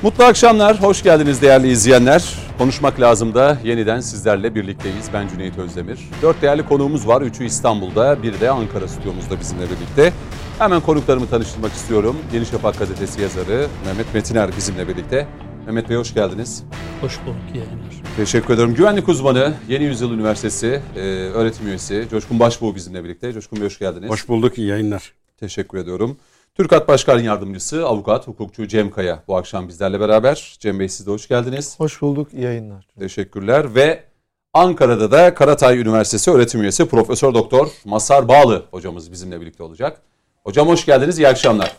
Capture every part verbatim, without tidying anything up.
Mutlu akşamlar, hoş geldiniz değerli izleyenler. Konuşmak lazım da yeniden sizlerle birlikteyiz. Ben Cüneyt Özdemir. Dört değerli konuğumuz var. Üçü İstanbul'da, biri de Ankara stüdyomuzda bizimle birlikte. Hemen konuklarımı tanıştırmak istiyorum. Yeni Şafak gazetesi yazarı Mehmet Metiner bizimle birlikte. Mehmet Bey hoş geldiniz. Hoş bulduk, iyi yayınlar. Teşekkür ederim. Güvenlik uzmanı, Yeni Yüzyıl Üniversitesi e, öğretim üyesi Coşkun Başbuğ bizimle birlikte. Coşkun Bey hoş geldiniz. Hoş bulduk, iyi yayınlar. Teşekkür ediyorum. TÜRKAT Başkan Yardımcısı, avukat, hukukçu Cem Kaya bu akşam bizlerle beraber. Cem Bey siz de hoş geldiniz. Hoş bulduk, iyi yayınlar. Teşekkürler ve Ankara'da da Karatay Üniversitesi öğretim üyesi Profesör Doktor Mazhar Bağlı hocamız bizimle birlikte olacak. Hocam hoş geldiniz, iyi akşamlar.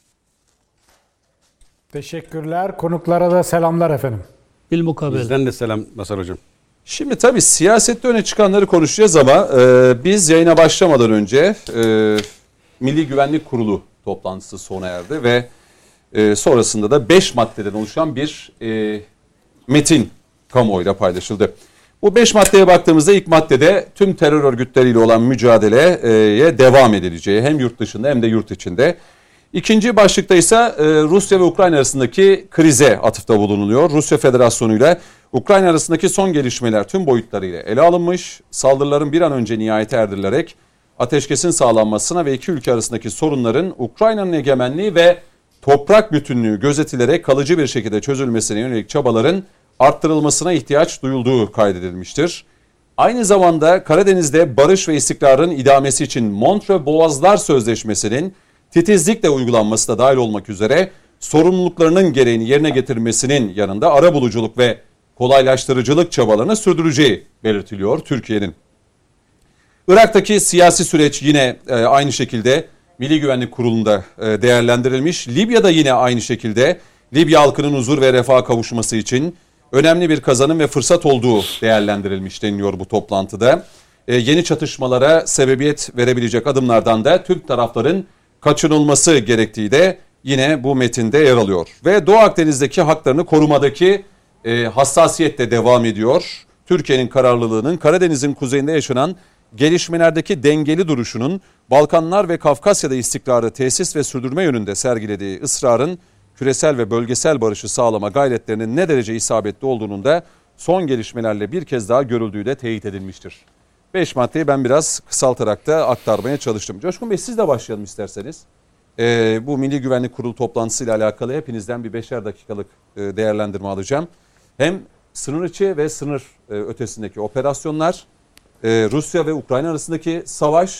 Teşekkürler, konuklara da selamlar efendim. Bilmukabele. Bizden de selam Mazhar Hocam. Şimdi tabii siyasette öne çıkanları konuşacağız ama e, biz yayına başlamadan önce e, Milli Güvenlik Kurulu toplantısı sona erdi ve e, sonrasında da beş maddeden oluşan bir e, metin kamuoyuyla paylaşıldı. Bu beş maddeye baktığımızda ilk maddede tüm terör örgütleriyle olan mücadeleye devam edileceği hem yurt dışında hem de yurt içinde. İkinci başlıkta ise e, Rusya ve Ukrayna arasındaki krize atıfta bulunuluyor. Rusya Federasyonu ile Ukrayna arasındaki son gelişmeler tüm boyutlarıyla ele alınmış, saldırıların bir an önce nihayete erdirilerek ateşkesin sağlanmasına ve iki ülke arasındaki sorunların Ukrayna'nın egemenliği ve toprak bütünlüğü gözetilerek kalıcı bir şekilde çözülmesine yönelik çabaların arttırılmasına ihtiyaç duyulduğu kaydedilmiştir. Aynı zamanda Karadeniz'de barış ve istikrarın idamesi için Montreux Boğazlar Sözleşmesi'nin titizlikle uygulanması da dahil olmak üzere sorumluluklarının gereğini yerine getirmesinin yanında arabuluculuk ve kolaylaştırıcılık çabalarını sürdüreceği belirtiliyor Türkiye'nin. Irak'taki siyasi süreç yine e, aynı şekilde Milli Güvenlik Kurulu'nda e, değerlendirilmiş. Libya'da yine aynı şekilde Libya halkının huzur ve refaha kavuşması için önemli bir kazanım ve fırsat olduğu değerlendirilmiş deniliyor bu toplantıda. E, yeni çatışmalara sebebiyet verebilecek adımlardan da Türk tarafların kaçınılması gerektiği de yine bu metinde yer alıyor. Ve Doğu Akdeniz'deki haklarını korumadaki e, hassasiyet de devam ediyor. Türkiye'nin kararlılığının Karadeniz'in kuzeyinde yaşanan gelişmelerdeki dengeli duruşunun Balkanlar ve Kafkasya'da istikrarı tesis ve sürdürme yönünde sergilediği ısrarın küresel ve bölgesel barışı sağlama gayretlerinin ne derece isabetli olduğunun da son gelişmelerle bir kez daha görüldüğü de teyit edilmiştir. Beş maddeyi ben biraz kısaltarak da aktarmaya çalıştım. Coşkun Bey siz de başlayalım isterseniz. Ee, bu Milli Güvenlik Kurulu toplantısıyla alakalı hepinizden bir beşer dakikalık e, değerlendirme alacağım. Hem sınır içi ve sınır e, ötesindeki operasyonlar, e, Rusya ve Ukrayna arasındaki savaş,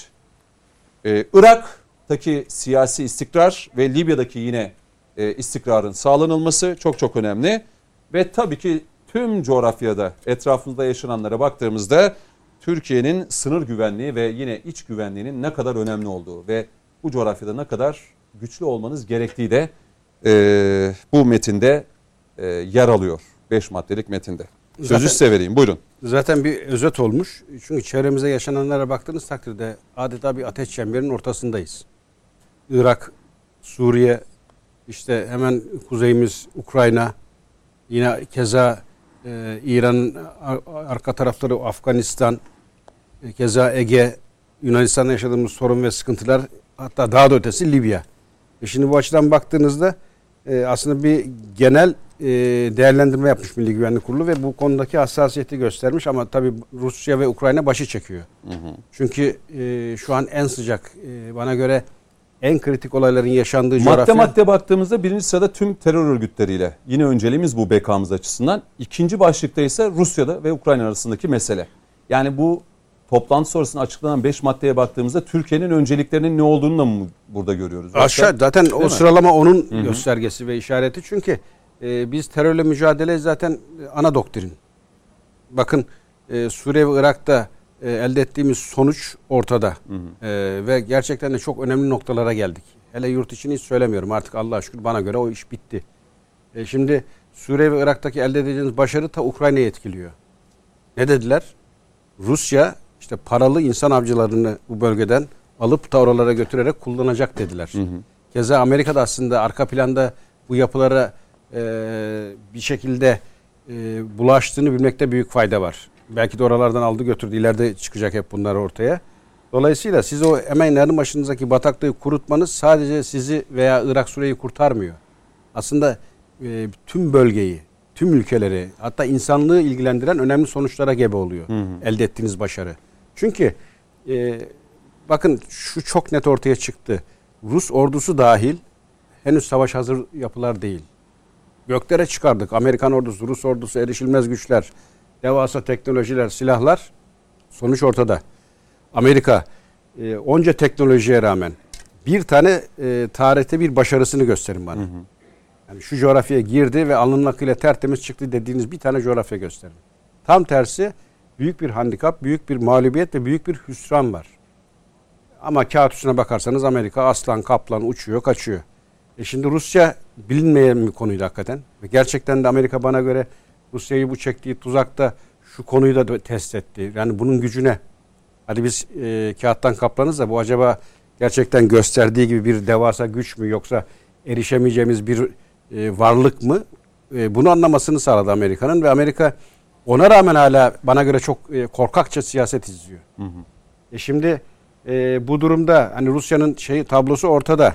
e, Irak'taki siyasi istikrar ve Libya'daki yine e, istikrarın sağlanılması çok çok önemli. Ve tabii ki tüm coğrafyada etrafımızda yaşananlara baktığımızda Türkiye'nin sınır güvenliği ve yine iç güvenliğinin ne kadar önemli olduğu ve bu coğrafyada ne kadar güçlü olmanız gerektiği de e, bu metinde e, yer alıyor. Beş maddelik metinde. Sözü zaten, size vereyim. Buyurun. Zaten bir özet olmuş. Çünkü çevremize yaşananlara baktığınız takdirde adeta bir ateş çemberinin ortasındayız. Irak, Suriye, işte hemen kuzeyimiz Ukrayna, yine keza e, İran'ın arka tarafları Afganistan, e, keza Ege, Yunanistan'da yaşadığımız sorun ve sıkıntılar, hatta daha da ötesi Libya. E şimdi bu açıdan baktığınızda e, aslında bir genel e, değerlendirme yapmış Milli Güvenlik Kurulu ve bu konudaki hassasiyeti göstermiş ama tabii Rusya ve Ukrayna başı çekiyor. Hı hı. Çünkü e, şu an en sıcak, e, bana göre en kritik olayların yaşandığı madde coğrafya. Madde madde baktığımızda birinci sırada tüm terör örgütleriyle yine önceliğimiz bu bekamız açısından. İkinci başlıkta ise Rusya'da ve Ukrayna arasındaki mesele. Yani bu toplantı sonrasında açıklanan beş maddeye baktığımızda Türkiye'nin önceliklerinin ne olduğunu da mı burada görüyoruz? Aşağı zaten o mi? Sıralama onun Hı-hı. göstergesi ve işareti. Çünkü e, biz terörle mücadele zaten ana doktrin. Bakın e, Suriye ve Irak'ta e, elde ettiğimiz sonuç ortada. E, ve gerçekten de çok önemli noktalara geldik. Hele yurt içini hiç söylemiyorum. Artık Allah'a şükür bana göre o iş bitti. E, şimdi Suriye ve Irak'taki elde edeceğiniz başarı ta Ukrayna'yı etkiliyor. Ne dediler? Rusya işte paralı insan avcılarını bu bölgeden alıp da oralara götürerek kullanacak dediler. Hı hı. Keza Amerika'da aslında arka planda bu yapılara e, bir şekilde e, bulaştığını bilmekte büyük fayda var. Belki de oralardan aldı götürdü. İleride çıkacak hep bunlar ortaya. Dolayısıyla siz o hemen yanı başınızdaki bataklığı kurutmanız sadece sizi veya Irak Suriye'yi kurtarmıyor. Aslında e, tüm bölgeyi, tüm ülkeleri, hatta insanlığı ilgilendiren önemli sonuçlara gebe oluyor. Hı hı. Elde ettiğiniz başarı. Çünkü e, bakın şu çok net ortaya çıktı. Rus ordusu dahil henüz savaş hazır yapılar değil. Göklere çıkardık. Amerikan ordusu, Rus ordusu, erişilmez güçler, devasa teknolojiler, silahlar. Sonuç ortada. Amerika e, onca teknolojiye rağmen bir tane e, tarihte bir başarısını gösterin bana. Hı hı. Yani şu coğrafyaya girdi ve alnının akıyla tertemiz çıktı dediğiniz bir tane coğrafya gösterin. Tam tersi büyük bir handikap, büyük bir mağlubiyet ve büyük bir hüsran var. Ama kağıt üstüne bakarsanız Amerika aslan kaplan uçuyor, kaçıyor. E şimdi Rusya bilinmeyen bir konuydu hakikaten. Ve gerçekten de Amerika bana göre Rusya'yı bu çektiği tuzakta şu konuyu da test etti. Yani bunun gücüne. Hadi biz e, kağıttan kaplanız da bu acaba gerçekten gösterdiği gibi bir devasa güç mü yoksa erişemeyeceğimiz bir e, varlık mı? E, bunu anlamasını sağladı Amerika'nın ve Amerika ona rağmen hala bana göre çok e, korkakça siyaset izliyor. Hı hı. E şimdi e, bu durumda hani Rusya'nın şey tablosu ortada.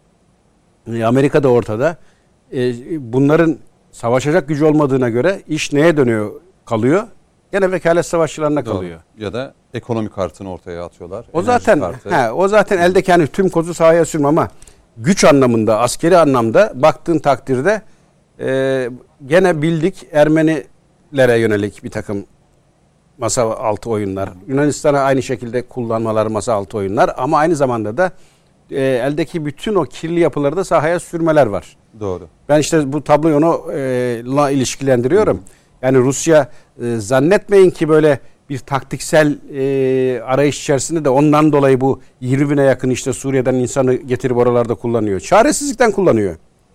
E, Amerika da ortada. E, bunların savaşacak gücü olmadığına göre iş neye dönüyor kalıyor? Gene vekalet savaşçılarına kalıyor. Doğru. Ya da ekonomik kartını ortaya atıyorlar. O zaten he, o zaten eldeki hani tüm kozu sahaya sürme ama güç anlamında, askeri anlamda baktığın takdirde e, gene bildik Ermenilere yönelik bir takım masa altı oyunlar. Yunanistan'a aynı şekilde kullanmaları masa altı oyunlar ama aynı zamanda da e, eldeki bütün o kirli yapıları da sahaya sürmeler var. Doğru. Ben işte bu tabloyu onu e, la ilişkilendiriyorum. Hı. Yani Rusya e, zannetmeyin ki böyle bir taktiksel e, arayış içerisinde de ondan dolayı bu yirmi bine yakın işte Suriye'den insanı getirip oralarda kullanıyor. Çaresizlikten kullanıyor.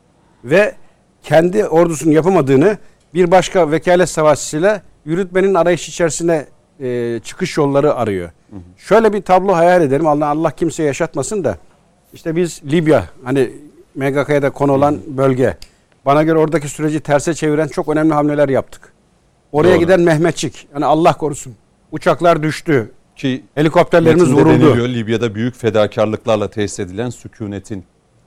Ve kendi ordusunun yapamadığını bir başka vekalet savaşçısıyla yürütmenin arayış içerisine e, çıkış yolları arıyor. Hı hı. Şöyle bir tablo hayal edelim. Allah Allah kimseye yaşatmasın da işte biz Libya hani M G K'ya da konu olan bölge. Bana göre oradaki süreci terse çeviren çok önemli hamleler yaptık. Oraya Doğru. giden Mehmetçik. Yani Allah korusun. Uçaklar düştü. Ki helikopterlerimiz vuruldu. Deniliyor, Libya'da büyük fedakarlıklarla tesis edilen sükunetin.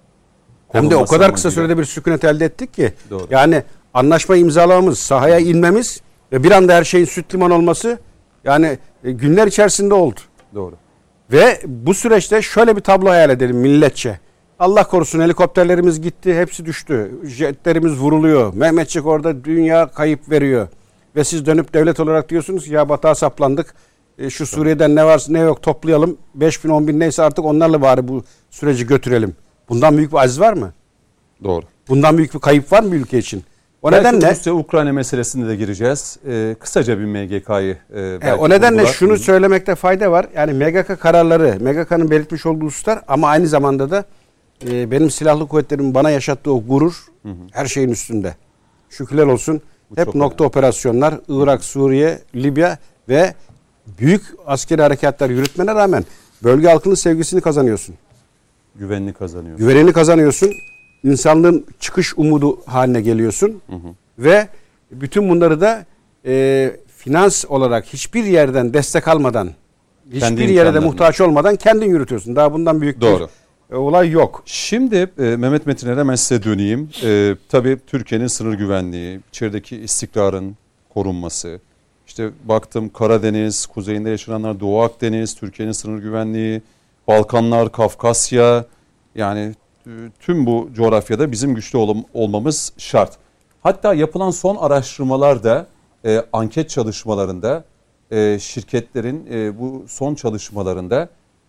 Hem de o kadar kısa gibi. Sürede bir sükunet elde ettik ki. Doğru. Yani anlaşma imzalamamız, sahaya inmemiz ve bir anda her şeyin süt liman olması yani günler içerisinde oldu. Doğru. Ve bu süreçte şöyle bir tablo hayal edelim milletçe. Allah korusun helikopterlerimiz gitti, hepsi düştü. Jetlerimiz vuruluyor. Mehmetçik orada dünya kayıp veriyor. Ve siz dönüp devlet olarak diyorsunuz ki ya batağa saplandık. E, şu Suriye'den ne varsa ne yok toplayalım. beş bin on bin neyse artık onlarla bari bu süreci götürelim. Bundan büyük bir aziz var mı? Doğru. Bundan büyük bir kayıp var mı ülke için? O belki nedenle Rusya-Ukrayna meselesinde de gireceğiz. Ee, kısaca bir M G K'yı e, e, o nedenle buldular. Şunu söylemekte fayda var. Yani M G K kararları, M G K'nın belirtmiş olduğu hususlar ama aynı zamanda da e, benim silahlı kuvvetlerimin bana yaşattığı o gurur hı hı. her şeyin üstünde. Şükürler olsun. Bu hep nokta önemli. Operasyonlar Irak, Suriye, Libya ve büyük askeri harekatlar yürütmene rağmen bölge halkının sevgisini kazanıyorsun. Güvenini kazanıyorsun. Güvenini kazanıyorsun. İnsanlığın çıkış umudu haline geliyorsun. Hı hı. Ve bütün bunları da e, finans olarak hiçbir yerden destek almadan, kendi hiçbir yere de muhtaç olmadan kendin yürütüyorsun. Daha bundan büyük Doğru. bir e, olay yok. Şimdi e, Mehmet Metiner'e hemen size döneyim. E, tabii Türkiye'nin sınır güvenliği, içerideki istikrarın korunması, işte baktım Karadeniz, kuzeyinde yaşananlar Doğu Akdeniz, Türkiye'nin sınır güvenliği, Balkanlar, Kafkasya, yani tüm bu coğrafyada bizim güçlü ol- olmamız şart. Hatta yapılan son araştırmalarda, e, anket çalışmalarında, e, şirketlerin e, bu son çalışmalarında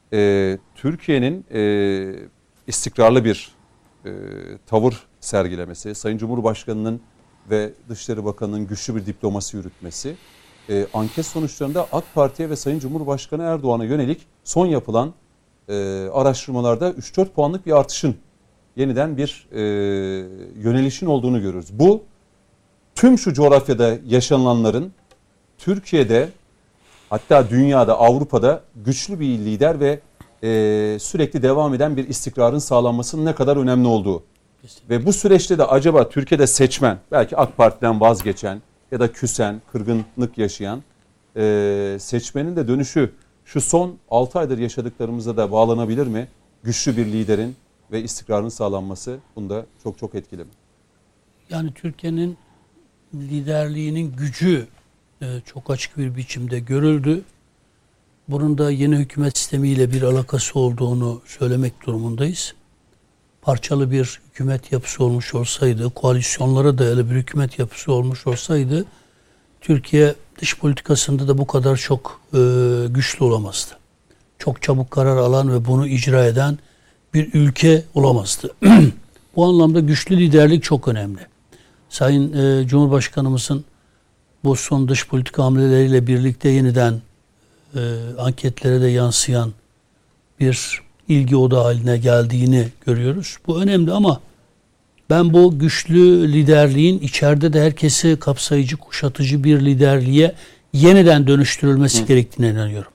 e, Türkiye'nin e, istikrarlı bir e, tavır sergilemesi, Sayın Cumhurbaşkanı'nın ve Dışişleri Bakanı'nın güçlü bir diplomasi yürütmesi, e, anket sonuçlarında AK Parti'ye ve Sayın Cumhurbaşkanı Erdoğan'a yönelik son yapılan e, araştırmalarda üç dört puanlık bir artışın, yeniden bir e, yönelişin olduğunu görüyoruz. Bu tüm şu coğrafyada yaşananların Türkiye'de, hatta dünyada, Avrupa'da güçlü bir lider ve e, sürekli devam eden bir istikrarın sağlanmasının ne kadar önemli olduğu. Kesinlikle. Ve bu süreçte de acaba Türkiye'de seçmen, belki AK Parti'den vazgeçen ya da küsen, kırgınlık yaşayan e, seçmenin de dönüşü şu son altı aydır yaşadıklarımıza da bağlanabilir mi? Güçlü bir liderin ve istikrarın sağlanması bunda çok çok etkili mi? Yani Türkiye'nin liderliğinin gücü e, çok açık bir biçimde görüldü. Bunun da yeni hükümet sistemiyle bir alakası olduğunu söylemek durumundayız. Parçalı bir hükümet yapısı olmuş olsaydı, koalisyonlara dayalı bir hükümet yapısı olmuş olsaydı, Türkiye dış politikasında da bu kadar çok e, güçlü olamazdı. Çok çabuk karar alan ve bunu icra eden bir ülke olamazdı. Bu anlamda güçlü liderlik çok önemli. Sayın e, Cumhurbaşkanımızın bu son dış politika hamleleriyle birlikte yeniden e, anketlere de yansıyan bir ilgi odağı haline geldiğini görüyoruz. Bu önemli ama ben bu güçlü liderliğin içeride de herkesi kapsayıcı, kuşatıcı bir liderliğe yeniden dönüştürülmesi Hı. gerektiğine inanıyorum.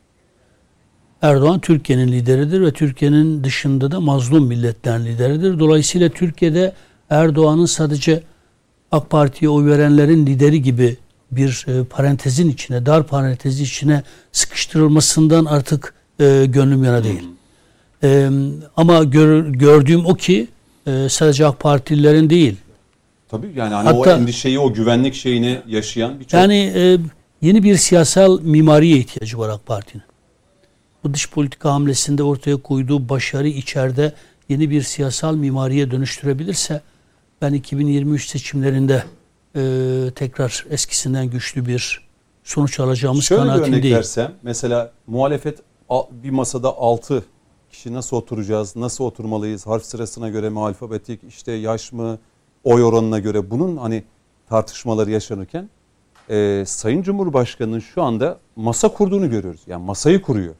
Erdoğan Türkiye'nin lideridir ve Türkiye'nin dışında da mazlum milletlerin lideridir. Dolayısıyla Türkiye'de Erdoğan'ın sadece AK Parti'ye oy verenlerin lideri gibi bir e, parantezin içine, dar parantezin içine sıkıştırılmasından artık e, gönlüm yana değil. E, ama gör, gördüğüm o ki e, sadece AK Partililerin değil. Tabii yani hani Hatta, o endişeyi, o güvenlik şeyini yaşayan birçok... Yani e, yeni bir siyasal mimariye ihtiyacı var AK Parti'nin. Bu dış politika hamlesinde ortaya koyduğu başarı içeride yeni bir siyasal mimariye dönüştürebilirse ben iki bin yirmi üç seçimlerinde e, tekrar eskisinden güçlü bir sonuç alacağımız Şöyle kanaatindeyim. Şöyle bir örnek versem, mesela muhalefet bir masada altı kişi nasıl oturacağız, nasıl oturmalıyız, harf sırasına göre mi, alfabetik, işte yaş mı, oy oranına göre bunun hani tartışmaları yaşanırken e, Sayın Cumhurbaşkanı'nın şu anda masa kurduğunu görüyoruz. Yani masayı kuruyor.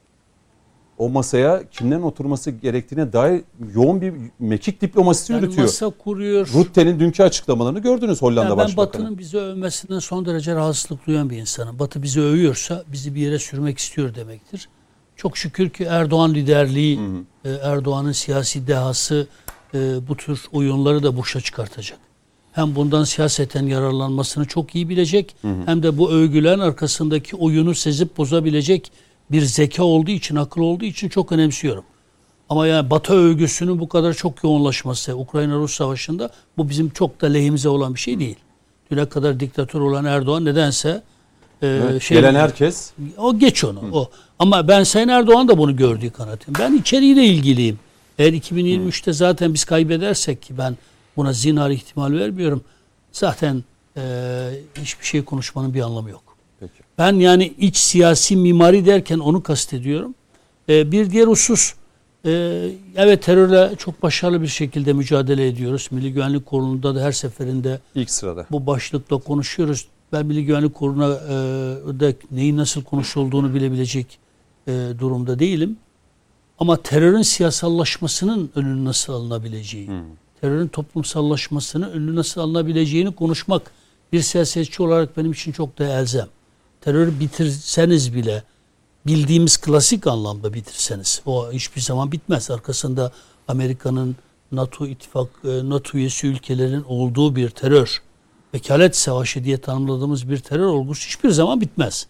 O masaya kimlerin oturması gerektiğine dair yoğun bir mekik diplomasisi yani yürütüyor. Masa kuruyor. Rutte'nin dünkü açıklamalarını gördünüz Hollanda yani ben Başbakanı. Batı'nın bizi övmesinden son derece rahatsızlık duyan bir insanım. Batı bizi övüyorsa bizi bir yere sürmek istiyor demektir. Çok şükür ki Erdoğan liderliği, hı hı. Erdoğan'ın siyasi dehası bu tür oyunları da boşa çıkartacak. Hem bundan siyaseten yararlanmasını çok iyi bilecek, hı hı. hem de bu övgülerin arkasındaki oyunu sezip bozabilecek bir zeka olduğu için, akıl olduğu için çok önemsiyorum. Ama yani Batı övgüsünün bu kadar çok yoğunlaşması Ukrayna-Rus savaşında bu bizim çok da lehimize olan bir şey değil. Düne kadar diktatör olan Erdoğan nedense e, evet, şey, gelen herkes o geç onu. Hı. O. Ama ben Sayın Erdoğan da bunu gördüğü kanaatim. Ben içeriğiyle ilgiliyim. Eğer iki bin yirmi üçte zaten biz kaybedersek ki ben buna zinhar ihtimal vermiyorum. Zaten e, hiçbir şey konuşmanın bir anlamı yok. Peki. Ben yani iç siyasi mimari derken onu kastediyorum. Ee, bir diğer husus, e, evet terörle çok başarılı bir şekilde mücadele ediyoruz. Milli Güvenlik Kurulu'nda da her seferinde ilk sırada bu başlıkla konuşuyoruz. Ben Milli Güvenlik Kurulu'na e, da neyin nasıl konuşulduğunu bilebilecek e, durumda değilim. Ama terörün siyasallaşmasının önünü nasıl alınabileceği, hmm. terörün toplumsallaşmasının önünü nasıl alınabileceğini konuşmak bir siyasetçi olarak benim için çok da elzem. Terörü bitirseniz bile, bildiğimiz klasik anlamda bitirseniz, o hiçbir zaman bitmez. Arkasında Amerika'nın NATO ittifak, NATO üyesi ülkelerin olduğu bir terör, vekalet savaşı diye tanımladığımız bir terör olgusu hiçbir zaman bitmez.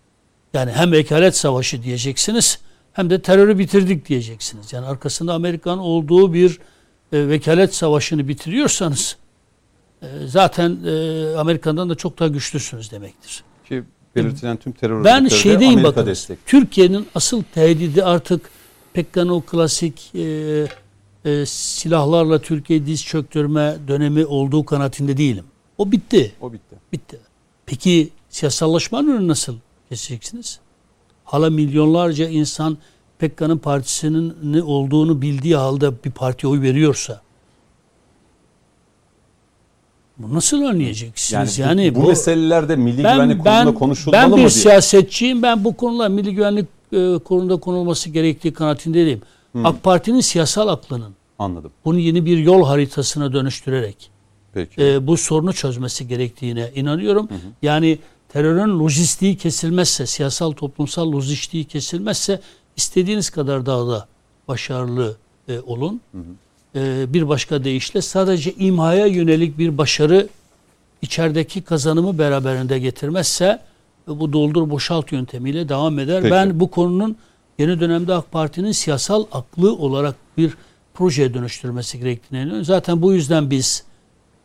Yani hem vekalet savaşı diyeceksiniz, hem de terörü bitirdik diyeceksiniz. Yani arkasında Amerika'nın olduğu bir e, vekalet savaşını bitiriyorsanız, e, zaten e, Amerika'dan da çok daha güçlüsünüz demektir. Ki belirtilen tüm terör ben şeydeyim Amerika bakın. destek. Türkiye'nin asıl tehdidi artık Pekkan o klasik e, e, silahlarla Türkiye diz çöktürme dönemi olduğu kanaatinde değilim. O bitti. O bitti. Bitti. Peki siyasallaşmanın önünü nasıl keseceksiniz? Hala milyonlarca insan Pekkan'ın partisinin ne olduğunu bildiği halde bir partiye oy veriyorsa bu nasıl önleyeceksiniz? Yani, yani bu, bu, bu meselelerde Milli ben, Güvenlik ben, Kurulu'nda konuşulmalı mı Ben bir diye. siyasetçiyim. Ben bu konular Milli Güvenlik e, Kurulu'nda konulması gerektiği kanaatindeyim. Hmm. AK Parti'nin siyasal aklının Anladım. bunu yeni bir yol haritasına dönüştürerek Peki. E, bu sorunu çözmesi gerektiğine inanıyorum. Hı hı. Yani terörün lojistiği kesilmezse, siyasal toplumsal lojistiği kesilmezse istediğiniz kadar daha da başarılı e, olun. Hı hı. E, bir başka deyişle sadece imhaya yönelik bir başarı içerideki kazanımı beraberinde getirmezse bu doldur boşalt yöntemiyle devam eder. Peki. Ben bu konunun yeni dönemde AK Parti'nin siyasal aklı olarak bir projeye dönüştürmesi gerektiğine inanıyorum. Zaten bu yüzden biz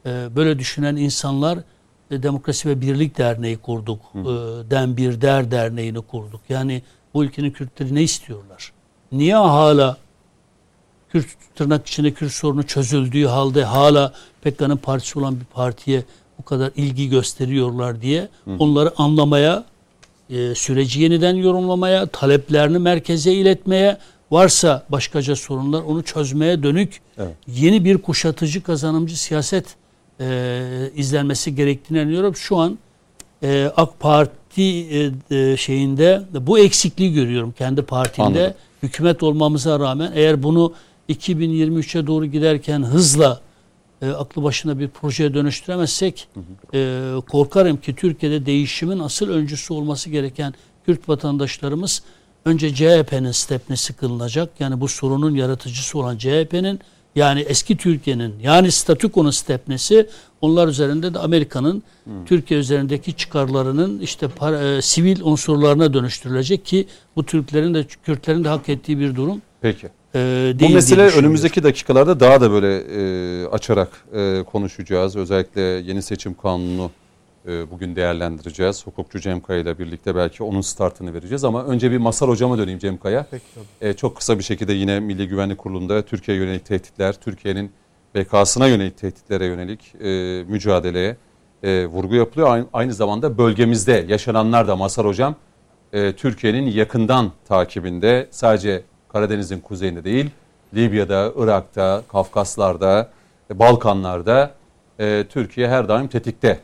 böyle düşünen insanlar e, Demokrasi ve Birlik Derneği kurduk. E, Den Bir Der Derneği'ni kurduk. Yani bu ülkenin Kürtleri ne istiyorlar? Niye hala Kürt tırnak içinde Kürt sorunu çözüldüğü halde hala P K K'nın partisi olan bir partiye bu kadar ilgi gösteriyorlar diye hı. onları anlamaya, e, süreci yeniden yorumlamaya, taleplerini merkeze iletmeye, varsa başkaca sorunlar onu çözmeye dönük evet. yeni bir kuşatıcı, kazanımcı siyaset e, izlenmesi gerektiğini inanıyorum. Şu an e, AK Parti e, e, şeyinde bu eksikliği görüyorum kendi partimde. Anladım. Hükümet olmamıza rağmen eğer bunu iki bin yirmi üçe doğru giderken hızla e, aklı başına bir projeye dönüştüremezsek hı hı. E, korkarım ki Türkiye'de değişimin asıl öncüsü olması gereken Kürt vatandaşlarımız önce C H P'nin stepnesi kılınacak. Yani bu sorunun yaratıcısı olan C H P'nin, yani eski Türkiye'nin, yani statükonun stepnesi, onlar üzerinde de Amerika'nın hmm. Türkiye üzerindeki çıkarlarının işte para, e, sivil unsurlarına dönüştürülecek ki bu Türklerin de Kürtlerin de hak ettiği bir durum. Peki. E, değil bu mesele önümüzdeki dakikalarda daha da böyle e, açarak e, konuşacağız. Özellikle yeni seçim kanunu bugün değerlendireceğiz. Hukukçu Cem Kaya ile birlikte belki onun startını vereceğiz ama önce bir Mazhar Hocam'a döneyim Cem Kaya. Peki, ee, çok kısa bir şekilde yine Milli Güvenlik Kurulu'nda Türkiye'ye yönelik tehditler, Türkiye'nin B K'sına yönelik tehditlere yönelik e, mücadeleye e, vurgu yapılıyor. Aynı, aynı zamanda bölgemizde yaşananlar da Mazhar Hocam e, Türkiye'nin yakından takibinde, sadece Karadeniz'in kuzeyinde değil, Libya'da, Irak'ta, Kafkaslar'da, e, Balkanlar'da e, Türkiye her daim tetikte.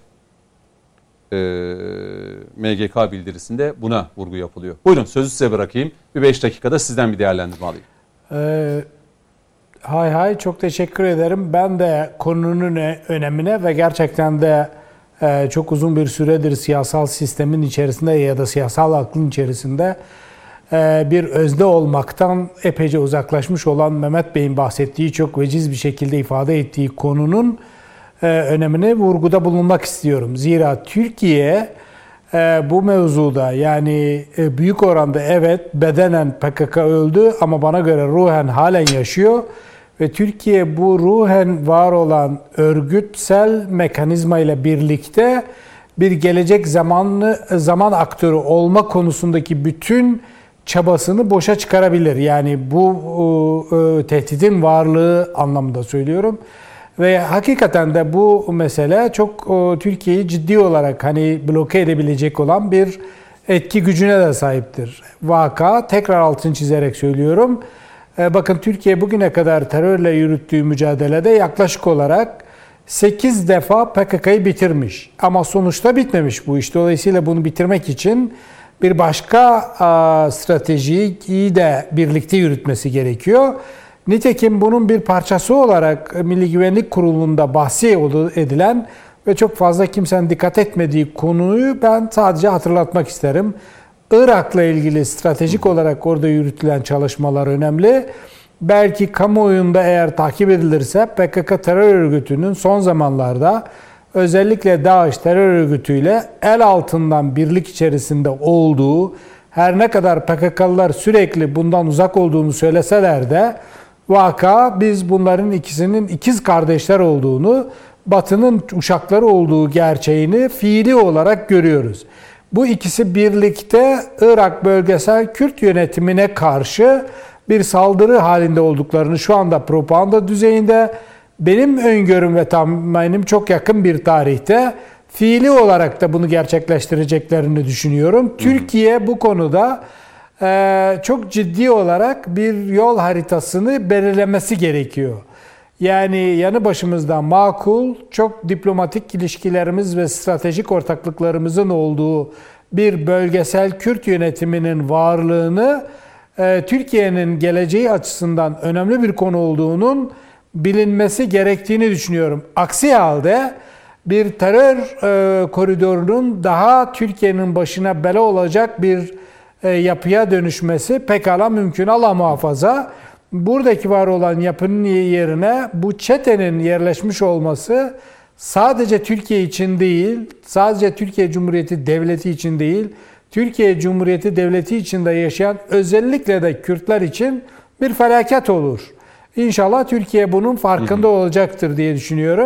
M G K bildirisinde buna vurgu yapılıyor. Buyurun, sözü size bırakayım. Bir beş dakikada sizden bir değerlendirme alayım. Ee, hay hay, çok teşekkür ederim. Ben de konunun önemine ve gerçekten de e, çok uzun bir süredir siyasal sistemin içerisinde ya da siyasal aklın içerisinde e, bir özne olmaktan epeyce uzaklaşmış olan Mehmet Bey'in bahsettiği, çok veciz bir şekilde ifade ettiği konunun önemine vurguda bulunmak istiyorum. Zira Türkiye bu mevzuda, yani büyük oranda evet bedenen P K K öldü ama bana göre ruhen halen yaşıyor ve Türkiye bu ruhen var olan örgütsel mekanizma ile birlikte bir gelecek zamanlı zaman aktörü olma konusundaki bütün çabasını boşa çıkarabilir. Yani bu e, tehditin varlığı anlamında söylüyorum. Ve hakikaten de bu mesele çok Türkiye'yi ciddi olarak hani bloke edebilecek olan bir etki gücüne de sahiptir. Vaka, tekrar altını çizerek söylüyorum. Bakın, Türkiye bugüne kadar terörle yürüttüğü mücadelede yaklaşık olarak sekiz defa P K K'yı bitirmiş. Ama sonuçta bitmemiş bu iş. Dolayısıyla bunu bitirmek için bir başka stratejiyi de birlikte yürütmesi gerekiyor. Nitekim bunun bir parçası olarak Milli Güvenlik Kurulu'nda bahsi edilen ve çok fazla kimsenin dikkat etmediği konuyu ben sadece hatırlatmak isterim. Irak'la ilgili stratejik olarak orada yürütülen çalışmalar önemli. Belki kamuoyunda eğer takip edilirse P K K terör örgütünün son zamanlarda özellikle DAEŞ terör örgütüyle el altından birlik içerisinde olduğu, her ne kadar P K K'lılar sürekli bundan uzak olduğunu söyleseler de vaka biz bunların ikisinin ikiz kardeşler olduğunu, Batı'nın uşakları olduğu gerçeğini fiili olarak görüyoruz. Bu ikisi birlikte Irak bölgesel Kürt yönetimine karşı bir saldırı halinde olduklarını şu anda propaganda düzeyinde, benim öngörüm ve tahminim çok yakın bir tarihte fiili olarak da bunu gerçekleştireceklerini düşünüyorum. Hı hı. Türkiye bu konuda e, çok ciddi olarak bir yol haritasını belirlemesi gerekiyor. Yani yanı başımızda makul, çok diplomatik ilişkilerimiz ve stratejik ortaklıklarımızın olduğu bir bölgesel Kürt yönetiminin varlığını e, Türkiye'nin geleceği açısından önemli bir konu olduğunun bilinmesi gerektiğini düşünüyorum. Aksi halde bir terör e, koridorunun daha Türkiye'nin başına bela olacak bir e, yapıya dönüşmesi pekala mümkün. Allah muhafaza. Buradaki var olan yapının yerine bu çetenin yerleşmiş olması sadece Türkiye için değil, sadece Türkiye Cumhuriyeti Devleti için değil, Türkiye Cumhuriyeti Devleti içinde yaşayan özellikle de Kürtler için bir felaket olur. İnşallah Türkiye bunun farkında olacaktır diye düşünüyorum.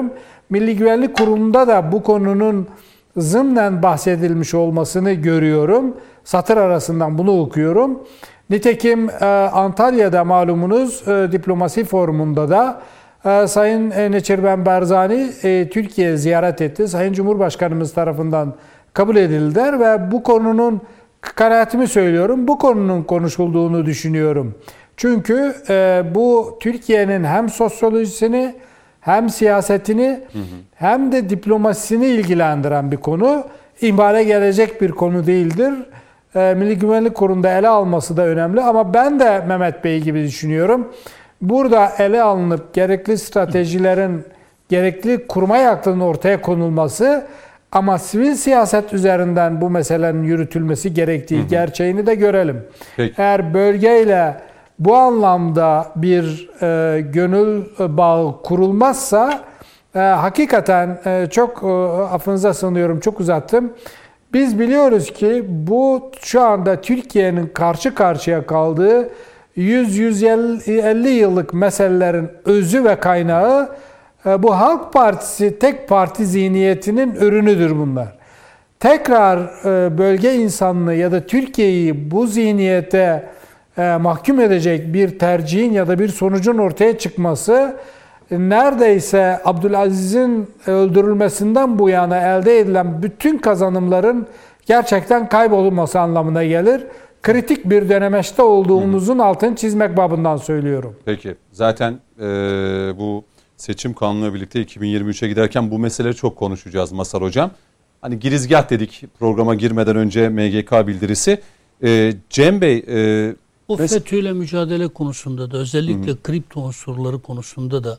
Milli Güvenlik Kurulu'nda da bu konunun zımnen bahsedilmiş olmasını görüyorum. Satır arasından bunu okuyorum. Nitekim e, Antalya'da malumunuz e, diplomasi forumunda da e, Sayın Neçirvan Barzani e, Türkiye ziyaret etti. Sayın Cumhurbaşkanımız tarafından kabul edildiler ve bu konunun, kanaatimi söylüyorum, bu konunun konuşulduğunu düşünüyorum. Çünkü e, bu Türkiye'nin hem sosyolojisini hem siyasetini hı hı. hem de diplomasisini ilgilendiren bir konu. İhmale gelecek bir konu değildir. E, Milli Güvenlik Kurulu'nda ele alması da önemli ama ben de Mehmet Bey gibi düşünüyorum. Burada ele alınıp gerekli stratejilerin, gerekli kurmay aklının ortaya konulması ama sivil siyaset üzerinden bu meselenin yürütülmesi gerektiği hı hı. gerçeğini de görelim. Peki. Eğer bölgeyle bu anlamda bir e, gönül bağı kurulmazsa e, hakikaten e, çok e, affınıza sığınıyorum, çok uzattım. Biz biliyoruz ki bu şu anda Türkiye'nin karşı karşıya kaldığı yüz yüz elli yıllık meselelerin özü ve kaynağı e, bu Halk Partisi tek parti zihniyetinin ürünüdür bunlar. Tekrar e, bölge insanlığı ya da Türkiye'yi bu zihniyete e, mahkum edecek bir tercihin ya da bir sonucun ortaya çıkması e, neredeyse Abdülaziz'in öldürülmesinden bu yana elde edilen bütün kazanımların gerçekten kaybolması anlamına gelir. Kritik bir dönemeçte olduğumuzun altını çizmek babından söylüyorum. Peki. Zaten e, bu seçim kanunuyla birlikte iki bin yirmi üçe giderken bu meseleleri çok konuşacağız Mazhar Hocam. Hani girizgah dedik programa girmeden önce M G K bildirisi. E, Cem Bey... E, o mes- FETÖ'yle mücadele konusunda da özellikle hı. kripto unsurları konusunda da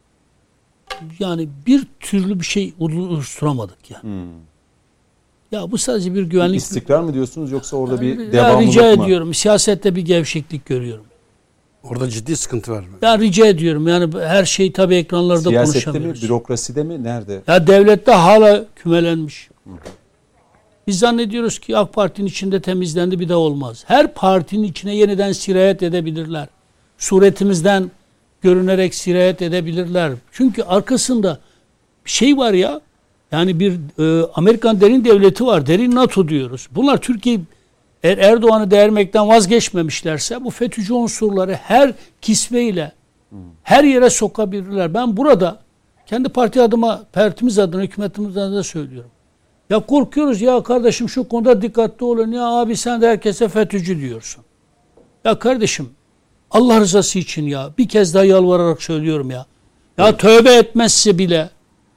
yani bir türlü bir şey oluşturamadık yani. Hı. Ya bu sadece bir güvenlik... İstikrar mı diyorsunuz yoksa orada bir ya devamlılık mı? Rica ediyorum. Siyasette bir gevşeklik görüyorum. Orada ciddi sıkıntı var. Ya rica ediyorum. Yani her şey tabii ekranlarda siyasette konuşamıyoruz. Siyasette mi, bürokraside mi, nerede? Ya devlette hala kümelenmiş. Hı hı. Biz zannediyoruz ki AK Parti'nin içinde temizlendi, bir de olmaz. Her partinin içine yeniden sirayet edebilirler. Suretimizden görünerek sirayet edebilirler. Çünkü arkasında bir şey var ya. Yani bir e, Amerikan derin devleti var. Derin NATO diyoruz. Bunlar Türkiye eğer Erdoğan'ı değermekten vazgeçmemişlerse bu FETÖ'cü unsurları her kisveyle hmm. her yere sokabilirler. Ben burada kendi parti adıma, partimiz adına, hükümetimiz adına söylüyorum. Ya korkuyoruz ya kardeşim şu konuda dikkatli olun. Ya abi sen de herkese FETÖ'cü diyorsun. Ya kardeşim Allah rızası için ya bir kez daha yalvararak söylüyorum ya. Ya evet. Tövbe etmezse bile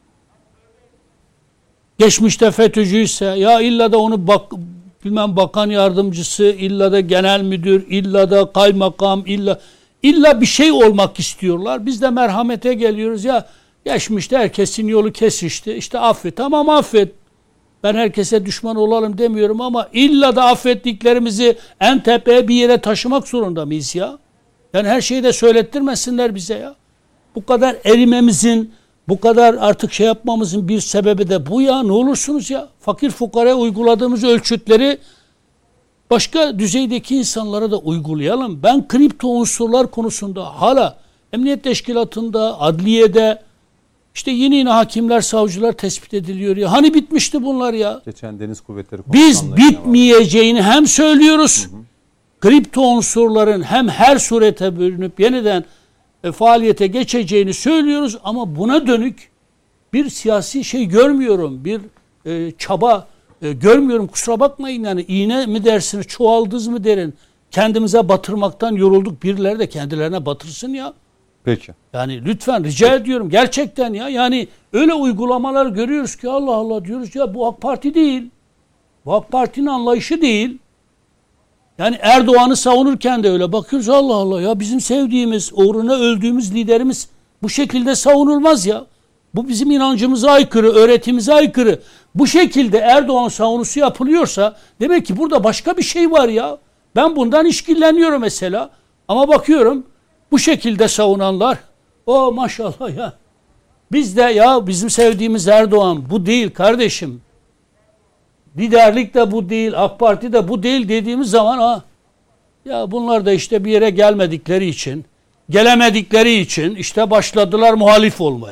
geçmişte FETÖ'cüyse ya illa da onu bak, bilmem bakan yardımcısı, illa da genel müdür, illa da kaymakam, illa illa bir şey olmak istiyorlar. Biz de merhamete geliyoruz ya geçmişte herkesin yolu kesişti. İşte affet. Tamam affet. Ben herkese düşman olalım demiyorum ama illa da affettiklerimizi en tepeye bir yere taşımak zorunda mıyız ya? Yani her şeyi de söylettirmesinler bize ya. Bu kadar erimemizin, bu kadar artık şey yapmamızın bir sebebi de bu ya. Ne olursunuz ya. Fakir fukaraya uyguladığımız ölçütleri başka düzeydeki insanlara da uygulayalım. Ben kripto unsurlar konusunda hala Emniyet Teşkilatı'nda, adliyede işte yeni yeni hakimler, savcılar tespit ediliyor ya. Hani bitmişti bunlar ya. Geçen Deniz Kuvvetleri Biz bitmeyeceğini hem söylüyoruz. Hı hı. Kripto unsurların hem her surete bölünüp yeniden E, faaliyete geçeceğini söylüyoruz ama buna dönük bir siyasi şey görmüyorum. Bir e, çaba e, görmüyorum. Kusura bakmayın yani iğne mi dersiniz, çuvaldız mı derin. Kendimize batırmaktan yorulduk. Birileri de kendilerine batırsın ya. Peki. Yani lütfen rica Peki. ediyorum gerçekten ya. Yani öyle uygulamalar görüyoruz ki Allah Allah diyoruz ya bu AK Parti değil. Bu AK Parti'nin anlayışı değil. Yani Erdoğan'ı savunurken de öyle bakıyoruz Allah Allah ya bizim sevdiğimiz, uğruna öldüğümüz liderimiz bu şekilde savunulmaz ya. Bu bizim inancımıza aykırı, öğretimize aykırı. Bu şekilde Erdoğan savunusu yapılıyorsa demek ki burada başka bir şey var ya. Ben bundan işkilleniyorum mesela. Ama bakıyorum bu şekilde savunanlar o maşallah ya. Biz de ya bizim sevdiğimiz Erdoğan bu değil kardeşim. Liderlik de bu değil, AK Parti de bu değil dediğimiz zaman ha ya bunlar da işte bir yere gelmedikleri için, gelemedikleri için işte başladılar muhalif olmaya.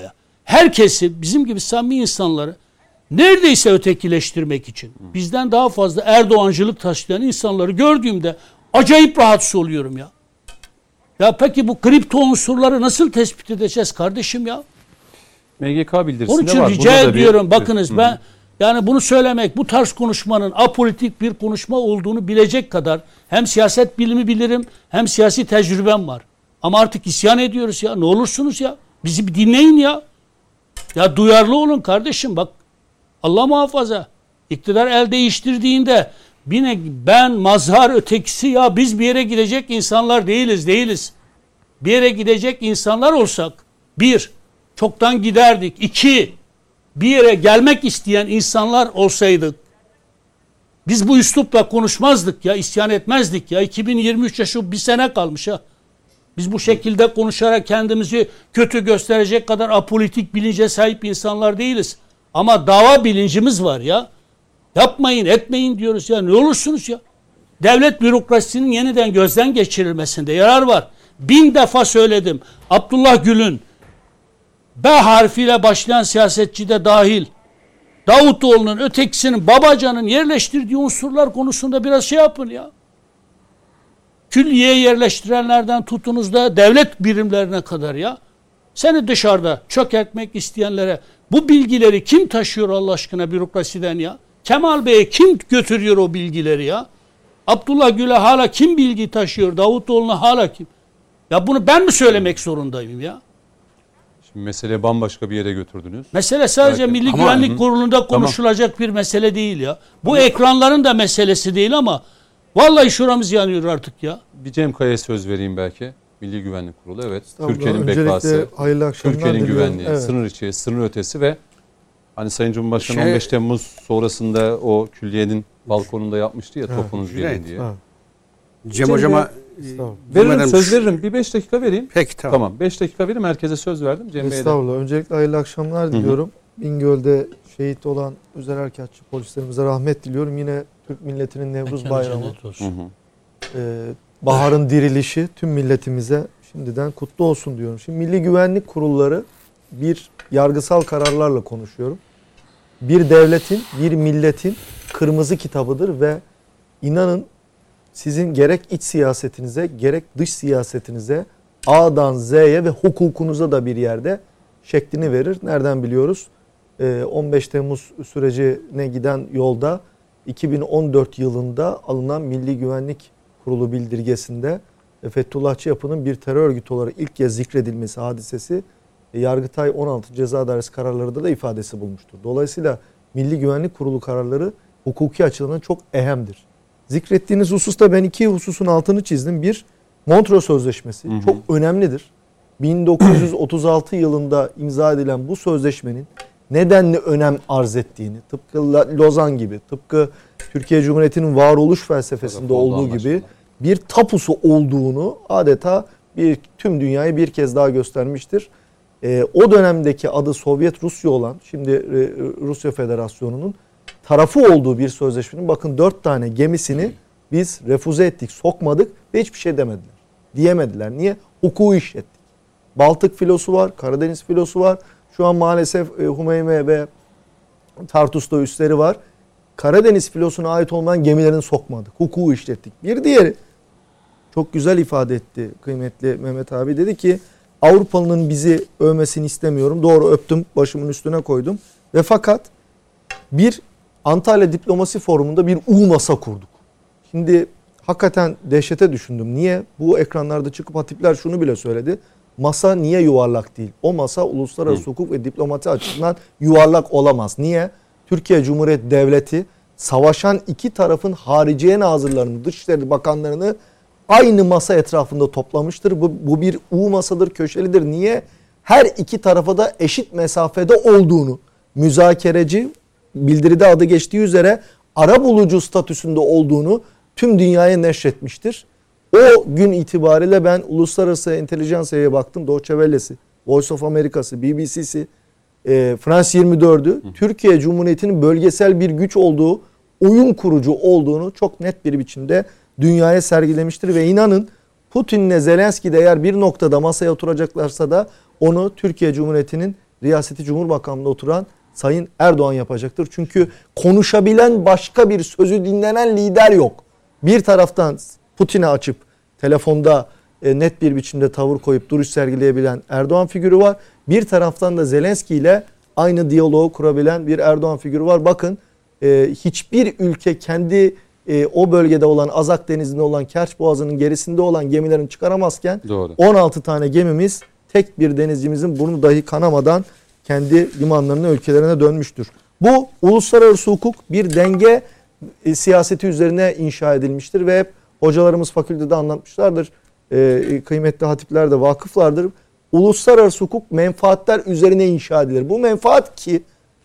herkesi, bizim gibi samimi insanları neredeyse ötekileştirmek için bizden daha fazla Erdoğancılık taşıyan insanları gördüğümde acayip rahatsız oluyorum ya. Ya peki bu kripto unsurları nasıl tespit edeceğiz kardeşim ya? M G K bildirisinde Onun için var. rica Burada ediyorum. Bir... Bakınız Hı-hı. ben yani bunu söylemek, bu tarz konuşmanın apolitik bir konuşma olduğunu bilecek kadar hem siyaset bilimi bilirim hem siyasi tecrübem var. Ama artık isyan ediyoruz ya. Ne olursunuz ya. Bizi bir dinleyin ya. Ya duyarlı olun kardeşim. Bak Allah muhafaza. İktidar el değiştirdiğinde yine ben mazhar ötekisi ya biz bir yere gidecek insanlar değiliz değiliz. Bir yere gidecek insanlar olsak bir, çoktan giderdik. İki, bir yere gelmek isteyen insanlar olsaydık biz bu üslupla konuşmazdık ya, isyan etmezdik ya. iki bin yirmi üçe şu bir sene kalmış ha. Biz bu şekilde konuşarak kendimizi kötü gösterecek kadar apolitik bilince sahip insanlar değiliz. Ama dava bilincimiz var ya. Yapmayın, etmeyin diyoruz ya. Ne olursunuz ya. Devlet bürokrasisinin yeniden gözden geçirilmesinde yarar var. Bin defa söyledim. Abdullah Gül'ün B harfiyle başlayan siyasetçi de dahil Davutoğlu'nun, ötekisinin, Babacan'ın yerleştirdiği unsurlar konusunda biraz şey yapın ya. Külliye yerleştirenlerden tutunuz da devlet birimlerine kadar ya. Seni dışarıda çökertmek isteyenlere bu bilgileri kim taşıyor Allah aşkına bürokrasiden ya? Kemal Bey'e kim götürüyor o bilgileri ya? Abdullah Gül'e hala kim bilgi taşıyor? Davutoğlu'na hala kim? Ya bunu ben mi söylemek zorundayım ya? Şimdi mesele bambaşka bir yere götürdünüz. Mesele sadece Belki. Milli Ama, Güvenlik hı. Kurulu'nda konuşulacak tamam. bir mesele değil ya. Bu ama, ekranların da meselesi değil ama vallahi şuramız yanıyor artık ya. Bir Cem Kaya'ya söz vereyim belki. Milli Güvenlik Kurulu evet. Türkiye'nin Öncelikle bekası, Türkiye'nin güvenliği, evet. sınır içi, sınır ötesi ve hani Sayın Cumhurbaşkanı şey, on beş Temmuz sonrasında o külliyenin balkonunda yapmıştı ya evet. topunuz gelin diye. Evet. Cem Hocam'a veririm, söz veririm. Bir beş dakika vereyim. Peki tamam. Tamam beş dakika vereyim. Herkese söz verdim. Cem Bey'e Estağfurullah. Öncelikle hayırlı akşamlar diliyorum. Hı-hı. Bingöl'de şehit olan özel harekatçı polislerimize rahmet diliyorum. Yine Türk milletinin Nevruz Bayramı. Ee, baharın dirilişi tüm milletimize şimdiden kutlu olsun diyorum. Şimdi Milli Güvenlik Kurulları bir yargısal kararlarla konuşuyorum. Bir devletin, bir milletin kırmızı kitabıdır ve inanın sizin gerek iç siyasetinize gerek dış siyasetinize A'dan Z'ye ve hukukunuza da bir yerde şeklini verir. Nereden biliyoruz? Ee, on beş Temmuz sürecine giden yolda iki bin on dört yılında alınan Milli Güvenlik Kurulu bildirgesinde Fethullahçı yapının bir terör örgütü olarak ilk kez zikredilmesi hadisesi Yargıtay on altı Ceza Dairesi kararlarında da ifadesi bulmuştur. Dolayısıyla Milli Güvenlik Kurulu kararları hukuki açıdan çok ehemdir. Zikrettiğiniz hususta ben iki hususun altını çizdim. Bir, Montreux Sözleşmesi hı hı. çok önemlidir. bin dokuz yüz otuz altı yılında imza edilen bu sözleşmenin nedenli önem arz ettiğini, tıpkı Lozan gibi, tıpkı Türkiye Cumhuriyeti'nin varoluş felsefesinde olduğu gibi bir tapusu olduğunu adeta bir tüm dünyaya bir kez daha göstermiştir. Ee, o dönemdeki adı Sovyet Rusya olan, şimdi Rusya Federasyonu'nun tarafı olduğu bir sözleşmenin bakın dört tane gemisini biz refüze ettik, sokmadık ve hiçbir şey demediler. Diyemediler. Niye? Hukuku işlettik. Baltık filosu var, Karadeniz filosu var. Şu an maalesef Hümeyme ve Tartus'ta üsleri var. Karadeniz filosuna ait olmayan gemilerini sokmadık. Hukuku işlettik. Bir diğeri çok güzel ifade etti kıymetli Mehmet abi. Dedi ki Avrupalı'nın bizi övmesini istemiyorum. Doğru, öptüm, başımın üstüne koydum. Ve fakat bir Antalya Diplomasi Forumu'nda bir U masa kurduk. Şimdi hakikaten dehşete düşündüm. Niye? Bu ekranlarda çıkıp hatipler şunu bile söyledi. Masa niye yuvarlak değil? O masa uluslararası Hı. hukuk ve diplomati açısından yuvarlak olamaz. Niye? Türkiye Cumhuriyeti Devleti savaşan iki tarafın hariciye nazırlarını, Dışişleri Bakanlarını aynı masa etrafında toplamıştır. Bu, bu bir U masadır, köşelidir. Niye? Her iki tarafa da eşit mesafede olduğunu, müzakereci, bildiride adı geçtiği üzere arabulucu statüsünde olduğunu tüm dünyaya neşretmiştir. O gün itibariyle ben uluslararası entelijansiyaya baktım. Deutsche Welle'si, Voice of America'sı, B B C'si, e, France yirmi dördü. Türkiye Cumhuriyeti'nin bölgesel bir güç olduğu, oyun kurucu olduğunu çok net bir biçimde dünyaya sergilemiştir. Ve inanın Putin'le Zelenski de eğer bir noktada masaya oturacaklarsa da onu Türkiye Cumhuriyeti'nin riyaseti Cumhurbaşkanlığı'nda oturan Sayın Erdoğan yapacaktır. Çünkü konuşabilen, başka bir sözü dinlenen lider yok. Bir taraftan Putin'e açıp telefonda e, net bir biçimde tavır koyup duruş sergileyebilen Erdoğan figürü var. Bir taraftan da Zelenski ile aynı diyaloğu kurabilen bir Erdoğan figürü var. Bakın e, hiçbir ülke kendi e, o bölgede olan Azak Denizi'nde olan Kerç Boğazı'nın gerisinde olan gemilerini çıkaramazken Doğru. on altı tane gemimiz tek bir denizcimizin burnu dahi kanamadan kendi limanlarına, ülkelerine dönmüştür. Bu uluslararası hukuk bir denge e, siyaseti üzerine inşa edilmiştir ve hep hocalarımız fakültede anlatmışlardır. E, kıymetli hatipler de vakıflardır. Uluslararası hukuk menfaatler üzerine inşa edilir. Bu menfaat ki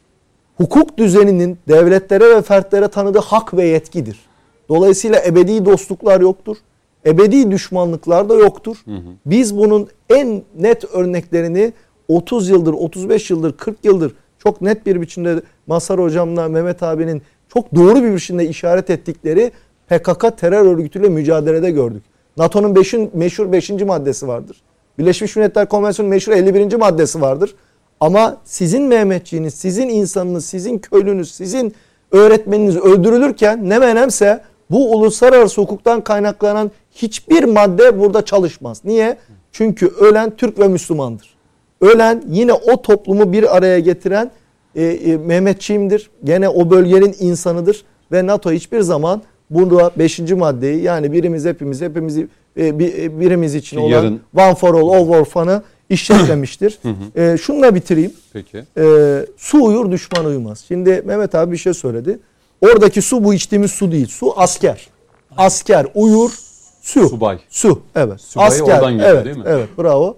hukuk düzeninin devletlere ve fertlere tanıdığı hak ve yetkidir. Dolayısıyla ebedi dostluklar yoktur. Ebedi düşmanlıklar da yoktur. Hı hı. Biz bunun en net örneklerini otuz yıldır, otuz beş yıldır, kırk yıldır çok net bir biçimde Mazhar Hocam'la Mehmet abinin çok doğru bir biçimde işaret ettikleri P K K terör örgütüyle mücadelede gördük. NATO'nun beşin, meşhur beşinci maddesi vardır. Birleşmiş Milletler Konvensiyonu'nun meşhur elli birinci maddesi vardır. Ama sizin Mehmetçiğiniz, sizin insanınız, sizin köylünüz, sizin öğretmeniniz öldürülürken ne menemse bu uluslararası hukuktan kaynaklanan hiçbir madde burada çalışmaz. Niye? Çünkü ölen Türk ve Müslümandır. Ölen yine o toplumu bir araya getiren e, e, Mehmetçiğimdir. Gene o bölgenin insanıdır. Ve NATO hiçbir zaman burada beşinci maddeyi yani birimiz hepimiz hepimizi e, bir, birimiz için olan Yarın. One for all, all for fun'ı işletmemiştir. e, şununla bitireyim. Peki. E, su uyur düşman uyumaz. Şimdi Mehmet abi bir şey söyledi. Oradaki su bu içtiğimiz su değil. Su asker. Asker uyur su. Subay. Su. Evet. Subayı asker. oradan geliyor Evet. değil mi? Evet. Bravo.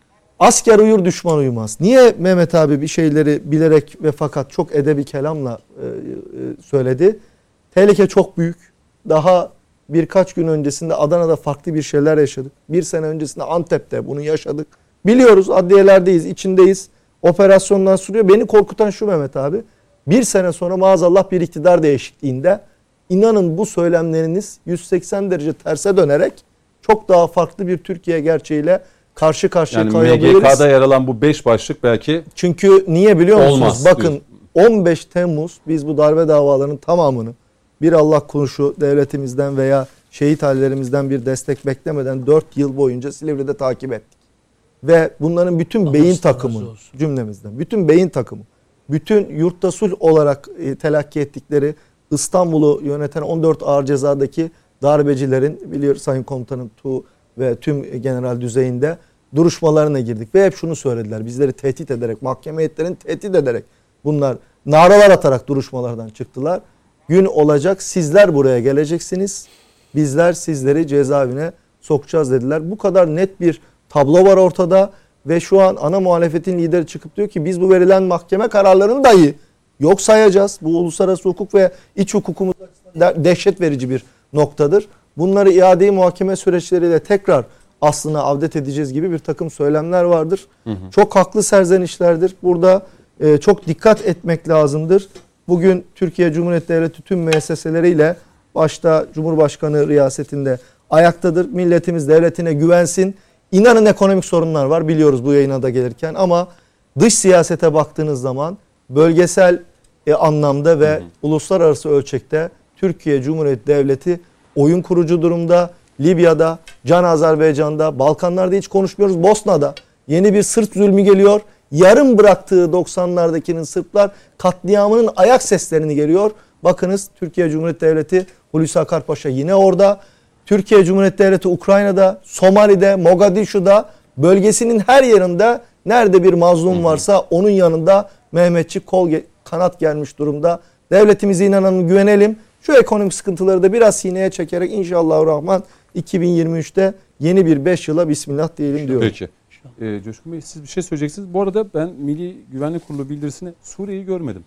Asker uyur düşman uyumaz. Niye Mehmet abi bir şeyleri bilerek ve fakat çok edebi kelamla e, e, söyledi? Tehlike çok büyük. Daha birkaç gün öncesinde Adana'da farklı bir şeyler yaşadık. Bir sene öncesinde Antep'te bunu yaşadık. Biliyoruz, adliyelerdeyiz, içindeyiz. Operasyondan sürüyor. Beni korkutan şu Mehmet abi. Bir sene sonra maazallah bir iktidar değişikliğinde inanın bu söylemleriniz yüz seksen derece terse dönerek çok daha farklı bir Türkiye gerçeğiyle karşı karşıya yani kayabiliriz. M G K'da yer alan bu beş başlık belki çünkü niye biliyor musunuz? olmaz, Bakın diyorsun. on beş Temmuz biz bu darbe davalarının tamamını bir Allah konuşu devletimizden veya şehit ailelerimizden bir destek beklemeden dört yıl boyunca Silivri'de takip ettik. Ve bunların bütün Allah beyin takımı cümlemizden, bütün beyin takımı, bütün yurtta sulh olarak e, telakki ettikleri İstanbul'u yöneten on dört ağır cezadaki darbecilerin biliyor Sayın Komutanım Tu ve tüm general düzeyinde duruşmalarına girdik. Ve hep şunu söylediler. Bizleri tehdit ederek, mahkeme heyetlerini tehdit ederek bunlar naralar atarak duruşmalardan çıktılar. Gün olacak sizler buraya geleceksiniz. Bizler sizleri cezaevine sokacağız dediler. Bu kadar net bir tablo var ortada. Ve şu an ana muhalefetin lideri çıkıp diyor ki biz bu verilen mahkeme kararlarını dahi yok sayacağız. Bu uluslararası hukuk ve iç hukukumuz dehşet verici bir noktadır. Bunları iade-i muhakeme süreçleriyle tekrar aslına avdet edeceğiz gibi bir takım söylemler vardır. Hı hı. Çok haklı serzenişlerdir. Burada e, çok dikkat etmek lazımdır. Bugün Türkiye Cumhuriyeti Devleti tüm müesseseleriyle başta Cumhurbaşkanı riyasetinde ayaktadır. Milletimiz devletine güvensin. İnanın ekonomik sorunlar var biliyoruz bu yayına da gelirken ama dış siyasete baktığınız zaman bölgesel e, anlamda ve hı hı. uluslararası ölçekte Türkiye Cumhuriyeti Devleti oyun kurucu durumda. Libya'da, Can Azerbaycan'da, Balkanlar'da hiç konuşmuyoruz. Bosna'da yeni bir Sırp zulmü geliyor. Yarım bıraktığı doksanlardakinin Sırplar katliamının ayak seslerini geliyor. Bakınız Türkiye Cumhuriyeti Devleti Hulusi Akar Paşa yine orada. Türkiye Cumhuriyeti Devleti Ukrayna'da, Somali'de, Mogadishu'da bölgesinin her yerinde nerede bir mazlum varsa onun yanında Mehmetçik kol kanat gelmiş durumda. Devletimize inanalım, güvenelim. Şu ekonomik sıkıntıları da biraz sineye çekerek inşallahurrahman iki bin yirmi üçte yeni bir beş yıla bismillah diyelim diyorum. Peki. Ee, Coşkun Bey siz bir şey söyleyeceksiniz. Bu arada ben Milli Güvenlik Kurulu bildirisini Suriye'yi görmedim.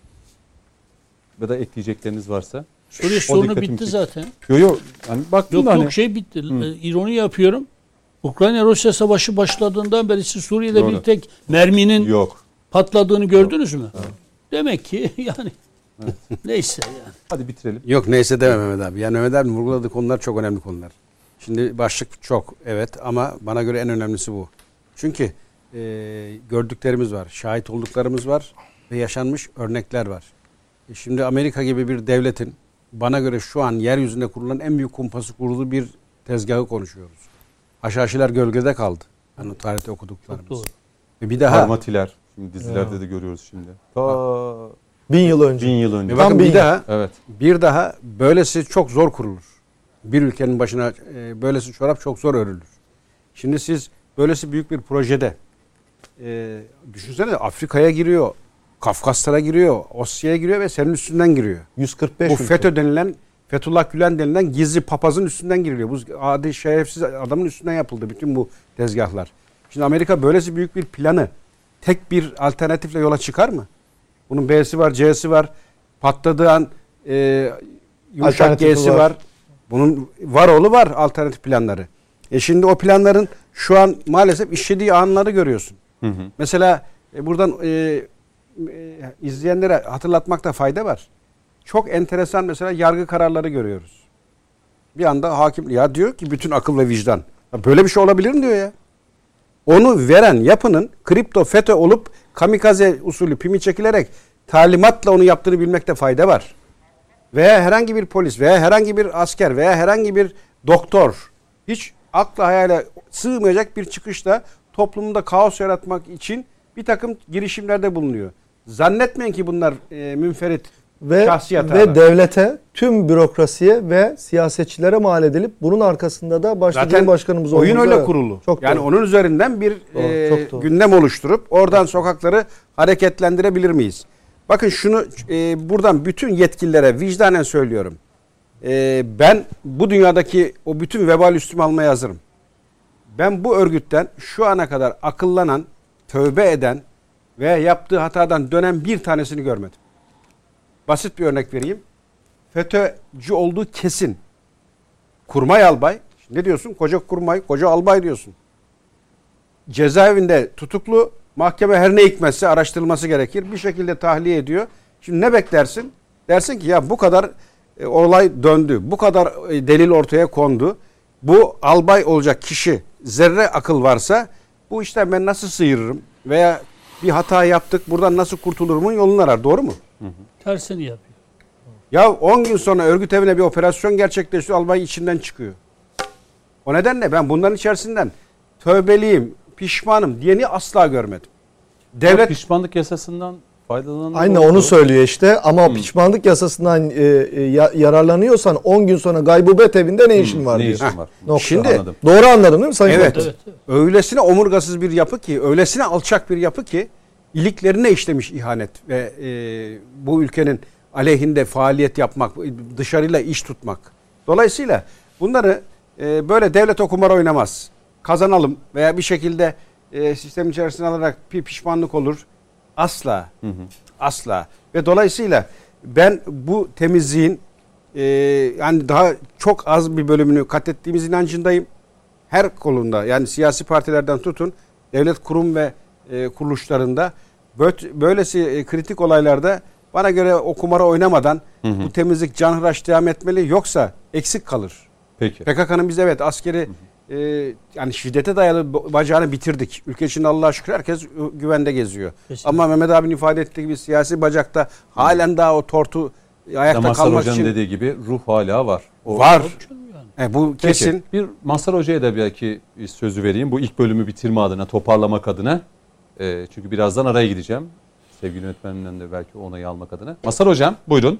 Ya da ekleyecekleriniz varsa. Suriye sorunu bitti çekti. Zaten. Yok yok. Yani baktım yok da yok hani... şey bitti. Hı. İroni yapıyorum. Ukrayna-Rusya savaşı başladığından beri siz Suriye'de Doğru. bir tek merminin yok. patladığını gördünüz mü? Evet. Demek ki yani evet. neyse yani. Hadi bitirelim. Yok neyse deme Mehmet abi. Yani Mehmet abi vurguladığı konular çok önemli konular. Şimdi başlık çok evet ama bana göre en önemlisi bu. Çünkü e, gördüklerimiz var, şahit olduklarımız var ve yaşanmış örnekler var. E şimdi Amerika gibi bir devletin bana göre şu an yeryüzünde kurulan en büyük kumpası kurulu bir tezgahı konuşuyoruz. Haşhaşiler gölgede kaldı. Yani tarihte okuduklarımız. Çok doğru. Ve bir daha Armatiler. Şimdi dizilerde Ya. de görüyoruz şimdi. Ta Bin yıl önce. bin yıl önce. ve bakın Tam bir bir- daha Evet. bir daha böylesi çok zor kurulur. Bir ülkenin başına e, böylesi çorap çok zor örülür. Şimdi siz böylesi büyük bir projede e, düşünsene Afrika'ya giriyor, Kafkaslara giriyor, Osya'ya giriyor ve senin üstünden giriyor. yüz kırk beş Bu ülke. FETÖ denilen, Fethullah Gülen denilen gizli papazın üstünden giriliyor. Bu adi şerefsiz adamın üstünden yapıldı bütün bu tezgahlar. Şimdi Amerika böylesi büyük bir planı tek bir alternatifle yola çıkar mı? Bunun B'si var, C'si var. Patladığı an e, yumuşak Alternatifi G'si var. var. Bunun var oğlu var alternatif planları. E şimdi o planların şu an maalesef işlediği anları görüyorsun. Hı hı. Mesela e, buradan e, e, izleyenlere hatırlatmakta fayda var. Çok enteresan mesela yargı kararları görüyoruz. Bir anda hakim ya diyor ki bütün akıl ve vicdan. Ya böyle bir şey olabilir mi diyor ya. Onu veren yapının kripto FETÖ olup kamikaze usulü pimi çekilerek talimatla onu yaptığını bilmekte fayda var. Veya herhangi bir polis veya herhangi bir asker veya herhangi bir doktor hiç akla hayale sığmayacak bir çıkışla toplumda kaos yaratmak için bir takım girişimlerde bulunuyor. Zannetmeyin ki bunlar e, münferit Ve, şahsi hatalar. ve devlete, tüm bürokrasiye ve siyasetçilere mal edilip bunun arkasında da başta Zaten Cumhurbaşkanımız oyun olmamız- öyle Evet. kurulu. Çok yani doğru. onun üzerinden bir Doğru, e, çok doğru. gündem oluşturup oradan sokakları hareketlendirebilir miyiz? Bakın şunu e, buradan bütün yetkililere vicdanen söylüyorum. E, ben bu dünyadaki o bütün vebal üstüme almaya hazırım. Ben bu örgütten şu ana kadar akıllanan, tövbe eden veya yaptığı hatadan dönen bir tanesini görmedim. Basit bir örnek vereyim. FETÖ'cü olduğu kesin. Kurmay albay. Ne diyorsun? Koca kurmay, koca albay diyorsun. Cezaevinde tutuklu. Mahkeme her ne hikmetse araştırılması gerekir. Bir şekilde tahliye ediyor. Şimdi ne beklersin? Dersin ki ya bu kadar e, olay döndü. Bu kadar e, delil ortaya kondu. Bu albay olacak kişi zerre akıl varsa bu işten ben nasıl sıyırırım? Veya bir hata yaptık buradan nasıl kurtulurumun yolunu arar. Doğru mu? Tersini yapıyor. Ya on gün sonra örgüt evine bir operasyon gerçekleşiyor. Albay içinden çıkıyor. O nedenle ben bunların içerisinden tövbeliyim, pişmanım diyeni asla görmedim. Devlet Pişmanlık yasasından faydalanan Aynen oldu. onu söylüyor işte ama pişmanlık yasasından e, e, ya- yararlanıyorsan on gün sonra gaybubet evinde ne işin var Ne diyor. işin var? Nokta. Şimdi Anladım. Doğru anladın değil mi Sayın Evet. Bakan? Evet, evet. öylesine omurgasız bir yapı ki, öylesine alçak bir yapı ki iliklerine işlemiş ihanet ve e, bu ülkenin aleyhinde faaliyet yapmak, dışarıyla iş tutmak. Dolayısıyla bunları e, böyle devlet o kumar oynamaz. Kazanalım veya bir şekilde e, sistem içerisine alarak bir pişmanlık olur. Asla. Hı hı. Asla. Ve dolayısıyla ben bu temizliğin e, yani daha çok az bir bölümünü kat ettiğimiz inancındayım. Her kolunda yani siyasi partilerden tutun devlet kurum ve e, kuruluşlarında bö- böylesi e, kritik olaylarda bana göre o kumara oynamadan Hı hı. bu temizlik canhıraş devam etmeli, yoksa eksik kalır. Peki. P K K'nın biz evet askeri e, yani şiddete dayalı bacağını bitirdik. Ülke içinde Allah'a şükür herkes güvende geziyor. Kesinlikle. Ama Mehmet abinin ifade ettiği gibi siyasi bacakta halen daha o tortu ayakta Mazhar kalmak Hoca'nın için dediği gibi ruh hala var. O- var. Yani. E, bu Peki, kesin. bir Mazhar Hoca'ya da belki sözü vereyim. Bu ilk bölümü bitirme adına, toparlamak adına. Ee, çünkü birazdan araya gideceğim. Sevgili yönetmenimden de belki onayı almak adına. Mazhar Hocam buyurun.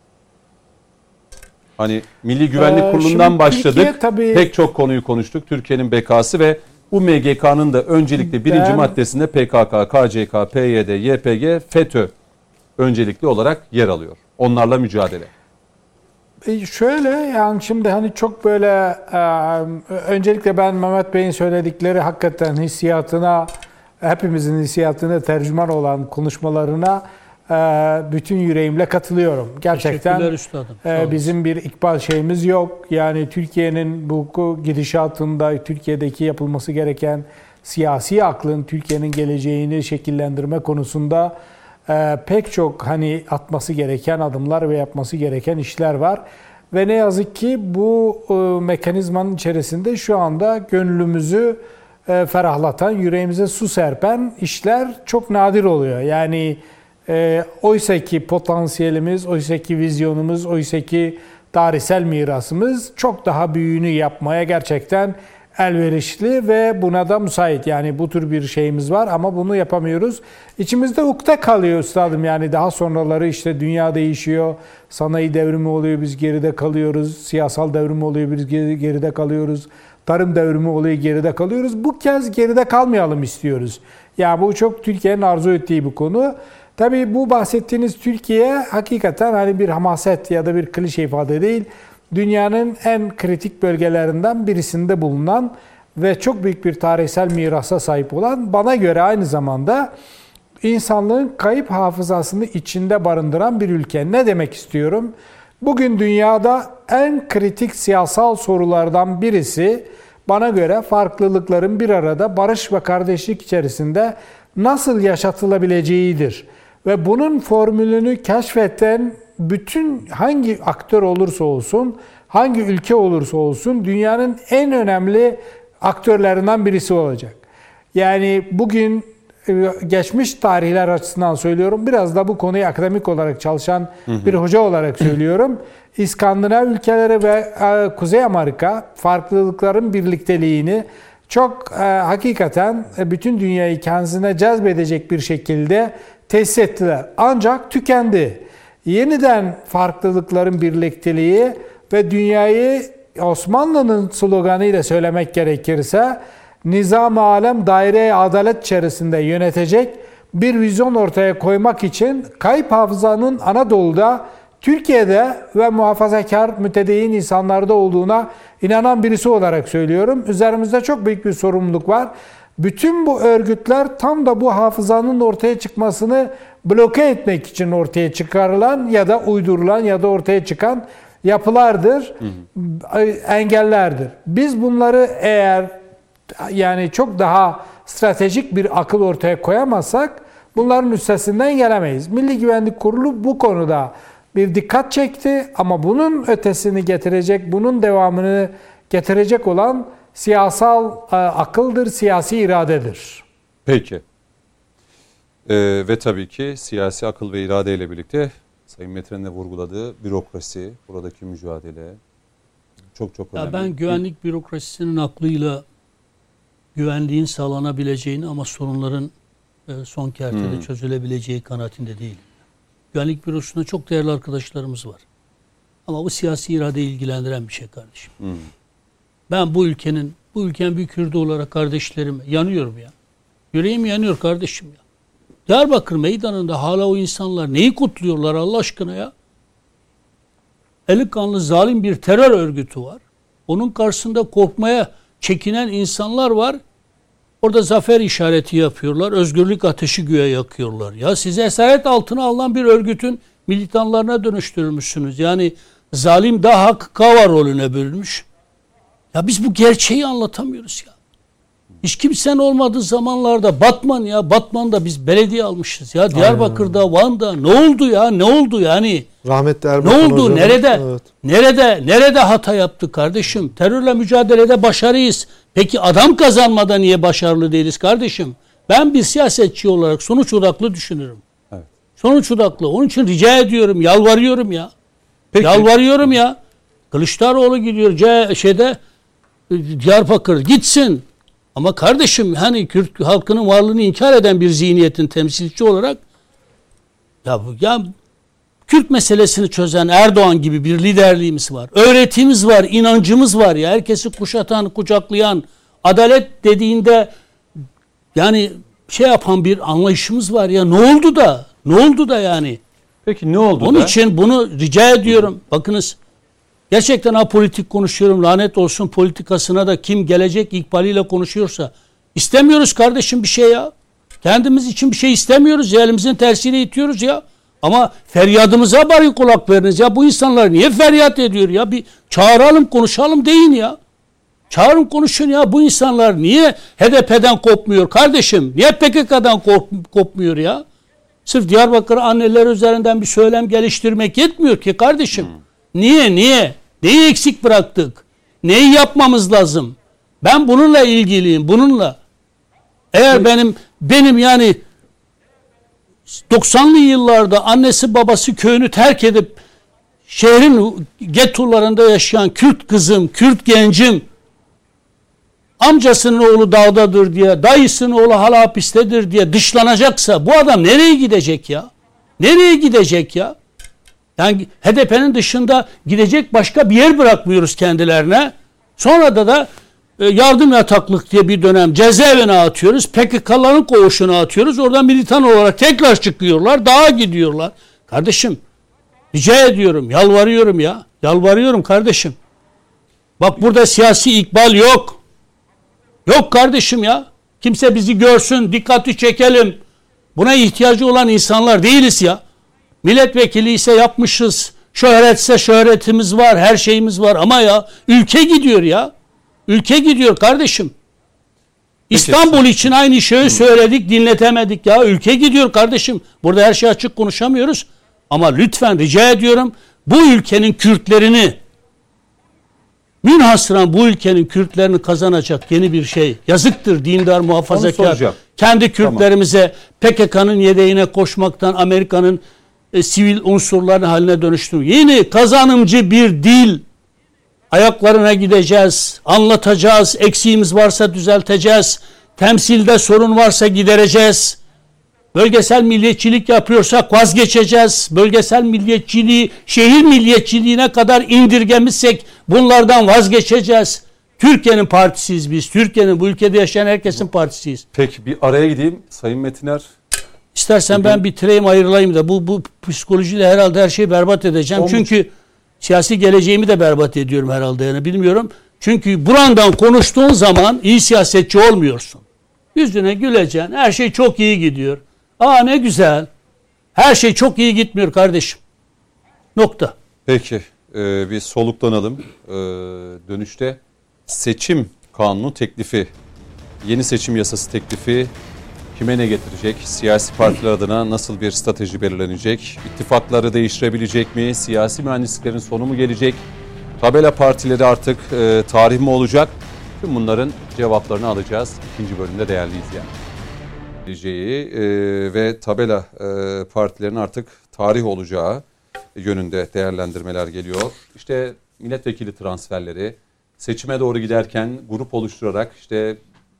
Hani Milli Güvenlik Ee, Kurulu'ndan şimdi başladık. Türkiye tabii- Pek çok konuyu konuştuk. Türkiye'nin bekası ve bu M G K'nın da öncelikle birinci Ben- maddesinde P K K, K C K, P Y D, Y P G, FETÖ öncelikli olarak yer alıyor. Onlarla mücadele. E, Şöyle yani şimdi hani çok böyle e, öncelikle ben Mehmet Bey'in söyledikleri hakikaten hissiyatına, hepimizin hissiyatına tercüman olan konuşmalarına e, bütün yüreğimle katılıyorum. Gerçekten Teşekkürler üstadım. Sağ e, olun. bizim bir ikbal şeyimiz yok. Yani Türkiye'nin bu gidişatında Türkiye'deki yapılması gereken siyasi aklın Türkiye'nin geleceğini şekillendirme konusunda Ee, pek çok hani atması gereken adımlar ve yapması gereken işler var. Ve ne yazık ki bu e, mekanizmanın içerisinde şu anda gönlümüzü e, ferahlatan, yüreğimize su serpen işler çok nadir oluyor. Yani e, oysa ki potansiyelimiz, oysa ki vizyonumuz, oysa ki tarihsel mirasımız çok daha büyüğünü yapmaya gerçekten elverişli ve buna da müsait. Yani bu tür bir şeyimiz var ama bunu yapamıyoruz. İçimizde ukde kalıyor üstadım. Yani daha sonraları işte dünya değişiyor, sanayi devrimi oluyor, biz geride kalıyoruz. Siyasal devrimi oluyor, biz geride kalıyoruz. Tarım devrimi oluyor, geride kalıyoruz. Bu kez geride kalmayalım istiyoruz. Ya yani bu çok Türkiye'nin arzu ettiği bir konu. Tabii bu bahsettiğiniz Türkiye hakikaten hani bir hamaset ya da bir klişe ifade değil. Dünyanın en kritik bölgelerinden birisinde bulunan ve çok büyük bir tarihsel mirasa sahip olan, bana göre aynı zamanda insanlığın kayıp hafızasını içinde barındıran bir ülke. Ne demek istiyorum? Bugün dünyada en kritik siyasal sorulardan birisi bana göre farklılıkların bir arada barış ve kardeşlik içerisinde nasıl yaşatılabileceğidir. Ve bunun formülünü keşfeden bütün hangi aktör olursa olsun, hangi ülke olursa olsun dünyanın en önemli aktörlerinden birisi olacak. Yani bugün geçmiş tarihler açısından söylüyorum, biraz da bu konuyu akademik olarak çalışan bir hoca olarak söylüyorum. İskandinav ülkeleri ve Kuzey Amerika farklılıkların birlikteliğini çok e, hakikaten bütün dünyayı kendisine cezbedecek bir şekilde tesis ettiler. Ancak tükendi. Yeniden farklılıkların birlikteliği ve dünyayı Osmanlı'nın sloganıyla söylemek gerekirse nizam-ı alem daire-i adalet içerisinde yönetecek bir vizyon ortaya koymak için kayıp hafızanın Anadolu'da, Türkiye'de ve muhafazakar mütedeyyin insanlarda olduğuna inanan birisi olarak söylüyorum. Üzerimizde çok büyük bir sorumluluk var. Bütün bu örgütler tam da bu hafızanın ortaya çıkmasını bloke etmek için ortaya çıkarılan ya da uydurulan ya da ortaya çıkan yapılardır, hı hı. engellerdir. Biz bunları eğer yani çok daha stratejik bir akıl ortaya koyamazsak bunların üstesinden gelemeyiz. Milli Güvenlik Kurulu bu konuda bir dikkat çekti ama bunun ötesini getirecek, bunun devamını getirecek olan siyasal e, akıldır, siyasi iradedir. Peki. Ee, ve tabii ki siyasi akıl ve irade ile birlikte Sayın Metin'in de vurguladığı bürokrasi, buradaki mücadele çok çok önemli. Ya ben güvenlik bürokrasisinin aklıyla güvenliğin sağlanabileceğini ama sorunların e, son kertede hmm. çözülebileceği kanaatinde değilim. Güvenlik bürosunda çok değerli arkadaşlarımız var. Ama bu siyasi iradeyi ilgilendiren bir şey kardeşim. Hmm. Ben bu ülkenin, bu ülkenin bir Kürdü olarak kardeşlerim yanıyorum ya. Yüreğim yanıyor kardeşim ya. Diyarbakır meydanında hala o insanlar neyi kutluyorlar Allah aşkına ya? Eli kanlı zalim bir terör örgütü var. Onun karşısında korkmaya çekinen insanlar var. Orada zafer işareti yapıyorlar. Özgürlük ateşi güya yakıyorlar. Ya size esaret altına alınan bir örgütün militanlarına dönüştürmüşsünüz. Yani zalim daha hak kava rolüne bölünmüş. Ya biz bu gerçeği anlatamıyoruz ya. Hiç kimsenin olmadığı zamanlarda Batman ya Batman'da biz belediye almışız ya. Diyarbakır'da, aynen. Van'da ne oldu ya? Ne oldu yani? Rahmetli Erbakan ne oldu? Hocam. Nerede? Evet. Nerede? Nerede hata yaptık kardeşim? Terörle mücadelede başarıyız. Peki adam kazanmada niye başarılı değiliz kardeşim? Ben bir siyasetçi olarak sonuç odaklı düşünürüm. Evet. Sonuç odaklı. Onun için rica ediyorum, yalvarıyorum ya. Peki. Yalvarıyorum ya. Kılıçdaroğlu gidiyor C şeyde Diyarbakır gitsin. Ama kardeşim hani Kürt halkının varlığını inkar eden bir zihniyetin temsilcisi olarak ya, ya Kürt meselesini çözen Erdoğan gibi bir liderliğimiz var. Öğretimiz var, inancımız var ya. Herkesi kuşatan, kucaklayan, adalet dediğinde yani şey yapan bir anlayışımız var ya. Ne oldu da? Ne oldu da yani? Peki ne oldu Onun da? Onun için bunu rica ediyorum. Bakınız gerçekten apolitik konuşuyorum. Lanet olsun politikasına da kim gelecek ikbaliyle konuşuyorsa. İstemiyoruz kardeşim bir şey ya. Kendimiz için bir şey istemiyoruz ya. Elimizin tersiyle itiyoruz ya. Ama feryadımıza bari kulak veriniz ya. Bu insanlar niye feryat ediyor ya? Bir çağıralım konuşalım deyin ya. Çağırın konuşun ya. Bu insanlar niye H D P'den kopmuyor kardeşim? Niye P K K'dan kop, kopmuyor ya? Sırf Diyarbakır anneler üzerinden bir söylem geliştirmek yetmiyor ki kardeşim. Hmm. Niye? Niye? Neyi eksik bıraktık? Neyi yapmamız lazım? Ben bununla ilgiliyim. Bununla. Eğer benim benim yani doksanlı yıllarda annesi babası köyünü terk edip şehrin gettolarında yaşayan Kürt kızım, Kürt gencim, amcasının oğlu dağdadır diye, dayısının oğlu hala hapistedir diye dışlanacaksa bu adam nereye gidecek ya? Nereye gidecek ya? Yani H D P'nin dışında gidecek başka bir yer bırakmıyoruz kendilerine. Sonra da da yardım yataklık diye bir dönem cezaevine atıyoruz. P K K'ların koğuşuna atıyoruz. Oradan militan olarak tekrar çıkıyorlar. Dağa gidiyorlar. Kardeşim rica ediyorum, yalvarıyorum ya. Yalvarıyorum kardeşim. Bak burada siyasi ikbal yok. Yok kardeşim ya. Kimse bizi görsün, dikkati çekelim. Buna ihtiyacı olan insanlar değiliz ya. Milletvekili ise yapmışız. Şöhretse şöhretimiz var, her şeyimiz var ama ya ülke gidiyor ya. Ülke gidiyor kardeşim. İstanbul için aynı şeyi söyledik, dinletemedik ya. Ülke gidiyor kardeşim. Burada her şey açık konuşamıyoruz. Ama lütfen rica ediyorum bu ülkenin Kürtlerini, münhasıran bu ülkenin Kürtlerini kazanacak yeni bir şey. Yazıktır dindar, muhafazakar. Kendi Kürtlerimize P K K'nın yedeğine koşmaktan Amerika'nın e, sivil unsurların haline dönüştürmek. Yeni kazanımcı bir dil. Ayaklarına gideceğiz, anlatacağız, eksiğimiz varsa düzelteceğiz, temsilde sorun varsa gidereceğiz. Bölgesel milliyetçilik yapıyorsak vazgeçeceğiz. Bölgesel milliyetçiliği, şehir milliyetçiliğine kadar indirgemişsek bunlardan vazgeçeceğiz. Türkiye'nin partisiyiz biz. Türkiye'nin, bu ülkede yaşayan herkesin partisiyiz. Peki bir araya gideyim Sayın Metiner. İstersen Bugün... ben bitireyim, ayrılayım da bu, bu psikolojiyle herhalde her şeyi berbat edeceğim. Olmuş. Çünkü siyasi geleceğimi de berbat ediyorum herhalde, yani bilmiyorum. Çünkü burandan konuştuğun zaman iyi siyasetçi olmuyorsun. Yüzüne güleceksin. Her şey çok iyi gidiyor. Aa ne güzel. Her şey çok iyi gitmiyor kardeşim. Nokta. Peki e, bir soluklanalım. E, dönüşte seçim kanunu teklifi, yeni seçim yasası teklifi kime ne getirecek? Siyasi partiler adına nasıl bir strateji belirlenecek? İttifakları değiştirebilecek mi? Siyasi mühendisliklerin sonu mu gelecek? Tabela partileri artık e, tarih mi olacak? Tüm bunların cevaplarını alacağız ikinci bölümde değerli izleyenler. Geleceği e, ve tabela e, partilerin artık tarih olacağı yönünde değerlendirmeler geliyor. İşte milletvekili transferleri, seçime doğru giderken grup oluşturarak işte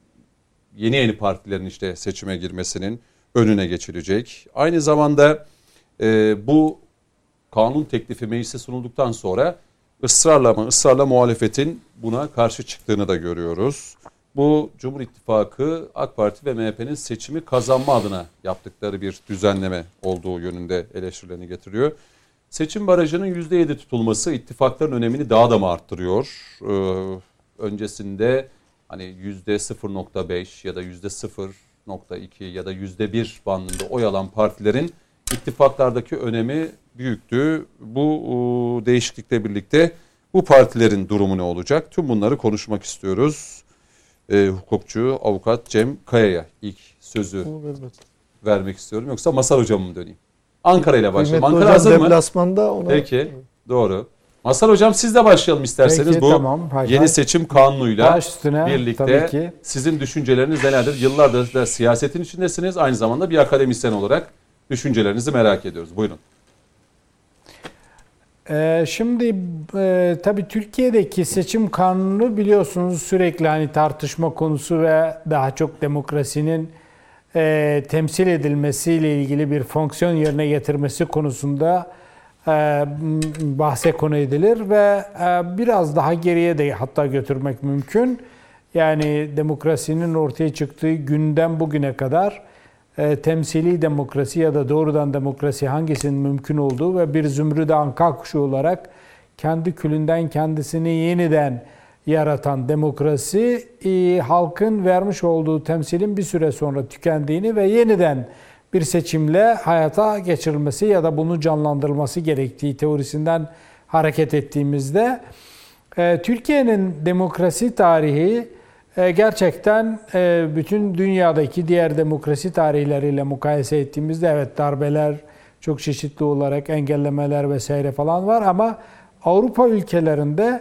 yeni yeni partilerin işte seçime girmesinin önüne geçilecek. Aynı zamanda e, bu kanun teklifi meclise sunulduktan sonra ısrarla ama ısrarla muhalefetin buna karşı çıktığını da görüyoruz. Bu Cumhur İttifakı, AK Parti ve M H P'nin seçimi kazanma adına yaptıkları bir düzenleme olduğu yönünde eleştirilerini getiriyor. Seçim barajının yüzde yedi tutulması ittifakların önemini daha da mı arttırıyor? Ee, öncesinde hani yüzde sıfır nokta beş ya da yüzde sıfır nokta iki ya da yüzde bir bandında oy alan partilerin ittifaklardaki önemi büyüktü. Bu o, değişiklikle birlikte bu partilerin durumu ne olacak? Tüm bunları konuşmak istiyoruz. E, hukukçu, avukat Cem Kaya'ya ilk sözü vermek istiyorum. Yoksa Masar Hocam'a mı döneyim? Ankara ile başlayalım. Ankara hazır mı? Ona... Peki, doğru. Masar Hocam sizle başlayalım isterseniz. Peki, bu tamam, hay yeni hay. seçim kanunuyla üstüne, birlikte sizin düşünceleriniz nelerdir? Yıllardır da siyasetin içindesiniz. Aynı zamanda bir akademisyen olarak düşüncelerinizi merak ediyoruz. Buyurun. Ee, şimdi e, tabii Türkiye'deki seçim kanunu biliyorsunuz sürekli hani tartışma konusu ve daha çok demokrasinin e, temsil edilmesiyle ilgili bir fonksiyon yerine getirmesi konusunda e, bahse konu edilir ve e, biraz daha geriye de hatta götürmek mümkün. Yani demokrasinin ortaya çıktığı günden bugüne kadar E, temsili demokrasi ya da doğrudan demokrasi hangisinin mümkün olduğu ve bir zümrüt anka kuşu olarak kendi külünden kendisini yeniden yaratan demokrasi e, halkın vermiş olduğu temsilin bir süre sonra tükendiğini ve yeniden bir seçimle hayata geçirilmesi ya da bunu canlandırılması gerektiği teorisinden hareket ettiğimizde e, Türkiye'nin demokrasi tarihi gerçekten bütün dünyadaki diğer demokrasi tarihleriyle mukayese ettiğimizde evet darbeler çok çeşitli olarak engellemeler vesaire falan var ama Avrupa ülkelerinde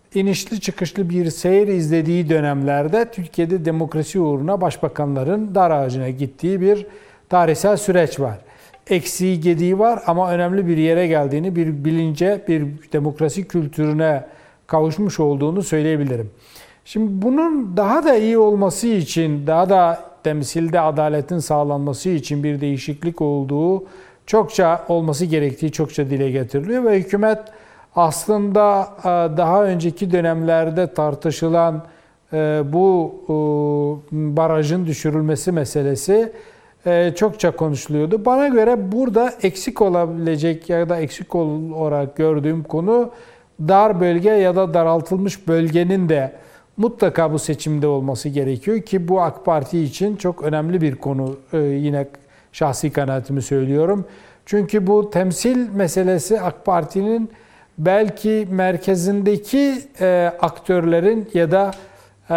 inişli çıkışlı bir seyir izlediği dönemlerde Türkiye'de demokrasi uğruna başbakanların dar ağacına gittiği bir tarihsel süreç var. Eksiği gediği var ama önemli bir yere geldiğini, bir bilince, bir demokrasi kültürüne kavuşmuş olduğunu söyleyebilirim. Şimdi bunun daha da iyi olması için, daha da temsilde adaletin sağlanması için bir değişiklik olduğu, çokça olması gerektiği çokça dile getiriliyor ve hükümet aslında daha önceki dönemlerde tartışılan bu barajın düşürülmesi meselesi çokça konuşuluyordu. Bana göre burada eksik olabilecek ya da eksik olarak gördüğüm konu dar bölge ya da daraltılmış bölgenin de mutlaka bu seçimde olması gerekiyor ki bu AK Parti için çok önemli bir konu. Yine şahsi kanaatimi söylüyorum. Çünkü bu temsil meselesi AK Parti'nin belki merkezindeki e, aktörlerin ya da e,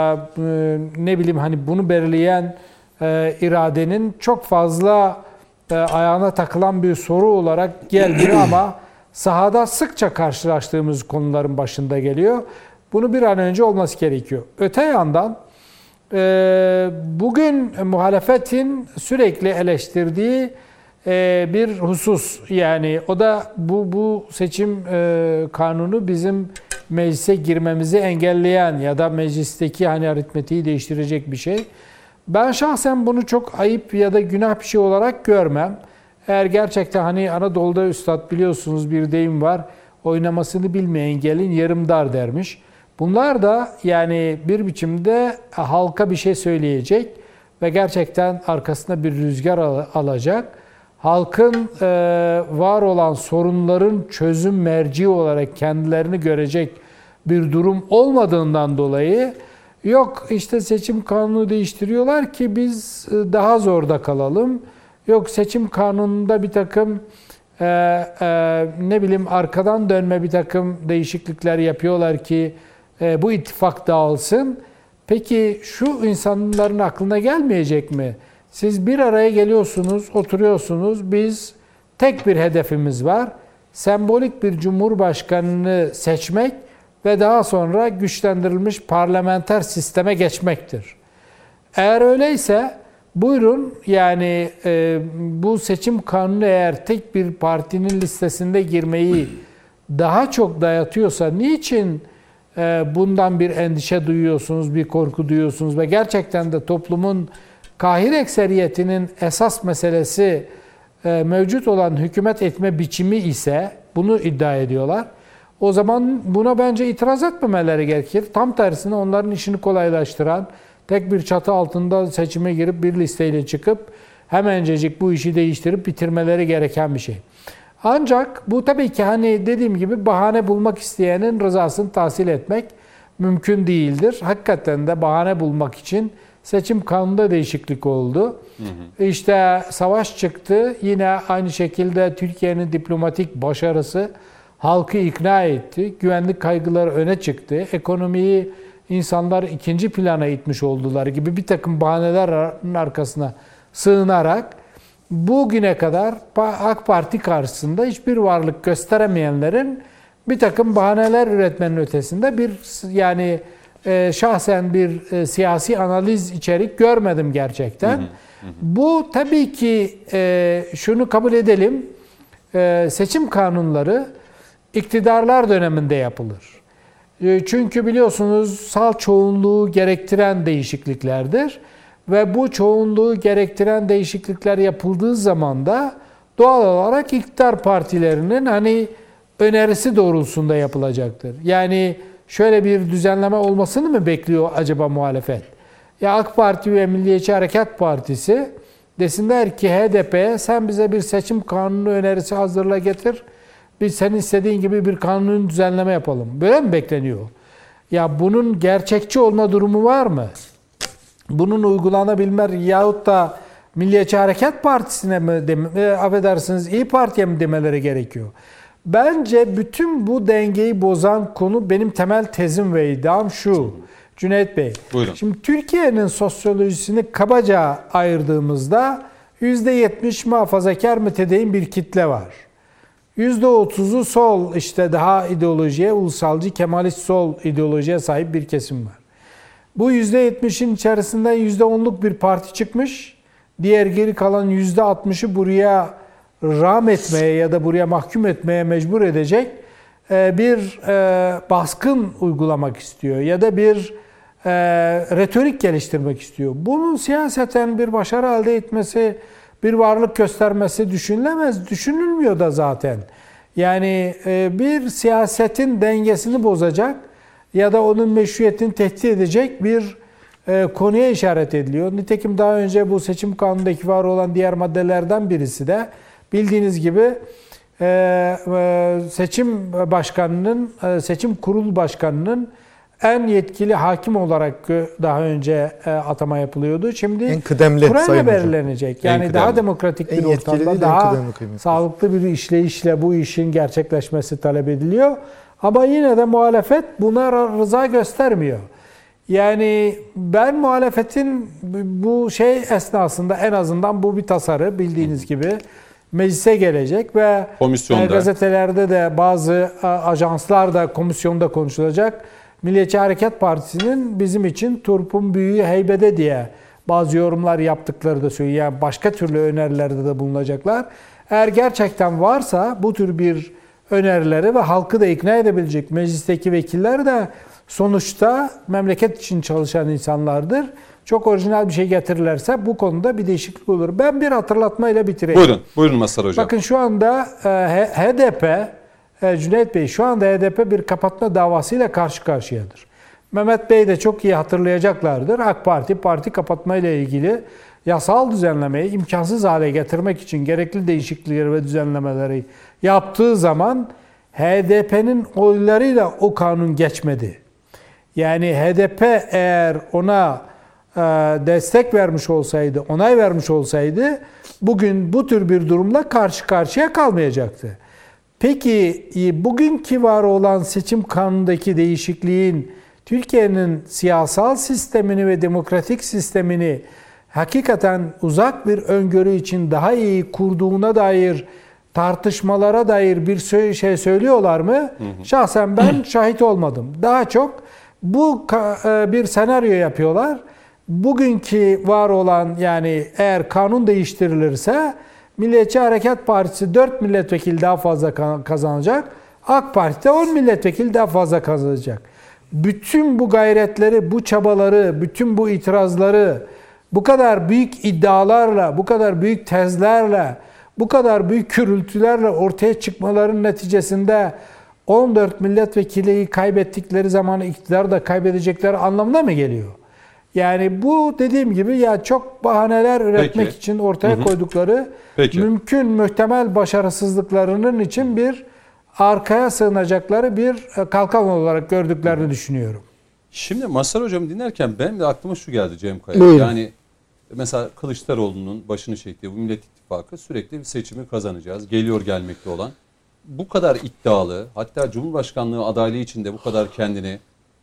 ne bileyim hani bunu belirleyen e, iradenin çok fazla e, ayağına takılan bir soru olarak gelmiyor ama sahada sıkça karşılaştığımız konuların başında geliyor. Bunu bir an önce olması gerekiyor. Öte yandan e, bugün muhalefetin sürekli eleştirdiği e, bir husus, yani o da bu bu seçim e, kanunu bizim meclise girmemizi engelleyen ya da meclisteki hani aritmetiği değiştirecek bir şey. Ben şahsen bunu çok ayıp ya da günah bir şey olarak görmem. Eğer gerçekten hani Anadolu'da üstad biliyorsunuz bir deyim var. Oynamasını bilmeyen gelin yarım dar dermiş. Bunlar da yani bir biçimde halka bir şey söyleyecek ve gerçekten arkasına bir rüzgar alacak. Halkın e, var olan sorunların çözüm merci olarak kendilerini görecek bir durum olmadığından dolayı yok işte seçim kanunu değiştiriyorlar ki biz daha zorda kalalım. Yok seçim kanununda bir takım e, e, ne bileyim arkadan dönme bir takım değişiklikler yapıyorlar ki e, bu ittifak dağılsın. Peki şu insanların aklına gelmeyecek mi? Siz bir araya geliyorsunuz, oturuyorsunuz. Biz tek bir hedefimiz var. Sembolik bir cumhurbaşkanını seçmek ve daha sonra güçlendirilmiş parlamenter sisteme geçmektir. Eğer öyleyse buyurun yani e, bu seçim kanunu eğer tek bir partinin listesinde girmeyi daha çok dayatıyorsa niçin e, bundan bir endişe duyuyorsunuz, bir korku duyuyorsunuz ve gerçekten de toplumun kahir ekseriyetinin esas meselesi e, mevcut olan hükümet etme biçimi ise bunu iddia ediyorlar. O zaman buna bence itiraz etmemeleri gerekir. Tam tersine onların işini kolaylaştıran, tek bir çatı altında seçime girip bir listeyle çıkıp hemencecik bu işi değiştirip bitirmeleri gereken bir şey. Ancak bu tabii ki hani dediğim gibi bahane bulmak isteyenin rızasını tahsil etmek mümkün değildir. Hakikaten de bahane bulmak için seçim kanununda değişiklik oldu. Hı hı. İşte savaş çıktı. Yine aynı şekilde Türkiye'nin diplomatik başarısı halkı ikna etti. Güvenlik kaygıları öne çıktı. Ekonomiyi insanlar ikinci plana itmiş oldular gibi bir takım bahanelerin arkasına sığınarak bugüne kadar AK Parti karşısında hiçbir varlık gösteremeyenlerin bir takım bahaneler üretmenin ötesinde bir yani e, şahsen bir e, siyasi analiz içerik görmedim gerçekten. Hı hı, hı. Bu tabii ki e, şunu kabul edelim, e, seçim kanunları iktidarlar döneminde yapılır. E, çünkü biliyorsunuz sal çoğunluğu gerektiren değişikliklerdir. Ve bu çoğunluğu gerektiren değişiklikler yapıldığı zaman da doğal olarak iktidar partilerinin hani önerisi doğrultusunda yapılacaktır. Yani şöyle bir düzenleme olmasını mı bekliyor acaba muhalefet? Ya AK Parti ve Milliyetçi Hareket Partisi desinler ki H D P'ye sen bize bir seçim kanunu önerisi hazırla getir. Biz senin istediğin gibi bir kanun düzenleme yapalım. Böyle mi bekleniyor? Ya bunun gerçekçi olma durumu var mı? Bunun uygulanabilme yahut da Milliyetçi Hareket Partisi'ne mi, de, affedersiniz İYİ Parti'ye mi demeleri gerekiyor? Bence bütün bu dengeyi bozan konu benim temel tezim ve iddiam şu. Cüneyt Bey, buyurun. Şimdi Türkiye'nin sosyolojisini kabaca ayırdığımızda yüzde yetmiş muhafazakar mütedeyin bir kitle var. yüzde otuzu sol, işte daha ideolojiye, ulusalcı, Kemalist sol ideolojiye sahip bir kesim var. Bu yüzde yetmişin içerisinden yüzde onluk bir parti çıkmış. Diğer geri kalan yüzde altmışı buraya rağm etmeye ya da buraya mahkum etmeye mecbur edecek bir baskın uygulamak istiyor ya da bir retorik geliştirmek istiyor. Bunun siyaseten bir başarı elde etmesi, bir varlık göstermesi düşünülemez, düşünülmüyor da zaten. Yani bir siyasetin dengesini bozacak ya da onun meşruiyetini tehdit edecek bir konuya işaret ediliyor. Nitekim daha önce bu seçim kanunundaki var olan diğer maddelerden birisi de bildiğiniz gibi seçim başkanının, seçim kurul başkanının en yetkili hakim olarak daha önce atama yapılıyordu. Şimdi en kıdemli kurayla belirlenecek. Yani en daha kıdemli, demokratik bir ortamda daha sağlıklı bir işleyişle bu işin gerçekleşmesi talep ediliyor. Ama yine de muhalefet buna rıza göstermiyor. Yani ben muhalefetin bu şey esnasında en azından bu bir tasarı bildiğiniz gibi meclise gelecek ve komisyonda, gazetelerde de bazı ajanslar da komisyonda konuşulacak. Milliyetçi Hareket Partisi'nin bizim için turpun büyüğü heybede diye bazı yorumlar yaptıkları da söylüyor. Yani başka türlü önerilerde de bulunacaklar. Eğer gerçekten varsa bu tür bir önerileri ve halkı da ikna edebilecek meclisteki vekiller de sonuçta memleket için çalışan insanlardır. Çok orijinal bir şey getirirlerse bu konuda bir değişiklik olur. Ben bir hatırlatmayla bitireyim. Buyurun, buyurun Mazhar Hocam. Bakın şu anda H D P, Cüneyt Bey, şu anda H D P bir kapatma davasıyla karşı karşıyadır. Mehmet Bey de çok iyi hatırlayacaklardır. AK Parti, parti kapatmayla ilgili yasal düzenlemeyi imkansız hale getirmek için gerekli değişiklikleri ve düzenlemeleri yaptığı zaman H D P'nin oylarıyla o kanun geçmedi. Yani H D P eğer ona destek vermiş olsaydı, onay vermiş olsaydı bugün bu tür bir durumla karşı karşıya kalmayacaktı. Peki bugünkü var olan seçim kanunundaki değişikliğin Türkiye'nin siyasal sistemini ve demokratik sistemini hakikaten uzak bir öngörü için daha iyi kurduğuna dair tartışmalara dair bir şey söylüyorlar mı? Hı hı. Şahsen ben şahit olmadım. Daha çok bu bir senaryo yapıyorlar. Bugünkü var olan, yani eğer kanun değiştirilirse Milliyetçi Hareket Partisi dört milletvekili daha fazla kazanacak. AK Parti de on milletvekili daha fazla kazanacak. Bütün bu gayretleri, bu çabaları, bütün bu itirazları bu kadar büyük iddialarla, bu kadar büyük tezlerle, bu kadar büyük gürültülerle ortaya çıkmaların neticesinde on dört milletvekiliyi kaybettikleri zaman iktidarı da kaybedecekleri anlamına mı geliyor? Yani bu dediğim gibi ya çok bahaneler üretmek Peki. için ortaya hı hı. koydukları Peki. mümkün muhtemel başarısızlıklarının için bir arkaya sığınacakları bir kalkan olarak gördüklerini düşünüyorum. Şimdi Mazhar Hocam dinlerken benim de aklıma şu geldi Cem Kaya. Buyurun. Yani mesela Kılıçdaroğlu'nun başını çektiği bu Millet İttifakı sürekli bir seçimi kazanacağız. Geliyor gelmekte olan. Bu kadar iddialı, hatta Cumhurbaşkanlığı adaylığı içinde bu kadar kendini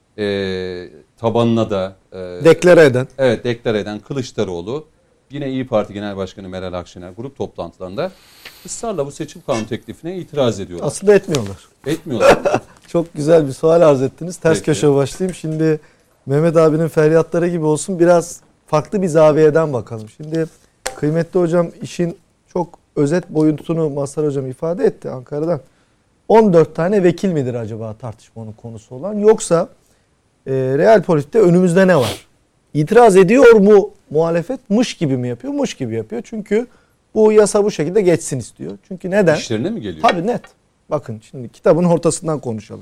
e, tabanına da e, deklare eden. Evet, deklare eden Kılıçdaroğlu, yine İYİ Parti Genel Başkanı Meral Akşener grup toplantılarında ısrarla bu seçim kanun teklifine itiraz ediyorlar. Aslında etmiyorlar. Etmiyorlar. Çok güzel bir sual arz ettiniz. Ters Peki. köşe başlayayım. Şimdi Mehmet abinin feryatları gibi olsun, biraz farklı bir zaviyeden bakalım. Şimdi kıymetli hocam işin çok özet boyutunu Mazhar Hocam ifade etti Ankara'dan. on dört tane vekil midir acaba tartışmanın konusu olan? Yoksa e, realpolitikte önümüzde ne var? İtiraz ediyor mu muhalefet? Mış gibi mi yapıyor? Mış gibi yapıyor. Çünkü bu yasa bu şekilde geçsin istiyor. Çünkü neden? İşlerine mi geliyor? Tabii net. Bakın şimdi kitabın ortasından konuşalım.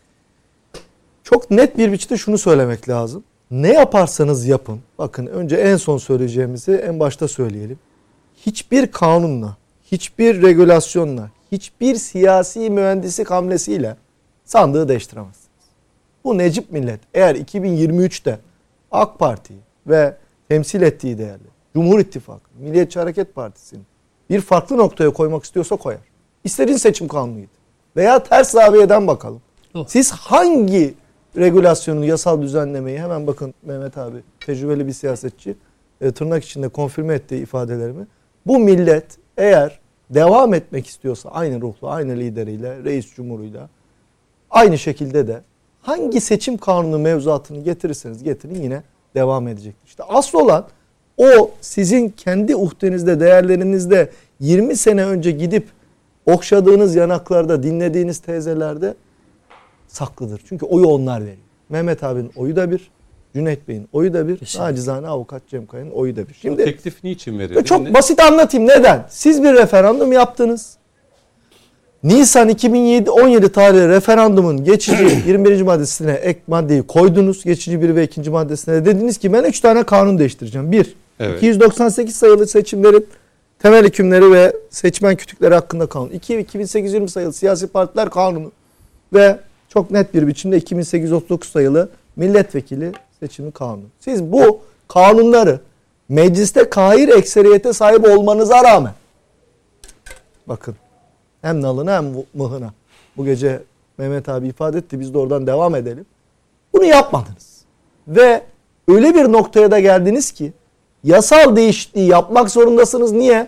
Çok net bir biçimde şunu söylemek lazım. Ne yaparsanız yapın. Bakın önce en son söyleyeceğimizi en başta söyleyelim. Hiçbir kanunla, hiçbir regülasyonla, hiçbir siyasi mühendislik hamlesiyle sandığı değiştiremezsiniz. Bu Necip millet eğer iki bin yirmi üçte AK Parti'yi ve temsil ettiği değerli Cumhur İttifakı, Milliyetçi Hareket Partisi'ni bir farklı noktaya koymak istiyorsa koyar. İstediğin seçim kanunuydu. Veya ters zaviyeden bakalım. Oh. Siz hangi regülasyonu, yasal düzenlemeyi, hemen bakın Mehmet abi tecrübeli bir siyasetçi, e, tırnak içinde konfirme ettiği ifadelerimi. Bu millet eğer devam etmek istiyorsa aynı ruhla, aynı lideriyle, reis cumhuruyla aynı şekilde de hangi seçim kanunu mevzuatını getirirseniz getirin yine devam edecek. İşte asıl olan o sizin kendi uhdenizde, değerlerinizde yirmi sene önce gidip okşadığınız yanaklarda, dinlediğiniz teyzelerde saklıdır. Çünkü oyu onlar veriyor. Mehmet abinin oyu da bir, Cüneyt Bey'in oyu da bir, Kesinlikle. nacizane avukat Cem Kaya'nın oyu da bir. Şimdi Şimdi teklif niçin verildi? çok Ne? basit anlatayım. Neden? Siz bir referandum yaptınız. Nisan iki bin on yedi tarihli referandumun geçici yirmi birinci maddesine ek maddeyi koydunuz. Geçici bir ve ikinci maddesine de dediniz ki ben üç tane kanun değiştireceğim. Bir, Evet. iki yüz doksan sekiz sayılı seçimlerin temel hükümleri ve seçmen kütükleri hakkında kanun. iki, iki bin sekiz yüz yirmi sayılı siyasi partiler kanunu ve çok net bir biçimde iki bin sekiz yüz otuz dokuz sayılı milletvekili seçimi kanunu. Siz bu kanunları mecliste kahir ekseriyete sahip olmanıza rağmen bakın hem nalına hem mıhına bu gece Mehmet abi ifade etti, biz de oradan devam edelim. Bunu yapmadınız. Ve öyle bir noktaya da geldiniz ki yasal değişikliği yapmak zorundasınız. Niye?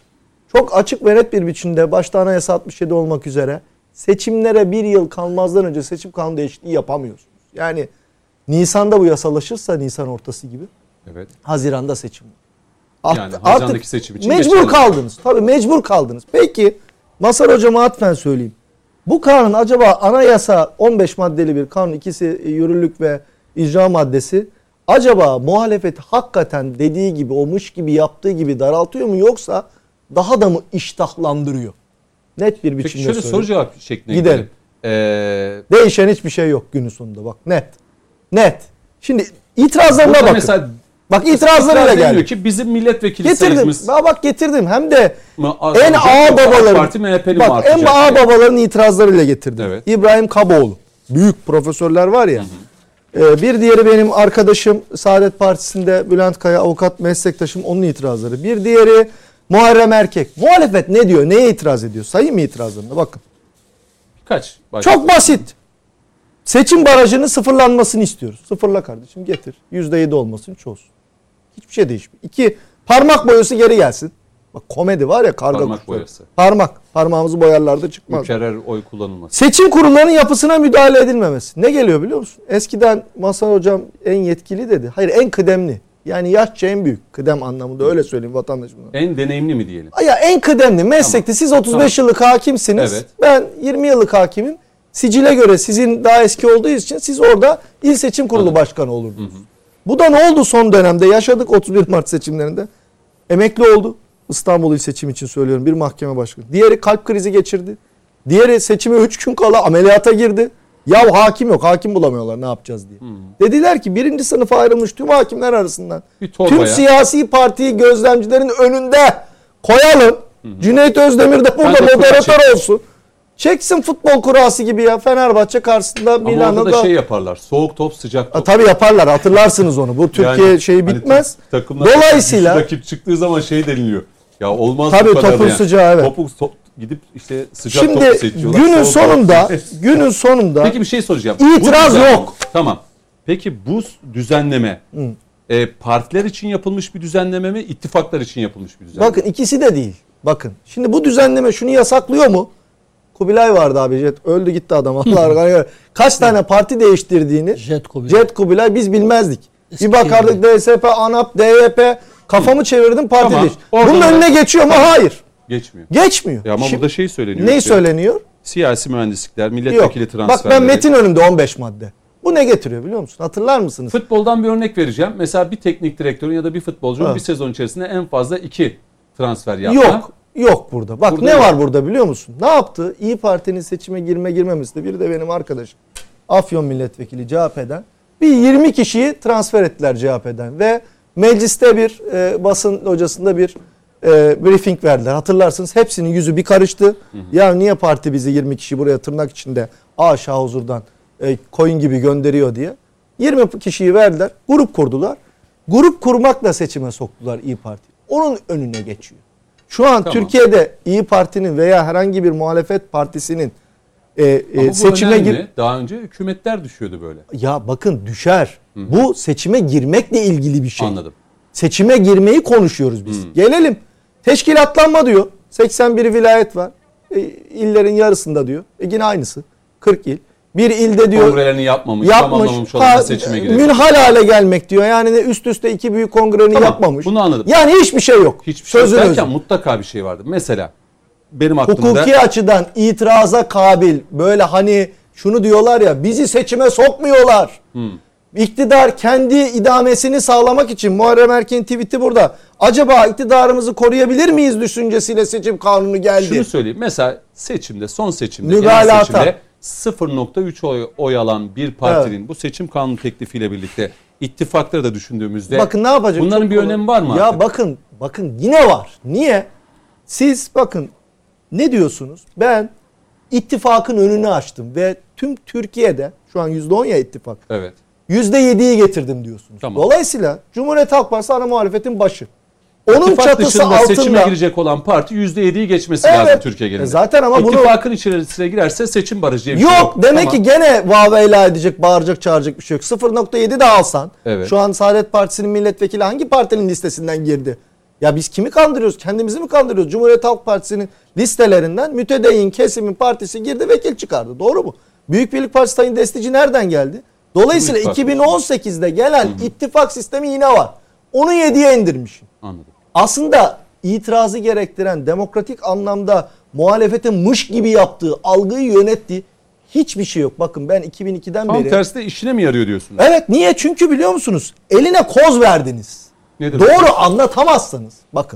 Çok açık ve net bir biçimde başta Anayasa altmış yedi olmak üzere seçimlere bir yıl kalmazdan önce seçim kanunu değişikliği yapamıyorsunuz. Yani Nisan'da bu yasalaşırsa Nisan ortası gibi Evet. Haziran'da seçim. Yani Haziran'daki seçim için mecbur geçerli. kaldınız. Tabii mecbur kaldınız. Peki Mazhar Hocam'a atfen söyleyeyim. Bu kanun acaba anayasa on beş maddeli bir kanun, ikisi yürürlük ve icra maddesi, acaba muhalefeti hakikaten dediği gibi, olmuş gibi yaptığı gibi daraltıyor mu, yoksa daha da mı iştahlandırıyor? Net bir biçimde Peki şöyle söyleyeyim. soru cevap şeklinde Gidelim. gidelim. Ee, Değişen hiçbir şey yok günün sonunda, bak net. Net. Şimdi itirazlarına burada bakın. mesela Bak itirazlarıyla itiraz geldi. ediliyor ki bizim milletvekili Getirdim. sayımız Aa, bak getirdim. Hem de mı en artacak, ağ yoksa AK babaların, Parti M H P'li mi bak en artacak ağ diye. babaların itirazlarıyla getirdim. Evet. İbrahim Kaboğlu. Büyük profesörler var ya. Ee, bir diğeri benim arkadaşım Saadet Partisi'nde Bülent Kaya, avukat meslektaşım, onun itirazları. Bir diğeri Muharrem Erkek. Muhalefet ne diyor? Neye itiraz ediyor? Sayayım mı itirazlarını? Bakın. Kaç? Çok basit. Seçim barajının sıfırlanmasını istiyoruz. Sıfırla kardeşim, getir. yüzde yedi olmasın, çoğulsun. Hiçbir şey değişmiyor. İki, parmak boyası geri gelsin. Bak komedi var ya, karga Parmak kuşları. boyası. Parmak. Parmağımızı boyarlarda çıkmaz. Mükerrer oy kullanılması. Seçim kurullarının yapısına müdahale edilmemesi. Ne geliyor biliyor musun? Eskiden Mazhar Hocam en yetkili dedi. Hayır, en kıdemli. Yani yaşça en büyük. Kıdem anlamında öyle söyleyeyim vatandaşımla. En deneyimli mi diyelim? Ya en kıdemli meslekte. Tamam. Siz otuz beş Tamam. yıllık hakimsiniz. Evet. Ben yirmi yıllık hakimim. Sicile göre sizin daha eski olduğu için siz orada İl Seçim Kurulu Anladım. Başkanı olurdunuz. Hı hı. Bu da ne oldu son dönemde? Yaşadık otuz bir Mart seçimlerinde. Emekli oldu. İstanbul İl Seçim için söylüyorum. Bir mahkeme başkanı. Diğeri kalp krizi geçirdi. Diğeri seçime üç gün kala ameliyata girdi. Ya hakim yok. Hakim bulamıyorlar, ne yapacağız diye. Hmm. Dediler ki birinci sınıfa ayrılmış tüm hakimler arasından tüm siyasi partiyi gözlemcilerin önünde koyalım. Hı hı. Cüneyt Özdemir de burada de moderatör olsun. Çeksin futbol kurası gibi ya, Fenerbahçe karşısında Milano'da. Ama orada da şey yaparlar. Soğuk top, sıcak top. A, tabii yaparlar. Hatırlarsınız onu. Bu Türkiye yani, şeyi bitmez. Hani dolayısıyla rakip çıktığı zaman şey deniliyor. Ya olmaz tabii bu kadar topun yani. sıcağı, evet. Topu top, gidip işte sıcak şimdi, topu seçiyorlar. Şimdi günün Soğuk sonunda top. günün sonunda Peki bir şey soracağım. İtiraz yok. Tamam. Peki bu düzenleme e, partiler için yapılmış bir düzenleme mi, ittifaklar için yapılmış bir düzenleme? Bakın ikisi de değil. Bakın. Şimdi bu düzenleme şunu yasaklıyor mu? Kubilay vardı abi. Jet öldü gitti adam. Allah kaç tane parti değiştirdiğini Jet Kubilay. Jet Kubilay biz bilmezdik. Eski bir bakardık D S P, ANAP, D Y P, kafamı çevirdim parti tamam. değiş. Bunun önüne geçiyor mu? Hayır. Geçmiyor. Geçmiyor. Ya ama Şimdi, burada şey söyleniyor. ne işte, söyleniyor? Siyasi mühendislikler, milletvekili Yok. transferleri. Bak ben metin önümde on beş madde. Bu ne getiriyor biliyor musun? Hatırlar mısınız? Futboldan bir örnek vereceğim. Mesela bir teknik direktörün ya da bir futbolcunun evet. bir sezon içerisinde en fazla iki transfer yapma. Yok. Yok burada. Bak burada ne yok. var burada biliyor musun? Ne yaptı? İyi Parti'nin seçime girme girmemesi de, biri de benim arkadaşım. Afyon milletvekili C H P'den. Bir yirmi kişiyi transfer ettiler C H P'den ve mecliste bir e, basın hocasında bir e, briefing verdiler. Hatırlarsınız hepsinin yüzü bir karıştı. Hı hı. Ya niye parti bizi yirmi kişi buraya tırnak içinde aşağı huzurdan e, koyun gibi gönderiyor diye. yirmi kişiyi verdiler. Grup kurdular. Grup kurmakla seçime soktular İyi Parti. Onun önüne geçiyor. Şu an tamam. Türkiye'de İyi Parti'nin veya herhangi bir muhalefet partisinin e, e, seçime gir daha önce hükümetler düşüyordu böyle. Ya bakın düşer. Hı. Bu seçime girmekle ilgili bir şey. Anladım. Seçime girmeyi konuşuyoruz biz. Hı. Gelelim. Teşkilatlanma diyor. seksen bir vilayet var. E, illerin yarısında diyor. E yine aynısı. kırk il. Bir ilde diyor. Kongrelerini yapmamış, yapmış. tamamlamamış olan Ha, seçime girecek. münhal hale gelmek diyor. Yani üst üste iki büyük kongreni Tamam, yapmamış. bunu anladım. Yani hiçbir şey yok. Hiçbir şey Sözün yok özü. derken mutlaka bir şey vardı. Mesela benim aklımda... Hukuki açıdan itiraza kabil, böyle hani şunu diyorlar ya, bizi seçime sokmuyorlar. Hmm. İktidar kendi idamesini sağlamak için, Muharrem Erkin'in tweet'i burada. Acaba iktidarımızı koruyabilir miyiz düşüncesiyle seçim kanunu geldi. Şunu söyleyeyim. Mesela seçimde, son seçimde, Mügalata. seçimde sıfır nokta üç oy, oy alan bir partinin Evet. bu seçim kanunu teklifiyle birlikte ittifakları da düşündüğümüzde bakın ne yapacak? bunların Çok bir önemi var mı ya artık? bakın, bakın yine var. Niye? Siz bakın ne diyorsunuz? Ben ittifakın önünü açtım ve tüm Türkiye'de şu an yüzde on ya ittifak. Evet. yüzde yediyi getirdim diyorsunuz. Tamam. Dolayısıyla Cumhuriyet Halk Partisi ana muhalefetin başı. Onun İttifak çatısı dışında altında seçime girecek olan parti yüzde yediyi geçmesi Evet. lazım Türkiye genelinde. E zaten ama bunu- İttifakın içerisine girerse seçim barajı diye bir yok, şey yok. demek Ama ki gene vaveyla edecek, bağıracak, çağıracak bir şey yok. sıfır nokta yedi de alsan. Evet. Şu an Saadet Partisi'nin milletvekili hangi partinin listesinden girdi? Ya biz kimi kandırıyoruz? Kendimizi mi kandırıyoruz? Cumhuriyet Halk Partisi'nin listelerinden mütedeyyin kesimin partisi girdi, vekil çıkardı. Doğru mu? Büyük Birlik Partisi Sayın Destici nereden geldi? Dolayısıyla Cumhuriyet iki bin on sekizde gelen Hı-hı. ittifak sistemi yine var. Onu yediye indirmişim. Anladım. Aslında itirazı gerektiren, demokratik anlamda muhalefetin mış gibi yaptığı, algıyı yönettiği hiçbir şey yok. Bakın ben iki bin ikiden Tam beri... tersi de işine mi yarıyor diyorsunuz? Evet, niye? Çünkü biliyor musunuz? Eline koz verdiniz. Nedir Doğru bu? anlatamazsanız. Bakın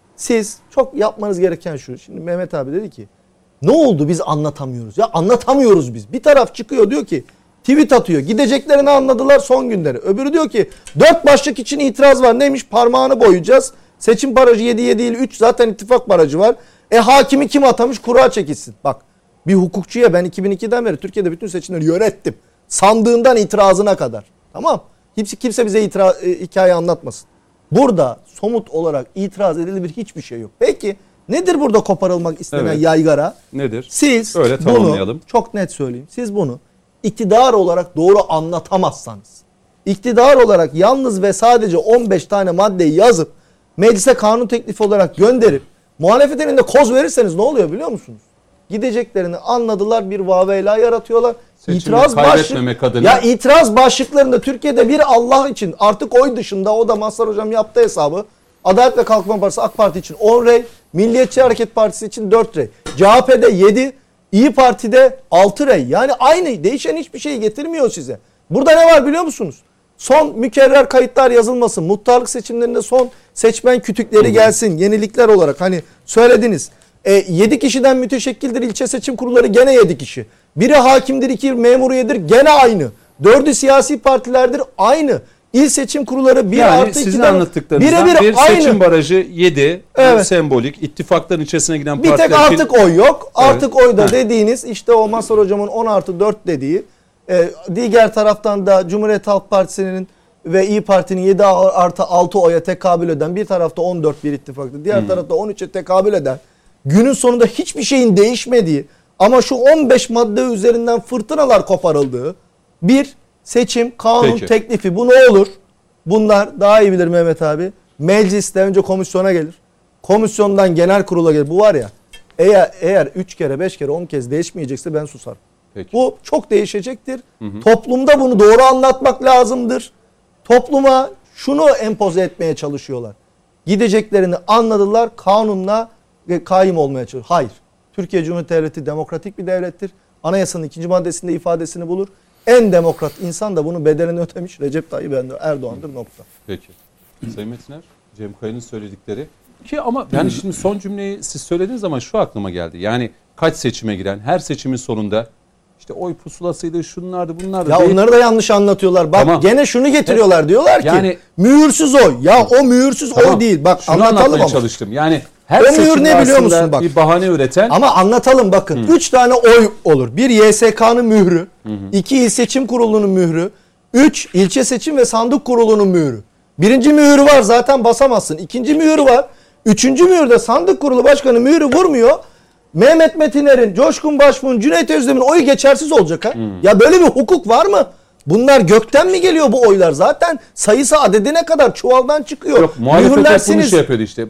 siz çok yapmanız gereken şu. Şimdi Mehmet abi dedi ki ne oldu biz anlatamıyoruz? Ya anlatamıyoruz biz. Bir taraf çıkıyor diyor ki tweet atıyor. Gideceklerini anladılar son günleri. Öbürü diyor ki dört başlık için itiraz var. Neymiş? Parmağını boyayacağız. Seçim barajı yedi yedi değil üç, zaten ittifak barajı var. E hakimi kim atamış? Kura çekilsin. Bak bir hukukçuya ben iki bin ikiden beri Türkiye'de bütün seçimleri yönettim. Sandığından itirazına kadar. Tamam. Kimse, kimse bize itira, e, hikaye anlatmasın. Burada somut olarak itiraz edilebilir hiçbir şey yok. Peki nedir burada koparılmak istenen Evet. yaygara? Nedir? Siz Öyle bunu tamamlayalım. çok net söyleyeyim. Siz bunu iktidar olarak doğru anlatamazsanız, iktidar olarak yalnız ve sadece on beş tane maddeyi yazıp meclise kanun teklifi olarak gönderip muhalefetin elinde koz verirseniz ne oluyor biliyor musunuz? Gideceklerini anladılar, bir vaveyla yaratıyorlar. Seçimi İtiraz kaybetmemek başlık, adına. ya itiraz başlıklarında Türkiye'de bir Allah için artık oy dışında, o da Mazhar Hocam yaptığı hesabı, Adalet ve Kalkınma Partisi AK Parti için on rey, Milliyetçi Hareket Partisi için dört rey, C H P'de yedi, İyi Parti'de altı rey. Yani aynı, değişen hiçbir şey getirmiyor size. Burada ne var biliyor musunuz? Son mükerrer kayıtlar yazılmasın. Muhtarlık seçimlerinde son seçmen kütükleri gelsin. Yenilikler olarak hani söylediniz. E, yedi kişiden müteşekkildir ilçe seçim kurulları, gene yedi kişi. Biri hakimdir, iki memuriyedir, gene aynı. Dördü siyasi partilerdir, aynı. İl seçim kurulları bir yani artı sizin ikiden anlattıklarınızdan birebir bir aynı. seçim barajı yedi, Evet. sembolik, ittifakların içerisine giden Bir partiler tek için... artık oy yok. Artık Evet. oy da Ha. dediğiniz işte o Mazhar Hocam'ın on artı dört dediği. E, diğer taraftan da Cumhuriyet Halk Partisi'nin ve İyi Parti'nin yedi artı altı oya tekabül eden, bir tarafta on dört bir ittifaktı, diğer hmm. tarafta on üçe tekabül eden, günün sonunda hiçbir şeyin değişmediği ama şu on beş madde üzerinden fırtınalar koparıldığı bir seçim kanun Peki. teklifi. Bu ne olur? Bunlar daha iyi bilir Mehmet abi. Mecliste önce komisyona gelir. Komisyondan genel kurula gelir. Bu var ya, eğer eğer üç kere, beş kere, on kez değişmeyecekse ben susarım. Peki. Bu çok değişecektir. Hı hı. Toplumda bunu doğru anlatmak lazımdır. Topluma şunu empoze etmeye çalışıyorlar. Gideceklerini anladılar, kanunla kayyum olmaya çalışıyor. Hayır. Türkiye Cumhuriyeti Devleti demokratik bir devlettir. Anayasanın ikinci maddesinde ifadesini bulur. En demokrat insan da bunun bedelini ödemiş Recep Tayyip Erdoğan'dır, nokta. Peki. Sayın Metiner, Cem Kaya'nın söyledikleri ki ama yani şimdi son cümleyi siz söylediğiniz zaman şu aklıma geldi. Yani kaç seçime giren, her seçimin sonunda işte oy pusulasıydı, şunlardı, bunlardı. Ya değil. onları da yanlış anlatıyorlar. Bak Tamam. gene şunu getiriyorlar, diyorlar ki Yani- mühürsüz oy. Ya o mühürsüz Tamam. oy değil. Bak Şunu anlatalım anlatmaya ama. çalıştım. Yani her O mühür seçimde ne biliyor aslında musun bak? bir bahane üreten Ama anlatalım bakın. Üç tane oy olur. Bir Y S K'nın mührü. Hı hı. iki İl Seçim Kurulu'nun mührü. Üç ilçe seçim ve sandık kurulunun mührü. Birinci mührü var, zaten basamazsın. İkinci mührü var. Üçüncü mühürde sandık kurulu başkanı mührü vurmuyor. Mehmet Metiner'in, Coşkun Başbuğ'un, Cüneyt Özdemir'in oyu geçersiz olacak ha. Hmm. Ya böyle bir hukuk var mı? Bunlar gökten mi geliyor bu oylar? Zaten sayısı adedine kadar çuvaldan çıkıyor. yok, muhalefet hep bunu Mühürlersiniz. şey yapıyordu işte.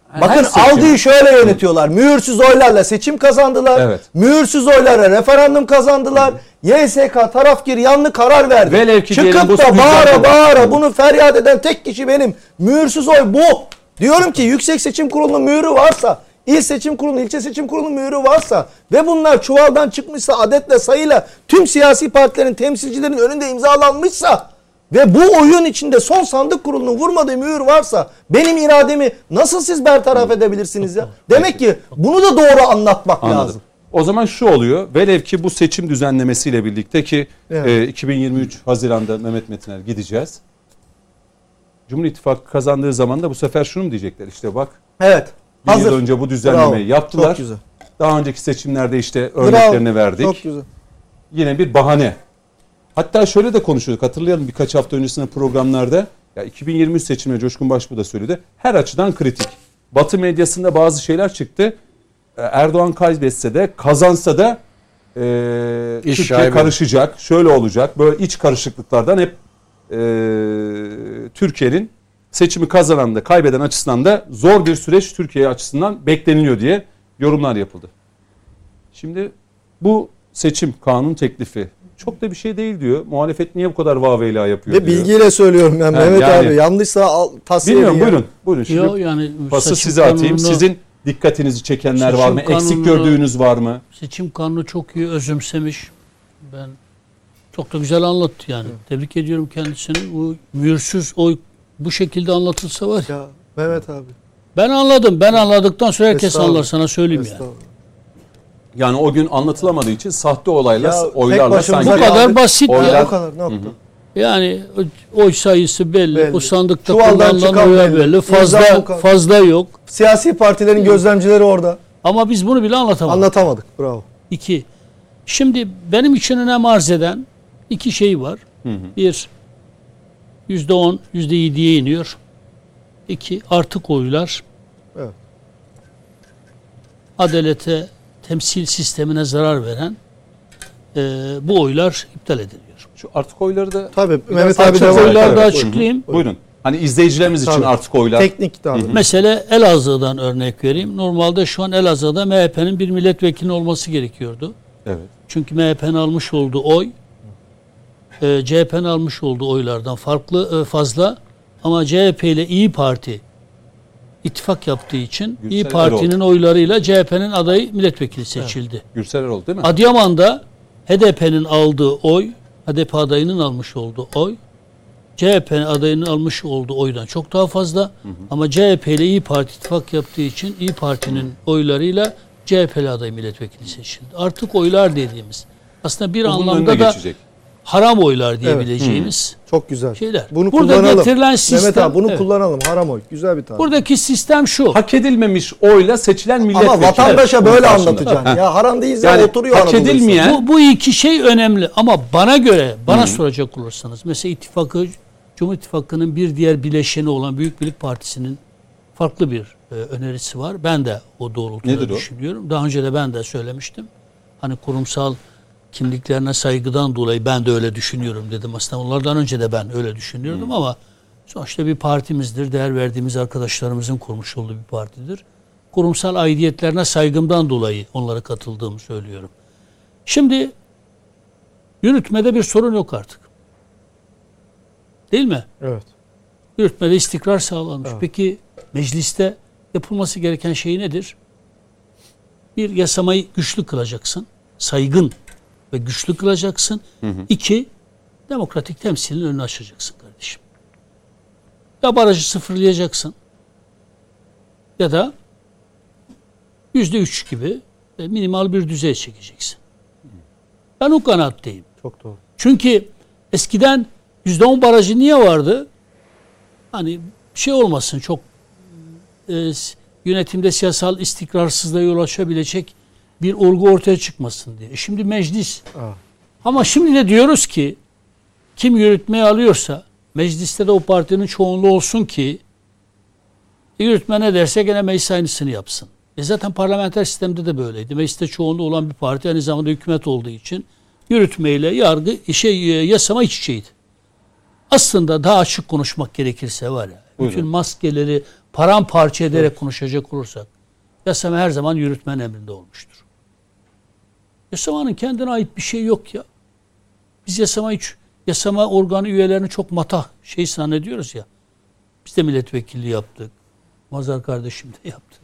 Bakın seçim- algıyı şöyle yönetiyorlar. Mühürsüz oylarla seçim kazandılar. Evet. Mühürsüz oylara referandum kazandılar. Y S K tarafgir yanlı karar verdi. Velev ki diyelim Çıkıp bu da güzel bağıra bir- bağıra bunu feryat eden tek kişi benim. Mühürsüz oy bu. Diyorum ki Yüksek Seçim Kurulu'nun mührü varsa, İl Seçim Kurulu'nun, ilçe seçim kurulunun mührü varsa ve bunlar çuvaldan çıkmışsa adetle sayıyla tüm siyasi partilerin temsilcilerin önünde imzalanmışsa ve bu oyun içinde son sandık kurulunun vurmadığı mühür varsa benim irademi nasıl siz bertaraf edebilirsiniz ya? Demek ki bunu da doğru anlatmak Anladım. lazım. O zaman şu oluyor. Velev ki bu seçim düzenlemesiyle birlikte ki Evet. e, iki bin yirmi üç Haziran'da Mehmet Metiner gideceğiz. Cumhur İttifakı kazandığı zaman da bu sefer şunu mu diyecekler? İşte bak Evet. bir Hazır. yıl önce bu düzenlemeyi Bravo. yaptılar. Çok güzel. Daha önceki seçimlerde işte örneklerini Bravo. verdik. Çok güzel. Yine bir bahane. Hatta şöyle de konuşuyorduk. Hatırlayalım birkaç hafta öncesinde programlarda. Ya iki bin yirmi üç seçimleri Coşkun Başbuğ da söyledi. Her açıdan kritik. Batı medyasında bazı şeyler çıktı. Erdoğan kaybetse de kazansa da e, İş Türkiye şaibi. karışacak. Şöyle olacak. Böyle iç karışıklıklardan hep e, Türkiye'nin seçimi kazanan da kaybeden açısından da zor bir süreç Türkiye açısından bekleniliyor diye yorumlar yapıldı. Şimdi bu seçim kanun teklifi çok da bir şey değil diyor. Muhalefet niye bu kadar vaveyla yapıyor Ve diyor. bilgiyle söylüyorum ben Ha, Mehmet yani- abi. Yanlışsa al, tasfiye Bilmiyorum edin ya. buyurun. Buyurun. Şimdi Yo, yani pası seçim size atayım. kanununu- Sizin dikkatinizi çekenler Seçim var mı? Eksik kanununu- gördüğünüz var mı? Seçim kanunu çok iyi özümsemiş. Ben çok da güzel anlattı yani. Tebrik ediyorum kendisini. Bu mühürsüz oy bu şekilde anlatılsa var ya. Ya Mehmet abi. Ben anladım. Ben anladıktan sonra herkes Estağfurullah. anlar, sana söyleyeyim yani. Estağfurullah. Yani o gün anlatılamadığı için sahte olayla, Ya, tek oylarla başımıza sanki Bu kadar aldık. basit Oylar- ya. O kadar nokta. Yani o- oy sayısı belli. Belli. O sandıkta Çuvaldan kullanılan çıkan oya belli. belli. İmza Fazla bu kadar. fazla yok. Siyasi partilerin gözlemcileri orada. Ama biz bunu bile anlatamadık. Anlatamadık. Bravo. İki. Şimdi benim için önem arz eden iki şey var. Bir, yüzde on, yüzde yediye iniyor. İki, artık oylar. Evet. Adalete, temsil sistemine zarar veren e, bu oylar iptal ediliyor. şu artık oyları da Tabii Biraz Mehmet abi açık devam oylar et. da Oyları da evet, açıklayayım. buyurun. Hani izleyicilerimiz için Tabii. artık oylar. Teknik tabii. Mesele Elazığ'dan örnek vereyim. Normalde şu an Elazığ'da M H P'nin bir milletvekili olması gerekiyordu. Evet. Çünkü M H P'nin almış olduğu oy e, C H P'nin almış olduğu oylardan farklı e, fazla, ama C H P ile İyi Parti ittifak yaptığı için Gürsel İyi Parti'nin oylarıyla C H P'nin adayı milletvekili seçildi. Gürsel Erol değil mi? Adıyaman'da H D P'nin aldığı oy, H D P adayının almış olduğu oy, C H P adayının almış olduğu oydan çok daha fazla. Hı hı. Ama C H P ile İyi Parti ittifak yaptığı için İyi Parti'nin oylarıyla C H P'li aday milletvekili seçildi. Artık oylar dediğimiz aslında bir Bu bunun anlamda önüne da geçecek. haram oylar diyebileceğimiz Çok güzel. şeyler. Bunu Burada kullanalım. getirilen sistem, Mehmet abi bunu evet. kullanalım. Haram oy. Güzel bir tabir. Buradaki sistem şu. Hak edilmemiş oyla seçilen milletvekili. Ama vatandaşa Bunun böyle karşında. anlatacaksın. Heh. Ya haram değilse Yani oturuyor hak Anadolu edilmeyen- insanı. Bu, bu iki şey önemli, ama bana göre, bana soracak olursanız, mesela ittifakı, Cumhur İttifakı'nın bir diğer bileşeni olan Büyük Birlik Partisi'nin farklı bir e, önerisi var. Ben de o doğrultuda Nedir o? düşünüyorum. Daha önce de ben de söylemiştim. Hani kurumsal kimliklerine saygıdan dolayı ben de öyle düşünüyorum dedim. Aslında onlardan önce de ben öyle düşünüyordum, ama sonuçta bir partimizdir. Değer verdiğimiz arkadaşlarımızın kurmuş olduğu bir partidir. Kurumsal aidiyetlerine saygımdan dolayı onlara katıldığımı söylüyorum. Şimdi yürütmede bir sorun yok artık. Değil mi? Evet. Yürütmede istikrar sağlanmış. Evet. Peki mecliste yapılması gereken şey nedir? Bir, yasamayı güçlü kılacaksın. Saygın ve güçlü kılacaksın. Hı hı. İki, demokratik temsilin önünü açacaksın kardeşim. Ya barajı sıfırlayacaksın, ya da yüzde üç gibi minimal bir düzey çekeceksin. Ben o kanaatteyim. Çok doğru. Çünkü eskiden yüzde on barajı niye vardı? Hani şey olmasın, çok e, yönetimde siyasal istikrarsızlığa yol açabilecek bir olgu ortaya çıkmasın diye. E şimdi meclis. Aa. Ama şimdi de diyoruz ki kim yürütmeyi alıyorsa mecliste de o partinin çoğunluğu olsun ki e, yürütme ne derse gene meclis aynısını yapsın. E zaten parlamenter sistemde de böyleydi. Mecliste çoğunluğu olan bir parti aynı zamanda hükümet olduğu için yürütmeyle yargı şey yasama iç içeydi. Aslında daha açık konuşmak gerekirse var ya, bütün maskeleri paramparça ederek evet. konuşacak olursak, yasama her zaman yürütmen emrinde olmuştur. Yasamanın kendine ait bir şey yok ya. Biz yasama hiç, yasama organı üyelerini çok matah şey zannediyoruz ya. Biz de milletvekilliği yaptık. Mazhar kardeşim de yaptı.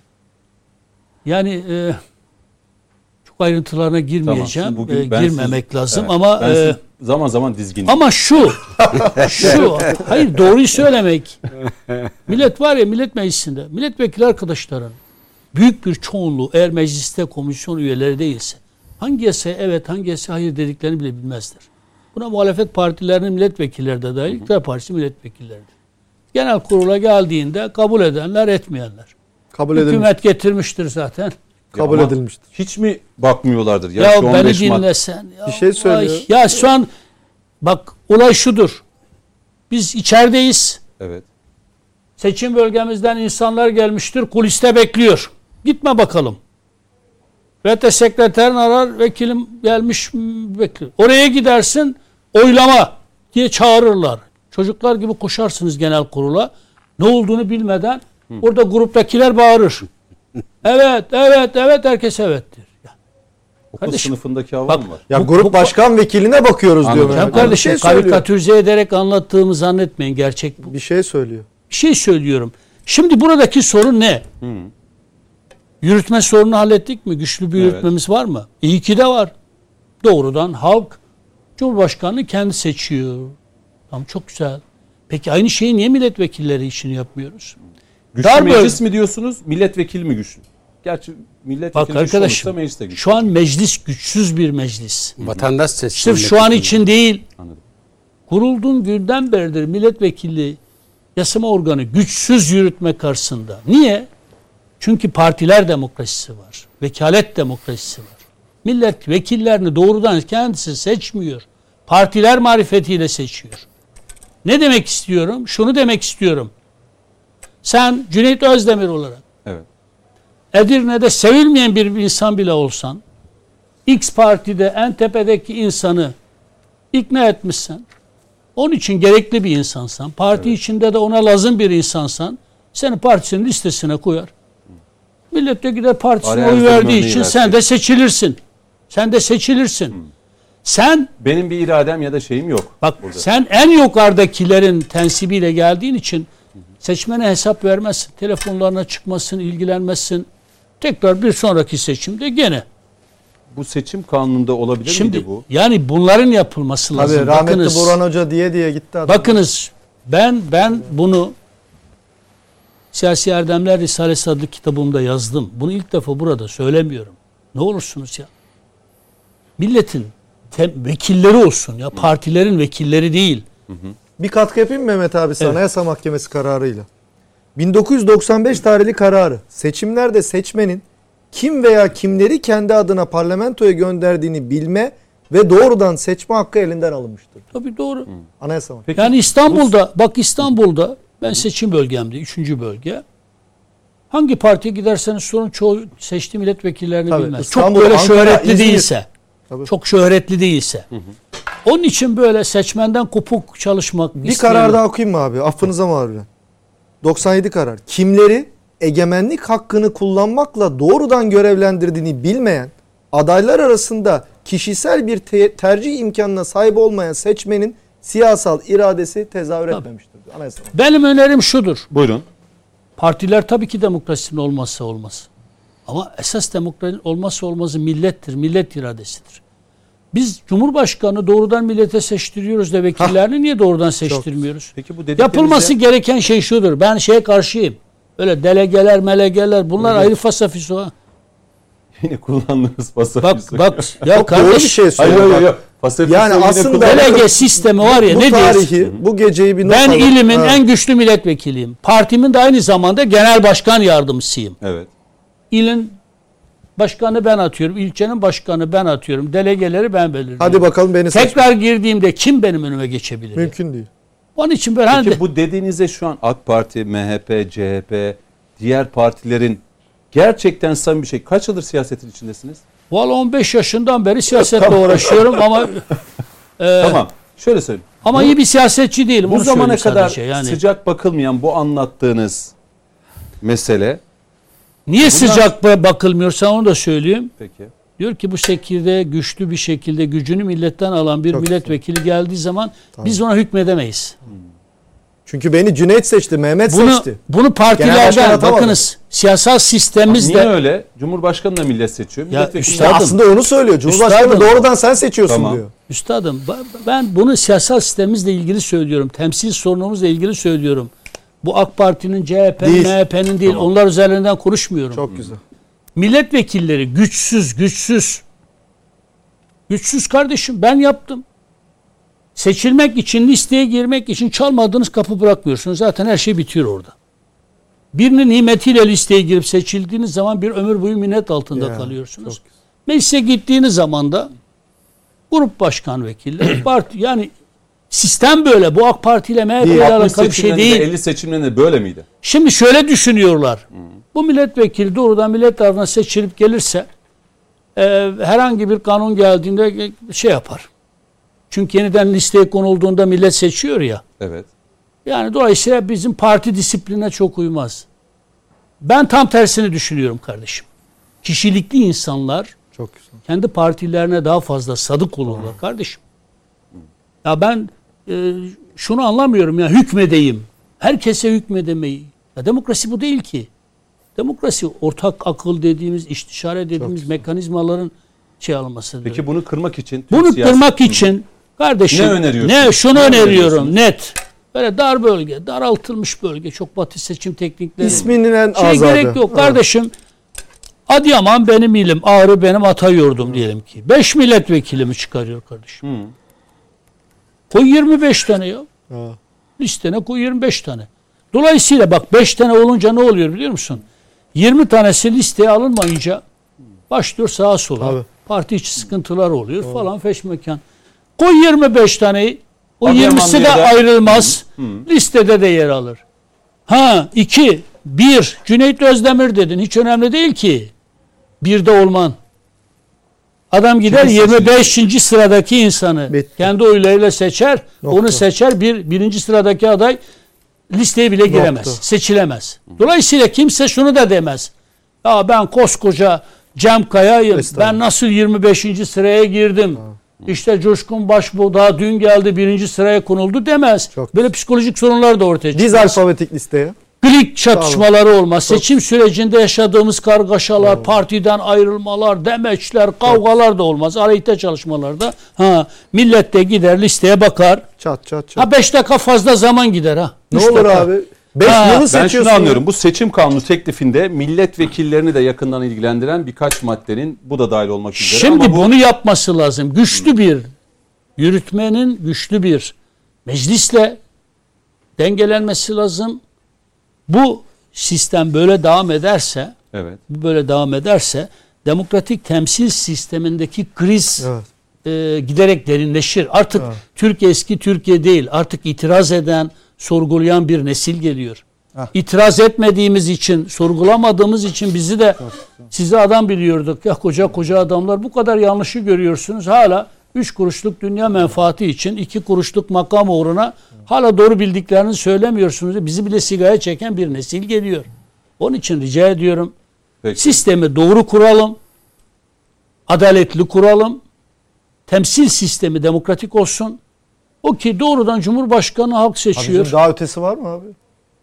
Yani e, çok ayrıntılarına girmeyeceğim. Tamam, e, girmemek siz, lazım evet, ama e, zaman zaman dizgin. Ama şu, şu, hayır doğruyu söylemek. Millet var ya, millet meclisinde, milletvekili arkadaşların büyük bir çoğunluğu eğer mecliste komisyon üyeleri değilse, hangi yasaya evet, hangi yasaya hayır dediklerini bile bilmezler. Buna muhalefet partilerinin milletvekilleri de dahil, iktidar partisi milletvekilleri de. Genel kurula geldiğinde kabul edenler, etmeyenler. Kabul Hükümet edilmiş. getirmiştir zaten. Kabul ya edilmiştir. Hiç mi bakmıyorlardır? Ya, ya beni dinlesen. Ya, bir şey söylüyor. Ay, ya şu an bak olay şudur. Biz içerideyiz. Evet. Seçim bölgemizden insanlar gelmiştir. Kuliste bekliyor. Gitme bakalım. Ve de sekreterin arar, vekilim gelmiş bekliyor. Oraya gidersin, oylama diye çağırırlar. Çocuklar gibi koşarsınız genel kurula. Ne olduğunu bilmeden Hı. orada gruptakiler bağırır. Evet, evet, evet, herkes evettir. Ya. Okul kardeşim, sınıfındaki hava mı var? Ya bu, grup bu, başkan vekiline bakıyoruz diyor. Yani. Kardeşim şey karikatürize ederek anlattığımı zannetmeyin, gerçek bu. Bir şey söylüyor. Bir şey söylüyorum. Şimdi buradaki sorun ne? Hı. Yürütme sorunu hallettik mi? Güçlü bir evet. yürütmemiz var mı? İyi ki de var. Doğrudan halk Cumhurbaşkanını kendi seçiyor. Tamam, çok güzel. Peki aynı şeyi niye milletvekilleri için yapmıyoruz? Güçlü Dar meclis böyle. mi diyorsunuz? Milletvekili mi güçlü? Gerçi milletvekili güçlü olursa meclis de güçlü. Şu an meclis güçsüz bir meclis. Vatandaş seçti. Sırf şu an için değil. Anladım. Kurulduğun günden beridir milletvekili yasama organı güçsüz yürütme karşısında. Niye? Çünkü partiler demokrasisi var. Vekalet demokrasisi var. Millet vekillerini doğrudan kendisi seçmiyor. Partiler marifetiyle seçiyor. Ne demek istiyorum? Şunu demek istiyorum. Sen Cüneyt Özdemir olarak evet. Edirne'de sevilmeyen bir insan bile olsan, X partide en tepedeki insanı ikna etmişsen, onun için gerekli bir insansan, parti evet. içinde de ona lazım bir insansan, seni partisinin listesine koyar. Millet de gider partisine oy verdiği için versek. sen de seçilirsin. Sen de seçilirsin. Hmm. Sen benim bir iradem ya da şeyim yok. Bak burada. Sen en yukarıdakilerin tensibiyle geldiğin için seçmene hesap vermezsin. Telefonlarına çıkmasın, ilgilenmezsin. Tekrar bir sonraki seçimde gene. Bu seçim kanununda olabilir Şimdi, miydi bu? Yani bunların yapılması lazım. Tabii rahmetli bakınız, Burhan Hoca diye diye gitti adam. Bakınız ben ben bunu Siyasi Erdemler Risalesi adlı kitabımda yazdım. Bunu ilk defa burada söylemiyorum. Ne olursunuz ya. Milletin vekilleri olsun ya. Partilerin vekilleri değil. Hı hı. Bir katkı yapayım mı Mehmet abi sana? Evet. Anayasa Mahkemesi kararıyla. bin dokuz yüz doksan beş tarihli kararı. Seçimlerde seçmenin kim veya kimleri kendi adına parlamentoya gönderdiğini bilme ve doğrudan seçme hakkı elinden alınmıştır. Tabii doğru. Hı. Anayasa Mahkemesi. Yani İstanbul'da, bak İstanbul'da ben seçim bölgemde, üçüncü bölge. Hangi partiye giderseniz sorun çoğu seçtiği milletvekillerini Tabii, bilmez. İstanbul, çok böyle Ankara, şöhretli İzmir. değilse. Tabii. Çok şöhretli değilse. Hı hı. Onun için böyle seçmenden kopuk çalışmak Bir isteyen... karar daha okuyayım mı abi? Affınıza mağruren. doksan yedi karar. Kimleri egemenlik hakkını kullanmakla doğrudan görevlendirdiğini bilmeyen, adaylar arasında kişisel bir te- tercih imkanına sahip olmayan seçmenin siyasal iradesi tezahür tabii. etmemiştir. Anayasa. Benim önerim şudur. Buyurun. Partiler tabii ki demokrasinin olmazsa olmaz. Ama esas demokrasinin olmazsa olmazı millettir. Millet iradesidir. Biz Cumhurbaşkanı doğrudan millete seçtiriyoruz da vekillerini ha. niye doğrudan seçtirmiyoruz? Peki bu yapılması gereken şey şudur. Ben şeye karşıyım. Öyle delegeler, melegeler bunlar evet. ayrı fasafiso. Yine kullandığınız fasafiso. Bak bak ya kardeş. Bir şey söylüyor. Yani aslında delege sistemi var ya bu ne tarihi, diyorsun? Bu geceyi bir not Ben alın. ilimin ha. en güçlü milletvekiliyim. Partimin de aynı zamanda genel başkan yardımcısıyım. Evet. İlin başkanı ben atıyorum. İlçenin başkanı ben atıyorum. Delegeleri ben belirliyorum. Hadi bakalım beni seç. Tekrar girdiğimde kim benim önüme geçebilir? Mümkün ya? değil. Onun için ben Peki hani bu dediğinize şu an AK Parti, M H P, C H P, diğer partilerin gerçekten samimi bir şey. Kaç yıldır siyasetin içindesiniz? Vallahi on beş yaşından beri siyasetle uğraşıyorum ama e, tamam. Şöyle söyleyeyim. Ama bu, iyi bir siyasetçi değilim. Bu zamana kadar yani. sıcak bakılmayan bu anlattığınız mesele. Niye bundan... sıcak bakılmıyorsa onu da söyleyeyim. Peki. Diyor ki bu şekilde güçlü bir şekilde gücünü milletten alan bir Çok milletvekili güzel. geldiği zaman tamam. biz ona hükmedemeyiz. Hmm. Çünkü beni Cüneyt seçti, Mehmet bunu, seçti. Bunu partilerden bakınız siyasal sistemimizde. Niye öyle? Cumhurbaşkanı da millet seçiyor. Ya üstadım, aslında onu söylüyor. Cumhurbaşkanı üstadım, doğrudan sen seçiyorsun tamam. diyor. Üstadım ben bunu siyasal sistemimizle ilgili söylüyorum. Temsil sorunumuzla ilgili söylüyorum. Bu AK Parti'nin, C H P'nin, M H P'nin değil. Tamam. Onlar üzerinden konuşmuyorum. Çok güzel. Milletvekilleri güçsüz, güçsüz. Güçsüz kardeşim ben yaptım. Seçilmek için, listeye girmek için çalmadığınız kapı bırakmıyorsunuz. Zaten her şey bitiyor orada. Birinin nimetiyle listeye girip seçildiğiniz zaman bir ömür boyu minnet altında ya, kalıyorsunuz. Meclise gittiğiniz zaman da grup başkan vekilleri, parti yani sistem böyle. Bu AK Parti ile M H P ile alakalı bir şey değil. elli seçimlerinde böyle miydi? Şimdi şöyle düşünüyorlar. Hmm. Bu milletvekili doğrudan millet tarafından seçilip gelirse e, herhangi bir kanun geldiğinde şey yapar. Çünkü yeniden listeye konulduğunda millet seçiyor ya. Evet. Yani dolayısıyla bizim parti disiplinine çok uymaz. Ben tam tersini düşünüyorum kardeşim. Kişilikli insanlar çok güzel. kendi partilerine daha fazla sadık olurlar hmm. kardeşim. Ya ben e, şunu anlamıyorum ya hükmedeyim. Herkese hükmedemeyi. Ya demokrasi bu değil ki. Demokrasi ortak akıl dediğimiz, istişare dediğimiz mekanizmaların şey alınmasıdır. Peki bunu kırmak için? Bunu kırmak için kardeşim ne öneriyorsun? Ne şunu ne öneriyorum net. Böyle dar bölge, daraltılmış bölge, çok basit seçim teknikleri. İsminin en şey azadı. Gerek yok kardeşim. Adıyaman benim ilim, Ağrı benim ata yurdum diyelim ki. Beş milletvekilimi çıkarıyor kardeşim. Hı. Koy yirmi beş tane ya. Ha. Listene koy yirmi beş tane. Dolayısıyla bak beş tane olunca ne oluyor biliyor musun? yirmi tanesi listeye alınmayınca başlıyor sağa sola. Abi. Parti içi sıkıntılar oluyor Abi. falan feşmekan. Koy yirmi beş taneyi. O Adıyaman yirmisi de ayrılmaz. Hı. Hı. Listede de yer alır. Ha iki, bir Cüneyt Özdemir dedin. Hiç önemli değil ki. Bir de olman. Adam gider yirmi beşinci sıradaki insanı Bitti. kendi oylarıyla seçer. Nokta. Onu seçer. Bir birinci sıradaki aday listeye bile giremez. Nokta. Seçilemez. Dolayısıyla kimse şunu da demez. Ya ben koskoca Cem Kaya'yım. Ben nasıl yirmi beşinci sıraya girdim? Ha. İşte Coşkun Başbuğ daha dün geldi birinci sıraya konuldu demez. Çok Böyle psikolojik sorunlar da ortaya çıkıyor. Diz alfabetik listeye. Klik çatışmaları olmaz. Çok. Seçim sürecinde yaşadığımız kargaşalar, evet. partiden ayrılmalar, demeçler, kavgalar Çok. da olmaz. Aleyhte çalışmalarda. Ha, millet de gider listeye bakar. Çat çat çat. Ha beş dakika fazla zaman gider ha. Ne olur dakika. abi? beş yılı ben şunu anlıyorum. Bu seçim kanunu teklifinde milletvekillerini de yakından ilgilendiren birkaç maddenin bu da dahil olmak üzere. Şimdi ama bu... bunu yapması lazım. Güçlü bir yürütmenin güçlü bir meclisle dengelenmesi lazım. Bu sistem böyle devam ederse, evet. bu böyle devam ederse demokratik temsil sistemindeki kriz evet. e, giderek derinleşir. Artık evet. Türkiye eski Türkiye değil. Artık itiraz eden, sorgulayan bir nesil geliyor. Heh. İtiraz etmediğimiz için, sorgulamadığımız için bizi de sizi adam biliyorduk. Ya koca koca adamlar bu kadar yanlışı görüyorsunuz. Hala üç kuruşluk dünya menfaati için iki kuruşluk makam uğruna hala doğru bildiklerini söylemiyorsunuz. Bizi bile sigaya çeken bir nesil geliyor. Onun için rica ediyorum. Peki. Sistemi doğru kuralım. Adaletli kuralım. Temsil sistemi demokratik olsun. O ki doğrudan Cumhurbaşkanı halk seçiyor. Abi daha ötesi var mı abi?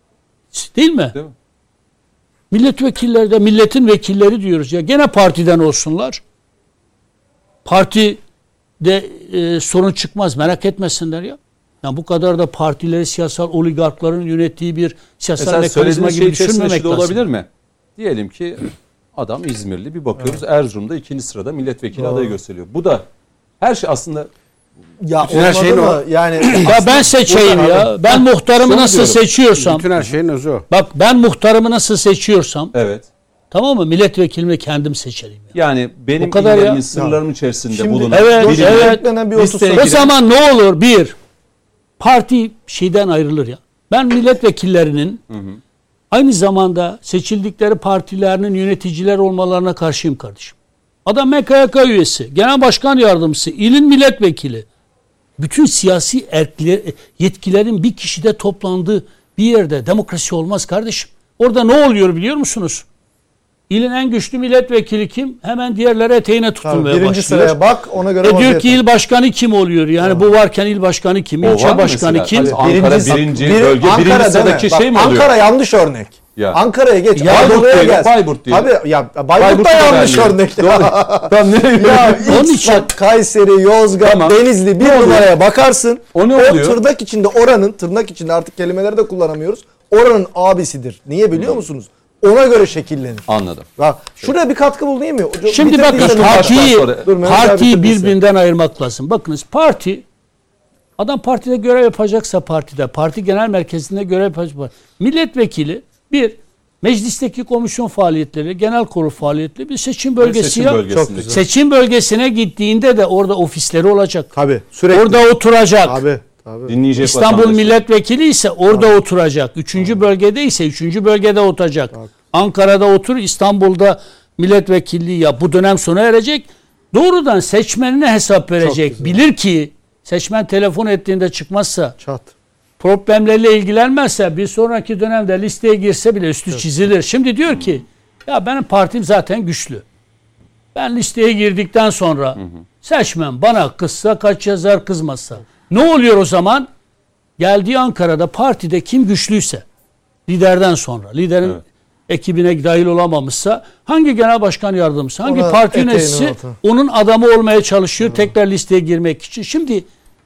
Değil mi? Değil mi? Milletvekilleri de milletin vekilleri diyoruz ya. Gene partiden olsunlar. Parti de e, sorun çıkmaz. Merak etmesinler ya. Yani bu kadar da partileri siyasal oligarkların yönettiği bir siyasal Mesela mekanizma gibi şey düşünmemek lazım. Olabilir mi? Diyelim ki adam İzmirli, bir bakıyoruz evet. Erzurum'da ikinci sırada milletvekili Doğru. adayı gösteriyor. Bu da her şey aslında ya her şeyin o. Yani ya ben seçeyim ya. Ben ha, muhtarımı nasıl diyorum. seçiyorsam. Bütün her şeyin özü o. Bak ben muhtarımı nasıl seçiyorsam. Evet. Tamam mı? Milletvekilimi kendim seçerim. Yani, yani benim ilerimin sırlarım içerisinde Şimdi, bulunan. Evet, evet. Bir o zaman ne olur? Bir, parti şeyden ayrılır ya. Ben milletvekillerinin hı hı. aynı zamanda seçildikleri partilerinin yöneticiler olmalarına karşıyım kardeşim. Adam M K Y K üyesi, genel başkan yardımcısı, ilin milletvekili. bütün siyasi erkler, yetkilerin bir kişide toplandığı bir yerde demokrasi olmaz kardeşim. Orada ne oluyor biliyor musunuz? İlin en güçlü milletvekili kim? Hemen diğerleri eteğine tutulmaya Tabii, birinci başlıyor. sıraya bak, ona göre E diyor vaziyet ki al. il başkanı kim oluyor? Yani Tamam. bu varken il başkanı kim? O var İlçe mı başkanı mesela? kim? Hani Ankara Birinci- birinci bir- bölge Ankara birinci deme. sıradaki Bak, şey mi oluyor? Ankara yanlış örnek. Ya. Ankara'ya geç. Ya, Anadolu'ya Bayburt gel. diyelim, Bayburt diyelim. Abi ya Bayburt, Bayburt da da yanlış vermiyor. örnek. Tam nereye Ya Onun X için- bak, Kayseri, Yozgat, Tamam. Denizli bir Ne oluyor? numaraya bakarsın. O ne O oluyor? tırnak içinde oranın, tırnak içinde artık kelimeleri de kullanamıyoruz. Oranın abisidir. Niye biliyor musunuz? Ona göre şekillenir. Anladım. Bak, şuraya bir katkı bulayım mı? Şimdi bakın Bitirdiysen- partiyi, sonra- Dur, Mehmet abi partiyi bitirdiyse. birbirinden ayırmak lazım. Bakınız parti, adam partide görev yapacaksa partide, parti genel merkezinde görev yapacak. Milletvekili bir, meclisteki komisyon faaliyetleri, genel kurul faaliyetleri bir seçim bölgesi Seçim ya. bölgesinde. Çok güzel. Seçim bölgesine gittiğinde de orada ofisleri olacak. Tabii, sürekli. Orada oturacak. Tabii, tabii. Dinleyecek İstanbul vatandaşlar. milletvekili ise orada oturacak. Üçüncü bölgede ise üçüncü bölgede oturacak. Ankara'da otur, İstanbul'da milletvekilliği yap. Bu dönem sona erecek. Doğrudan seçmenine hesap verecek. Bilir ki seçmen telefon ettiğinde çıkmazsa, Çat. problemlerle ilgilenmezse bir sonraki dönemde listeye girse bile üstü çizilir. Şimdi diyor ki ya benim partim zaten güçlü. Ben listeye girdikten sonra seçmen bana kızsa kaç yazar, kızmazsa. Ne oluyor o zaman? Geldiği Ankara'da partide kim güçlüyse liderden sonra, liderin Evet. ekibine dahil olamamışsa hangi genel başkan yardımcısı, hangi Ona parti eteğinin yöneticisi altı. onun adamı olmaya çalışıyor tekrar listeye girmek için. Şimdi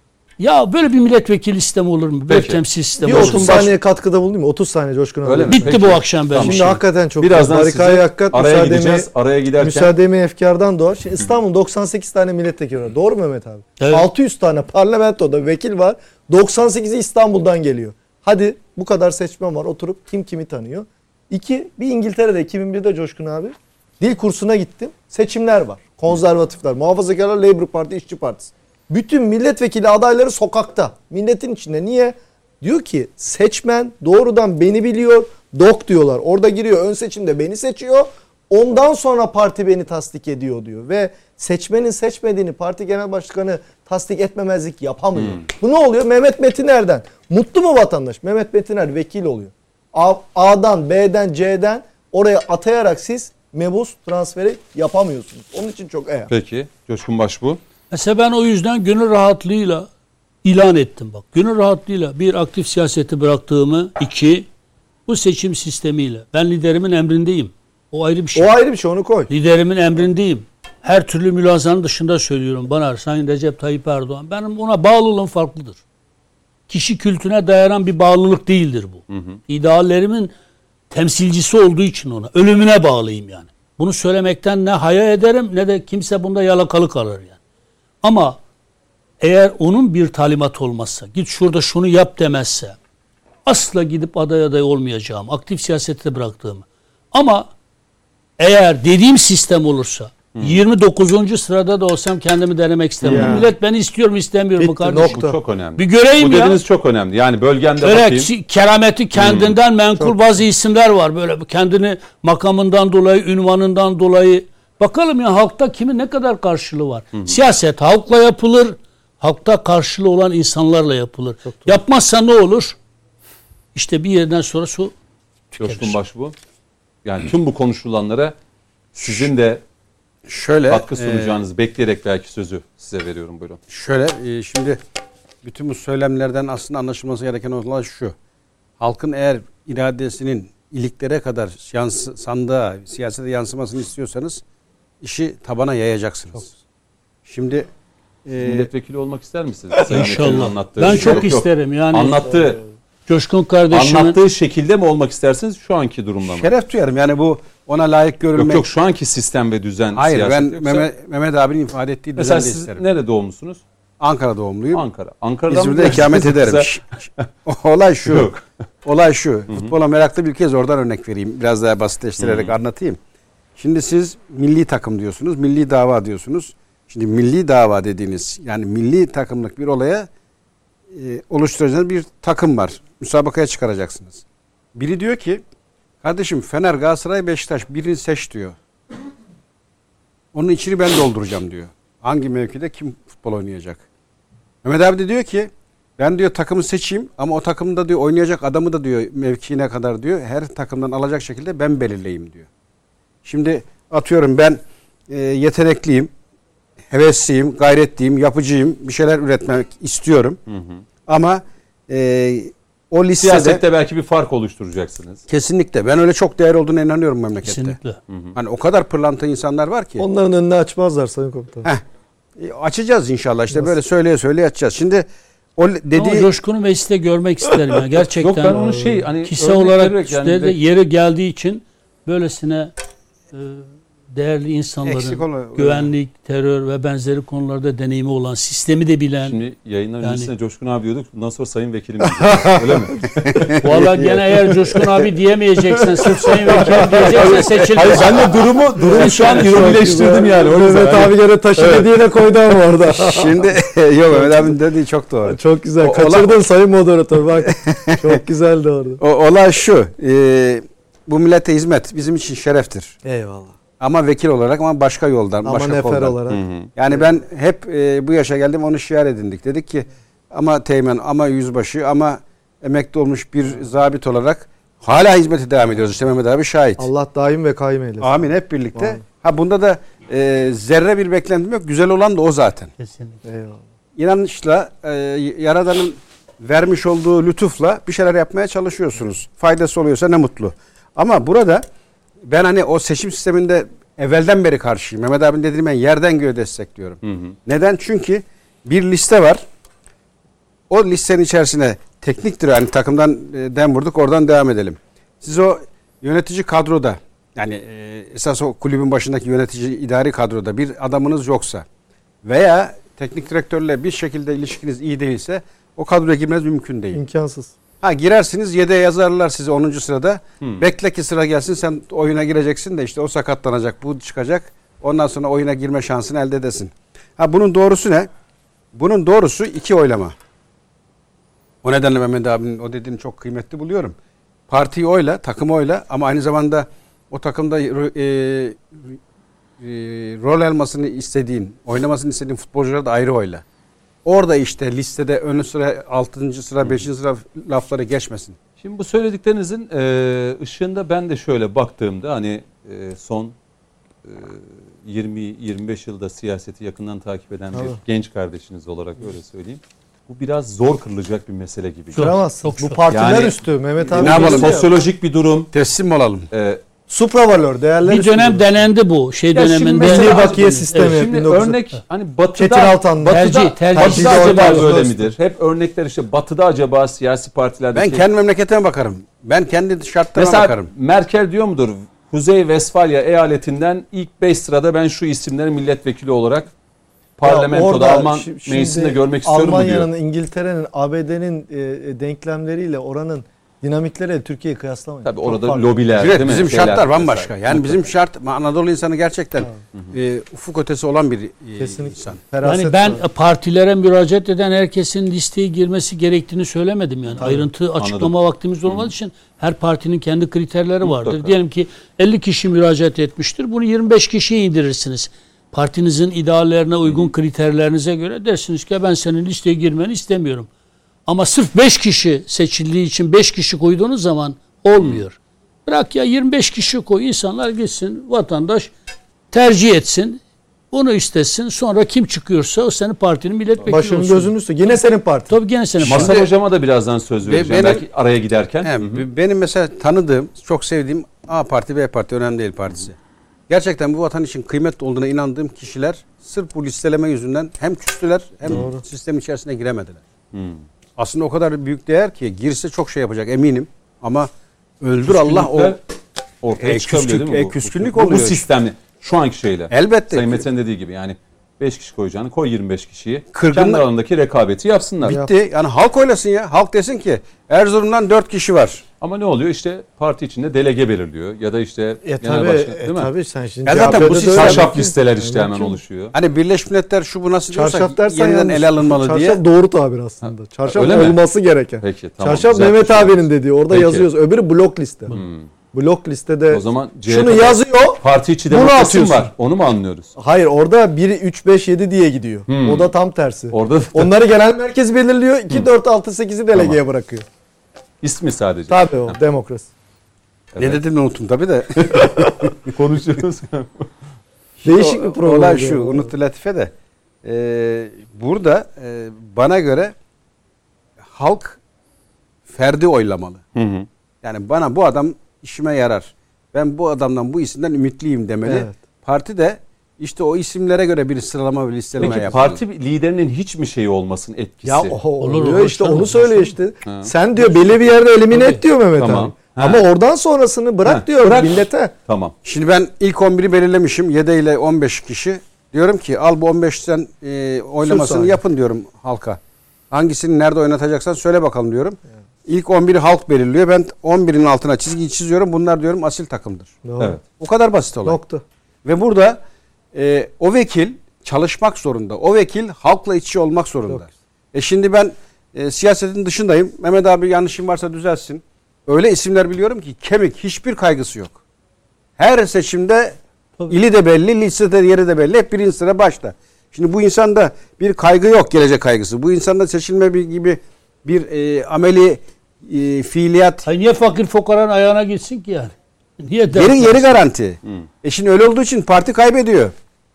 ya böyle bir milletvekili sistemi olur mu? Böyle Peki. temsil sistemi Bir olur mu? otuz saniye katkıda bulunayım mı? otuz saniye Coşkun abi. Öyle mi? Bitti Peki. bu akşam benim Tamam. Şimdi işim. hakikaten çok Birazdan harikayı size hakikat araya müsaademi, gideceğiz. Araya giderken müsaademi efkardan doğar. Şimdi İstanbul doksan sekiz tane milletvekili var. Doğru mu Mehmet abi? Evet. altı yüz tane parlamentoda vekil var. doksan sekizi İstanbul'dan geliyor. Hadi bu kadar seçmen var. Oturup kim kimi tanıyor? İki, bir İngiltere'de iki bin birde Coşkun abi dil kursuna gittim. Seçimler var. Konservatifler, muhafazakarlar, Labour Parti, İşçi Partisi. Bütün milletvekili adayları sokakta. Milletin içinde. Niye? Diyor ki seçmen doğrudan beni biliyor. Dok diyorlar. Orada giriyor. Ön seçimde beni seçiyor. Ondan sonra parti beni tasdik ediyor diyor. Ve seçmenin seçmediğini parti genel başkanı tasdik etmemezlik yapamıyor. Bu ne oluyor? Mehmet Metiner'den. Mutlu mu vatandaş? Mehmet Metiner vekil oluyor. A, A'dan, B'den, C'den oraya atayarak siz mebus transferi yapamıyorsunuz. Onun için çok eğer. peki Coşkun Başbuğ. Mesela ben o yüzden gönül rahatlığıyla ilan ettim bak. Gönül rahatlığıyla bir, aktif siyaseti bıraktığımı, iki, bu seçim sistemiyle ben liderimin emrindeyim. O ayrı bir şey. O ayrı bir şey, onu koy. Liderimin emrindeyim. Her türlü mülazanın dışında söylüyorum bana Sayın Recep Tayyip Erdoğan. Benim ona bağlılığım farklıdır. Kişi kültüne dayanan bir bağlılık değildir bu. Hı hı. İdeallerimin temsilcisi olduğu için ona. Ölümüne bağlıyım yani. Bunu söylemekten ne haya ederim ne de kimse bunda yalakalı kalır yani. Ama eğer onun bir talimat olmazsa, git şurada şunu yap demezse, asla gidip aday aday olmayacağım. Aktif siyasette bıraktığımı. Ama eğer dediğim sistem olursa, yirmi dokuzuncu sırada da olsam kendimi denemek istemiyorum. Ya. Millet beni istiyor mu istemiyor mu Bitti, kardeşim? Bu çok önemli. Bir göreyim Bu ya. dediğiniz çok önemli. Yani bölgende Öyle bakayım. ki- kerameti kendinden menkul bazı isimler var. Böyle kendini makamından dolayı, ünvanından dolayı. Bakalım ya halkta kimin ne kadar karşılığı var. Siyaset halkla yapılır. Halkta karşılığı olan insanlarla yapılır. Yapmazsa ne olur? İşte bir yerden sonra su Coşkun tükenir. Başbuğ. Yani tüm bu konuşulanlara sizin de Şöyle katkı e, sunacağınızı bekleyerek belki sözü size veriyorum. Buyurun. Şöyle e, şimdi bütün bu söylemlerden aslında anlaşılması gereken olan şu. Halkın eğer iradesinin iliklere kadar yansı, sandığa, siyasete yansımasını istiyorsanız işi tabana yayacaksınız. Şimdi e, Milletvekili olmak ister misiniz? Sayın Metin'in İnşallah. anlattığı Ben şey. çok Yok, yok. isterim yani. Anlattığı, Coşkun kardeşimin anlattığı şekilde mi olmak istersiniz şu anki durumda mı? şeref duyarım. Yani bu ona layık Yok görülmek. yok şu anki sistem ve düzen Hayır siyaset ben yoksa- Mehmet, Mehmet abinin ifade ettiği Mesela düzeni de siz isterim. nerede doğumlusunuz? Ankara doğumluyum. Ankara. Ankara'dan İzmir'de mı? ikamet ederim. Mesela- Olay şu. Yok. Olay şu. Futbola meraklı bir kez oradan örnek vereyim. Biraz daha basitleştirerek anlatayım. Şimdi siz milli takım diyorsunuz. Milli dava diyorsunuz. Şimdi milli dava dediğiniz yani milli takımlık bir olaya e, oluşturacağınız bir takım var. Müsabakaya çıkaracaksınız. Biri diyor ki kardeşim Fener, Galatasaray, Beşiktaş birini seç diyor. Onun içini ben dolduracağım diyor. Hangi mevkide kim futbol oynayacak? Mehmet abi de diyor ki ben diyor takımı seçeyim ama o takımda diyor oynayacak adamı da diyor mevkiine kadar diyor her takımdan alacak şekilde ben belirleyeyim diyor. Şimdi atıyorum ben e, yetenekliyim, hevesliyim, gayretliyim, yapıcıyım, bir şeyler üretmek istiyorum. Hı hı. Ama e, o listede siyasette belki bir fark oluşturacaksınız. Kesinlikle. Ben öyle çok değer olduğuna inanıyorum memlekette. Kesinlikle. Hı hı. Hani o kadar pırlanta insanlar var ki. Onların önünü açmazlar Sayın Komutanım. Heh. E, açacağız inşallah. İşte Nasıl? Böyle söyleye söyleye açacağız. Şimdi o dediği... Ama Coşkun'u mecliste görmek isterim. Yani. Gerçekten. Yok ben onu şey hani kişisel olarak yani de... yeri geldiği için böylesine e, değerli insanların güvenlik, terör ve benzeri konularda deneyimi olan, sistemi de bilen. Şimdi yayınlar yani, öncesinde Coşkun abi diyorduk. Bundan sonra Sayın Vekilim öyle mi? Valla gene eğer Coşkun abi diyemeyeceksen, sırf Sayın Vekilim diyeceksen seçildi. Hayır ben de durumu, durumu şu an ironileştirdim yani. O Mehmet abi gene taşı evet. dediğine koydu ama orada. Şimdi yok Mehmet abinin dediği çok doğru. Çok güzel. O, kaçırdın olay... Sayın Moderatör bak. Çok güzeldi orada. O, olay şu. E, bu millete hizmet bizim için şereftir. Eyvallah. Ama vekil olarak ama başka yoldan, ama başka nefer koldan. olarak. Hı hı. Yani ben hep e, bu yaşa geldim onu şiar edindik. Dedik ki ama teğmen, ama yüzbaşı, ama emekli olmuş bir zabit olarak hala hizmete devam ediyoruz. İşte Mehmet abi şahit. Allah daim ve kaim eylesin. Amin hep birlikte. Amin. Ha bunda da e, zerre bir beklentim yok. Güzel olan da o zaten. Kesinlikle. Eyvallah. İnanışla, e, Yaradan'ın vermiş olduğu lütufla bir şeyler yapmaya çalışıyorsunuz. Faydası oluyorsa ne mutlu. Ama burada ben hani o seçim sisteminde evvelden beri karşıyım. Mehmet abinin dediğim ben yerden göğe destekliyorum. Hı hı. Neden? Çünkü bir liste var. O listenin içerisine tekniktir. Yani takımdan dem vurduk oradan devam edelim. Siz o yönetici kadroda yani e, esas o kulübün başındaki yönetici idari kadroda bir adamınız yoksa veya teknik direktörle bir şekilde ilişkiniz iyi değilse o kadroya girmeniz mümkün değil. İmkansız. Ha girersiniz yedeğe yazarlar sizi onuncu sırada. Hmm. Bekle ki sıra gelsin sen oyuna gireceksin de işte o sakatlanacak, bu çıkacak. Ondan sonra oyuna girme şansını elde edesin. Ha bunun doğrusu ne? Bunun doğrusu iki oylama. O nedenle Mehmet abinin o dediğini çok kıymetli buluyorum. Partiyi oyla, takımı oyla ama aynı zamanda o takımda e, e, rol almasını istediğin, oynamasını istediğin futbolcuları da ayrı oyla. Orada işte listede ön sıra, altıncı sıra, beşinci sıra lafları geçmesin. Şimdi bu söylediklerinizin e, ışığında ben de şöyle baktığımda hani e, son e, yirmi yirmi beş yılda siyaseti yakından takip eden bir evet. genç kardeşiniz olarak öyle söyleyeyim. Bu biraz zor kırılacak bir mesele gibi. Kıramazsın. Bu partiler yani, üstü Mehmet abi. Ne yapalım? Sosyolojik bir durum. Teslim olalım. E, Supravalör değerler. Bir dönem denendi bu. Şey ya döneminde. Milli bakiye sistemi. Evet, şimdi örnek hani batıda batıda, tercih, tercih. batıda acaba böyle midir? Hep örnekler işte batıda acaba siyasi partilerde. Ben kendi memleketime bakarım. Ben kendi şartlarıma mesela bakarım. Merkel diyor mudur? Kuzey Vesfalya eyaletinden ilk beş sırada ben şu isimleri milletvekili olarak parlamentoda Alman meclisinde görmek istiyorum diyor. Almanya'nın, İngiltere'nin, A B D'nin e, denklemleriyle oranın dinamikleri Türkiye'yi kıyaslamayın. Tabii orada farklı. Lobiler evet, değil mi? Bizim Şeyler şartlar bambaşka. Mesela. Yani bizim şart Anadolu insanı gerçekten e, ufuk ötesi olan bir e, insan. Feraset yani ben var. Partilere müracaat eden herkesin listeye girmesi gerektiğini söylemedim yani. Tabii. Ayrıntı açıklama Anladım. vaktimiz olmadığı için her partinin kendi kriterleri vardır. Mutlaka. Diyelim ki elli kişi müracaat etmiştir. Bunu yirmi beş kişiye indirirsiniz. Partinizin ideallerine uygun Hı. kriterlerinize göre dersiniz ki ben senin listeye girmeni istemiyorum. Ama sırf beş kişi seçildiği için beş kişi koyduğunuz zaman olmuyor. Bırak ya yirmi beş kişi koy, insanlar gitsin, vatandaş tercih etsin, onu istesin. Sonra kim çıkıyorsa o senin partinin milletvekili Başının olsun. Başının gözünün üstü. Yine senin parti. Tabii yine senin parti. Masal hocama da birazdan söz vereceğim. Benim, belki araya giderken. He, benim mesela tanıdığım, çok sevdiğim A parti, B parti, önemli değil partisi. Gerçekten bu vatan için kıymetli olduğuna inandığım kişiler sırf bu listeleme yüzünden hem küstüler hem Doğru. sistem içerisine giremediler. Hmm. Aslında o kadar büyük değer ki girse çok şey yapacak eminim ama öldür Allah o ortaya e, çıkabiliyor değil mi? E, bu, küskünlük bu, oluyor. Bu sistemli şu anki şeyle. Elbette. Sayın Metin dediği gibi yani beş kişi koyacağını koy yirmi beş kişiyi. Kırgınlık, kendi aralarındaki rekabeti yapsınlar. Bitti. Yani halk oylasın ya. Halk desin ki Erzurum'dan dört kişi var. Ama ne oluyor? İşte parti içinde delege belirliyor ya da işte e, genel başkan değil e, mi? Tabii sen şimdi ya zaten bu çarşaf listeler işte hemen oluşuyor. Hani Birleşmiş Milletler şu bu nasıl çarşaf diyorsa yeniden ele alınmalı çarşaf diye. Çarşaf doğru tabir aslında. Çarşaf öyle olması mi? gereken. Peki, tamam, çarşaf Mehmet abinin dediği. Orada Peki. yazıyoruz. Öbürü blok liste. Hmm. blok listede O zaman C H şunu P'de yazıyor. parti içi bunu demokrasi atıyorsun. var. Onu mu anlıyoruz? Hayır, orada bir üç beş yedi diye gidiyor. Hmm. O da tam tersi. Orada Onları genel merkez belirliyor. iki dört altı sekizi delegeye Tamam. bırakıyor. ismi sadece. Tabii o demokrasi. Ne dedim unuttum tabii de. Konuşuyoruz. Değişik O- bir program. Olay şu, unuttu Latife de. Ee, burada e, bana göre halk ferdi oylamalı. Hı hı. Yani bana bu adam işime yarar. Ben bu adamdan, bu isimden ümitliyim demeli. Evet. Parti de işte o isimlere göre bir sıralama ve listeleme Peki yapmalı. parti liderinin hiç mi şeyi olmasın, etkisi? Ya o Olur, oluyor olur, işte tabii. onu söylüyor işte. Ha. Sen diyor belli bir yerde elimine Tabii. et diyor Mehmet Tamam. abi. Ha. Ama oradan sonrasını bırak Ha, diyor bırak. millete. Tamam. Şimdi ben ilk on biri belirlemişim. yedi ile on beş kişi. Diyorum ki al bu on beşten e, oylamasını saniye. yapın diyorum halka. Hangisini nerede oynatacaksan söyle bakalım diyorum. İlk on biri halk belirliyor. Ben on birin altına çizgi çiziyorum. Bunlar diyorum asil takımdır. Doğru. Evet. O kadar basit olay. Nokta. Ve burada e, o vekil çalışmak zorunda. O vekil halkla iç içe olmak zorunda. Yok. E şimdi ben e, siyasetin dışındayım. Mehmet abi yanlışım varsa düzelsin. Öyle isimler biliyorum ki kemik, hiçbir kaygısı yok. Her seçimde Tabii. ili de belli, listede yeri de belli. Hep birinci sıra başta. Şimdi bu insanda bir kaygı yok, gelecek kaygısı. Bu insanda seçilme bir, gibi bir e, ameli e, fiiliyat Hayır, niye fakir fukaranın ayağına gitsin ki yani? Niye yeri, dert yeri etsin? garanti. E şimdi öyle olduğu için parti kaybediyor.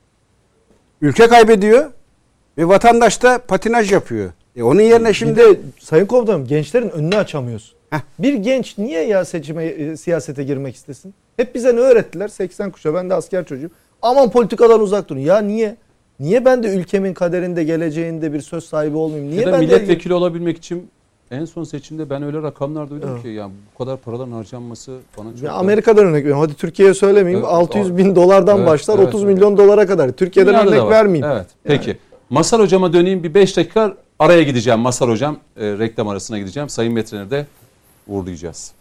Ülke kaybediyor ve vatandaş da patinaj yapıyor. E onun yerine Şimdi şimdi Sayın Komutanım gençlerin önünü açamıyorsun. Heh. Bir genç niye ya seçime e, siyasete girmek istesin? Hep bize ne öğrettiler? seksen kuşa, ben de asker çocuğum. Aman politikadan uzak durun. Ya niye? Niye ben de ülkemin kaderinde, geleceğinde bir söz sahibi olmayayım? Niye Ya da ben de milletvekili olabilmek için en son seçimde ben öyle rakamlar duydum Evet. ki ya bu kadar paraların harcanması bana çok... Ya Amerika'dan örnek veriyorum. Hadi Türkiye'ye söylemeyeyim. Evet, altı yüz bin dolardan evet, başlar evet, otuz evet. milyon dolara kadar. Türkiye'den Dünyada da örnek var. vermeyeyim. Evet. Peki. Masar hocama döneyim, bir beş dakika araya gideceğim. Masar hocam e, reklam arasına gideceğim. Sayın Veteriner'i de uğurlayacağız.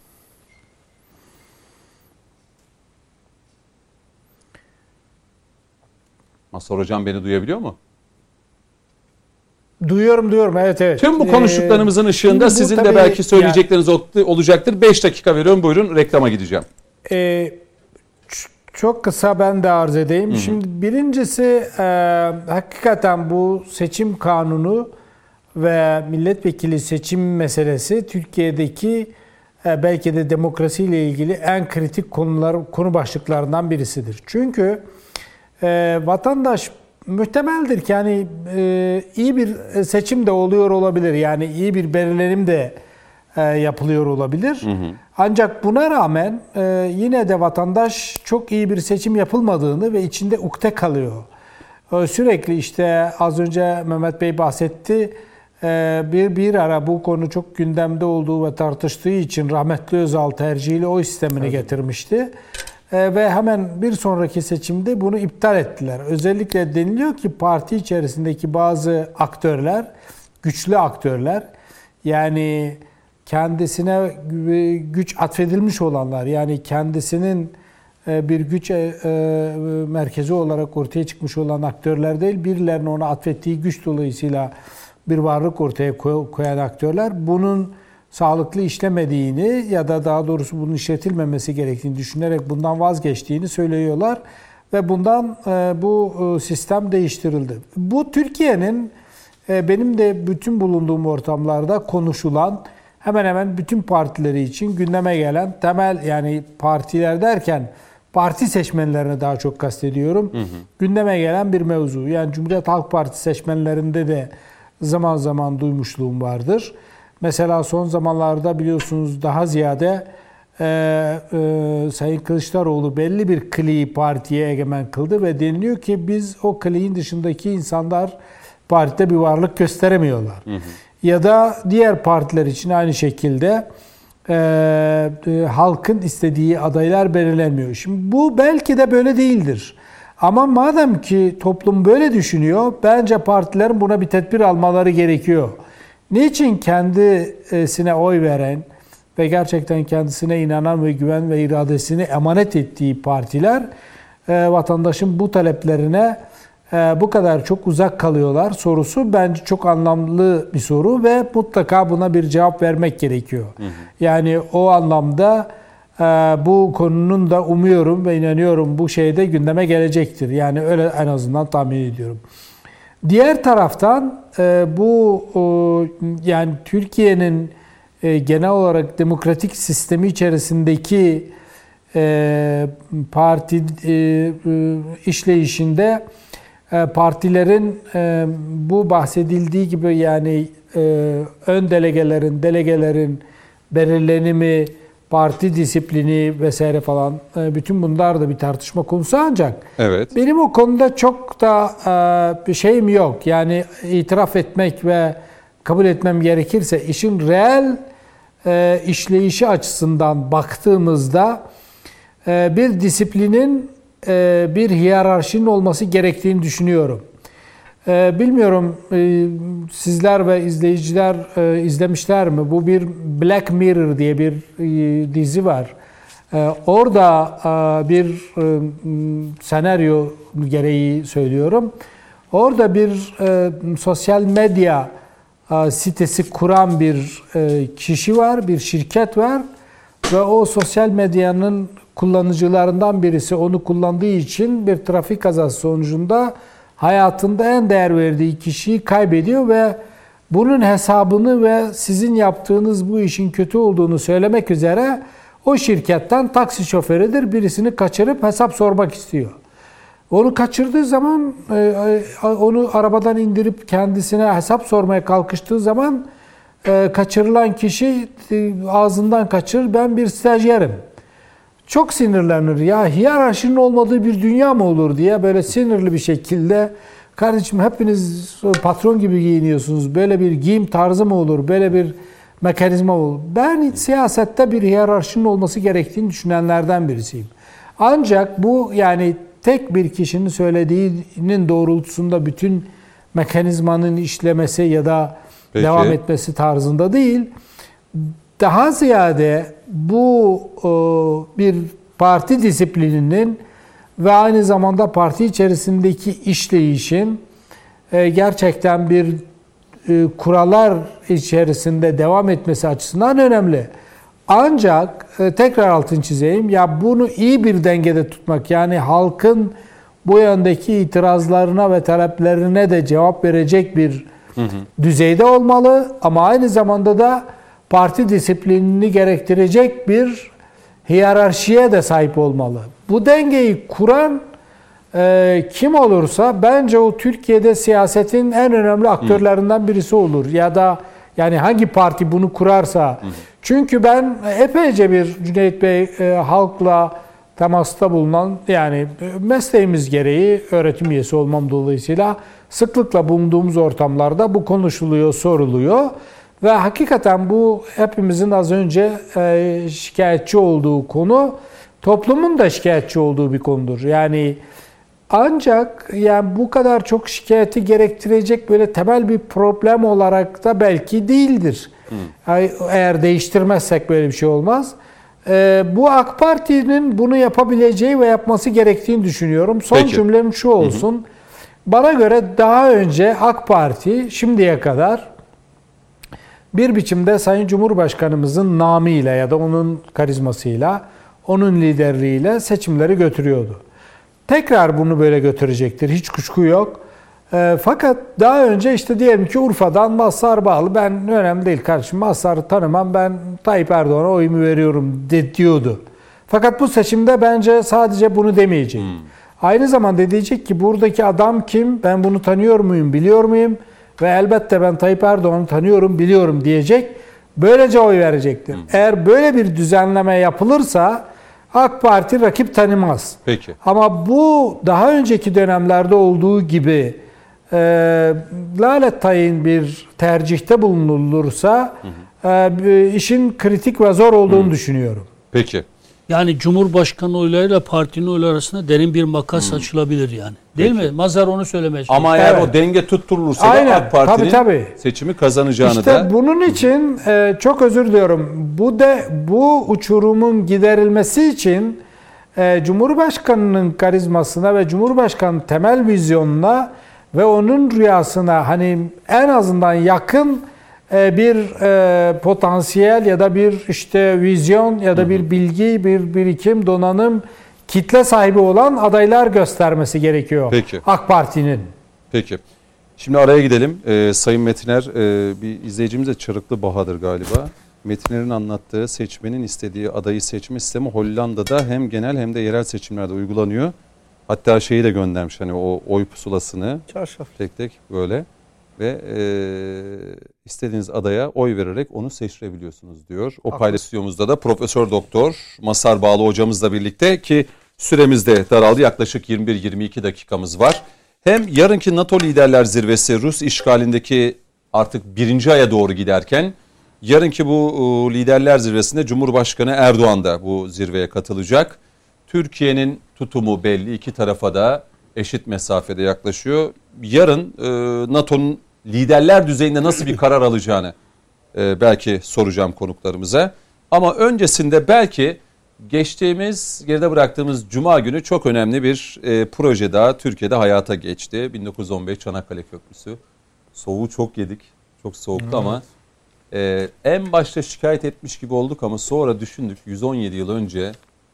Masar hocam beni duyabiliyor mu? Duyuyorum duyuyorum evet evet. Tüm bu konuştuklarımızın Ee, ışığında şimdi bu sizin de tabii belki söyleyecekleriniz olacaktır. beş dakika veriyorum, buyurun, reklama gideceğim. Ee, ç- çok kısa ben de arz edeyim. Şimdi birincisi e, hakikaten bu seçim kanunu ve milletvekili seçim meselesi Türkiye'deki e, belki de demokrasiyle ilgili en kritik konular konu başlıklarından birisidir. Çünkü e, vatandaş muhtemeldir ki hani e, iyi bir seçim de oluyor olabilir. Yani iyi bir belirlenim de e, yapılıyor olabilir. Hı hı. Ancak buna rağmen e, yine de vatandaş çok iyi bir seçim yapılmadığını ve içinde ukde kalıyor. E, sürekli işte az önce Mehmet Bey bahsetti. E, bir bir ara bu konu çok gündemde olduğu ve tartıştığı için rahmetli Özal tercihiyle oy sistemini evet. getirmişti. E, ve hemen bir sonraki seçimde bunu iptal ettiler. Özellikle deniliyor ki parti içerisindeki bazı aktörler, güçlü aktörler, yani kendisine güç atfedilmiş olanlar, yani kendisinin bir güç merkezi olarak ortaya çıkmış olan aktörler değil, birilerinin ona atfettiği güç dolayısıyla bir varlık ortaya koyan aktörler bunun sağlıklı işlemediğini ya da daha doğrusu bunun işletilmemesi gerektiğini düşünerek bundan vazgeçtiğini söylüyorlar ve bundan bu sistem değiştirildi. Bu Türkiye'nin benim de bütün bulunduğum ortamlarda konuşulan, hemen hemen bütün partileri için gündeme gelen temel, yani partiler derken parti seçmenlerini daha çok kastediyorum. Hı hı. Gündeme gelen bir mevzu. Yani Cumhuriyet Halk Partisi seçmenlerinde de zaman zaman duymuşluğum vardır. Mesela son zamanlarda biliyorsunuz daha ziyade e, e, Sayın Kılıçdaroğlu belli bir kliği partiye egemen kıldı ve deniliyor ki biz o kliğin dışındaki insanlar partide bir varlık gösteremiyorlar. Hı hı. Ya da diğer partiler için aynı şekilde e, e, halkın istediği adaylar belirlenmiyor. Şimdi bu belki de böyle değildir. Ama madem ki toplum böyle düşünüyor, bence partilerin buna bir tedbir almaları gerekiyor. Niçin kendisine oy veren ve gerçekten kendisine inanan ve güven ve iradesini emanet ettiği partiler e, vatandaşın bu taleplerine e, bu kadar çok uzak kalıyorlar sorusu bence çok anlamlı bir soru ve mutlaka buna bir cevap vermek gerekiyor. Hı hı. Yani o anlamda bu konunun da umuyorum ve inanıyorum bu şeyde gündeme gelecektir. Yani öyle en azından tahmin ediyorum. Diğer taraftan bu yani Türkiye'nin genel olarak demokratik sistemi içerisindeki parti işleyişinde partilerin bu bahsedildiği gibi yani ön delegelerin, delegelerin belirlenimi, parti disiplini vesaire falan bütün bunlar da bir tartışma konusu ancak evet. benim o konuda çok da bir şeyim yok. Yani itiraf etmek ve kabul etmem gerekirse işin reel işleyişi açısından baktığımızda bir disiplinin bir hiyerarşinin olması gerektiğini düşünüyorum. Bilmiyorum sizler ve izleyiciler izlemişler mi? Bu bir Black Mirror diye bir dizi var. Orada bir senaryo gereği söylüyorum. Orada bir sosyal medya sitesi kuran bir kişi var, bir şirket var ve o sosyal medyanın kullanıcılarından birisi onu kullandığı için bir trafik kazası sonucunda hayatında en değer verdiği kişiyi kaybediyor ve bunun hesabını ve sizin yaptığınız bu işin kötü olduğunu söylemek üzere o şirketten taksi şoförüdür birisini kaçırıp hesap sormak istiyor. Onu kaçırdığı zaman, onu arabadan indirip kendisine hesap sormaya kalkıştığı zaman kaçırılan kişi ağzından kaçırır, ben bir stajyerim. Çok sinirlenir. Ya hiyerarşinin olmadığı bir dünya mı olur diye böyle sinirli bir şekilde kardeşim hepiniz patron gibi giyiniyorsunuz. Böyle bir giyim tarzı mı olur? Böyle bir mekanizma mı olur? Ben siyasette bir hiyerarşinin olması gerektiğini düşünenlerden birisiyim. Ancak bu yani tek bir kişinin söylediğinin doğrultusunda bütün mekanizmanın işlemesi ya da Peki. devam etmesi tarzında değil. Daha ziyade bu bir parti disiplininin ve aynı zamanda parti içerisindeki işleyişin gerçekten bir kurallar içerisinde devam etmesi açısından önemli. Ancak tekrar altını çizeyim, ya bunu iyi bir dengede tutmak, yani halkın bu yöndeki itirazlarına ve taleplerine de cevap verecek bir hı hı. düzeyde olmalı ama aynı zamanda da parti disiplinini gerektirecek bir hiyerarşiye de sahip olmalı. Bu dengeyi kuran e, kim olursa bence o Türkiye'de siyasetin en önemli aktörlerinden birisi olur. Ya da yani hangi parti bunu kurarsa. Hı hı. Çünkü ben epeyce bir Cüneyt Bey e, halkla temasta bulunan, yani mesleğimiz gereği öğretim üyesi olmam dolayısıyla sıklıkla bulunduğumuz ortamlarda bu konuşuluyor, soruluyor. Ve hakikaten bu hepimizin az önce e, şikayetçi olduğu konu, toplumun da şikayetçi olduğu bir konudur. Yani ancak yani bu kadar çok şikayeti gerektirecek böyle temel bir problem olarak da belki değildir. Hmm. Eğer değiştirmezsek böyle bir şey olmaz. E, bu AK Parti'nin bunu yapabileceği ve yapması gerektiğini düşünüyorum. Son Peki. cümlem şu olsun. Hı hı. Bana göre daha önce AK Parti şimdiye kadar bir biçimde Sayın Cumhurbaşkanımızın namıyla ya da onun karizmasıyla, onun liderliğiyle seçimleri götürüyordu. Tekrar bunu böyle götürecektir, hiç kuşku yok. E, fakat daha önce işte diyelim ki Urfa'dan Mazhar Bağlı, ben önemli değil kardeşim Mazhar'ı tanımam, ben Tayyip Erdoğan'a oyumu veriyorum de, diyordu. Fakat bu seçimde bence sadece bunu demeyecek. Hmm. Aynı zamanda diyecek ki buradaki adam kim, ben bunu tanıyor muyum, biliyor muyum? Ve elbette ben Tayyip Erdoğan'ı tanıyorum, biliyorum diyecek. Böylece oy verecektir. Hı. Eğer böyle bir düzenleme yapılırsa AK Parti rakip tanımaz. Peki. Ama bu daha önceki dönemlerde olduğu gibi e, lalet tayin bir tercihte bulunulursa hı hı. E, işin kritik ve zor olduğunu hı. düşünüyorum. Peki. Yani Cumhurbaşkanı oylarıyla partinin oyları arasında derin bir makas hmm. açılabilir yani. Değil Peki. mi? Mazhar onu söylemeye çalışıyor. Ama eğer evet. o denge tutturulursa Aynen. da AK Parti'nin tabii, tabii. seçimi kazanacağını işte da... İşte bunun için e, çok özür diliyorum. Bu de bu uçurumun giderilmesi için e, Cumhurbaşkanının karizmasına ve Cumhurbaşkanının temel vizyonuna ve onun rüyasına hani en azından yakın bir e, potansiyel ya da bir işte vizyon ya da bir bilgi, bir birikim, donanım, kitle sahibi olan adaylar göstermesi gerekiyor. Peki. AK Parti'nin. Peki. Şimdi araya gidelim. Ee, Sayın Metiner, e, bir izleyicimiz de Çarıklı Bahadır galiba. Metiner'in anlattığı seçmenin istediği adayı seçme sistemi Hollanda'da hem genel hem de yerel seçimlerde uygulanıyor. Hatta şeyi de göndermiş, hani o oy pusulasını Çarşaf. tek tek böyle ve e, istediğiniz adaya oy vererek onu seçirebiliyorsunuz diyor. O paylaşımımızda da Profesör Doktor Masar Bağlı hocamızla birlikte, ki süremiz de daraldı, yaklaşık yirmi bir yirmi iki dakikamız var. Hem yarınki NATO Liderler Zirvesi Rus işgalindeki artık birinci aya doğru giderken, yarınki bu Liderler Zirvesi'nde Cumhurbaşkanı Erdoğan da bu zirveye katılacak. Türkiye'nin tutumu belli, iki tarafa da eşit mesafede yaklaşıyor. Yarın e, NATO'nun liderler düzeyinde nasıl bir karar alacağını e, belki soracağım konuklarımıza. Ama öncesinde belki geçtiğimiz, geride bıraktığımız Cuma günü çok önemli bir e, proje daha Türkiye'de hayata geçti. bin dokuz yüz on beş Çanakkale Köprüsü. Soğuğu çok yedik, çok soğuktu evet. ama e, en başta şikayet etmiş gibi olduk ama sonra düşündük, yüz on yedi yıl önce,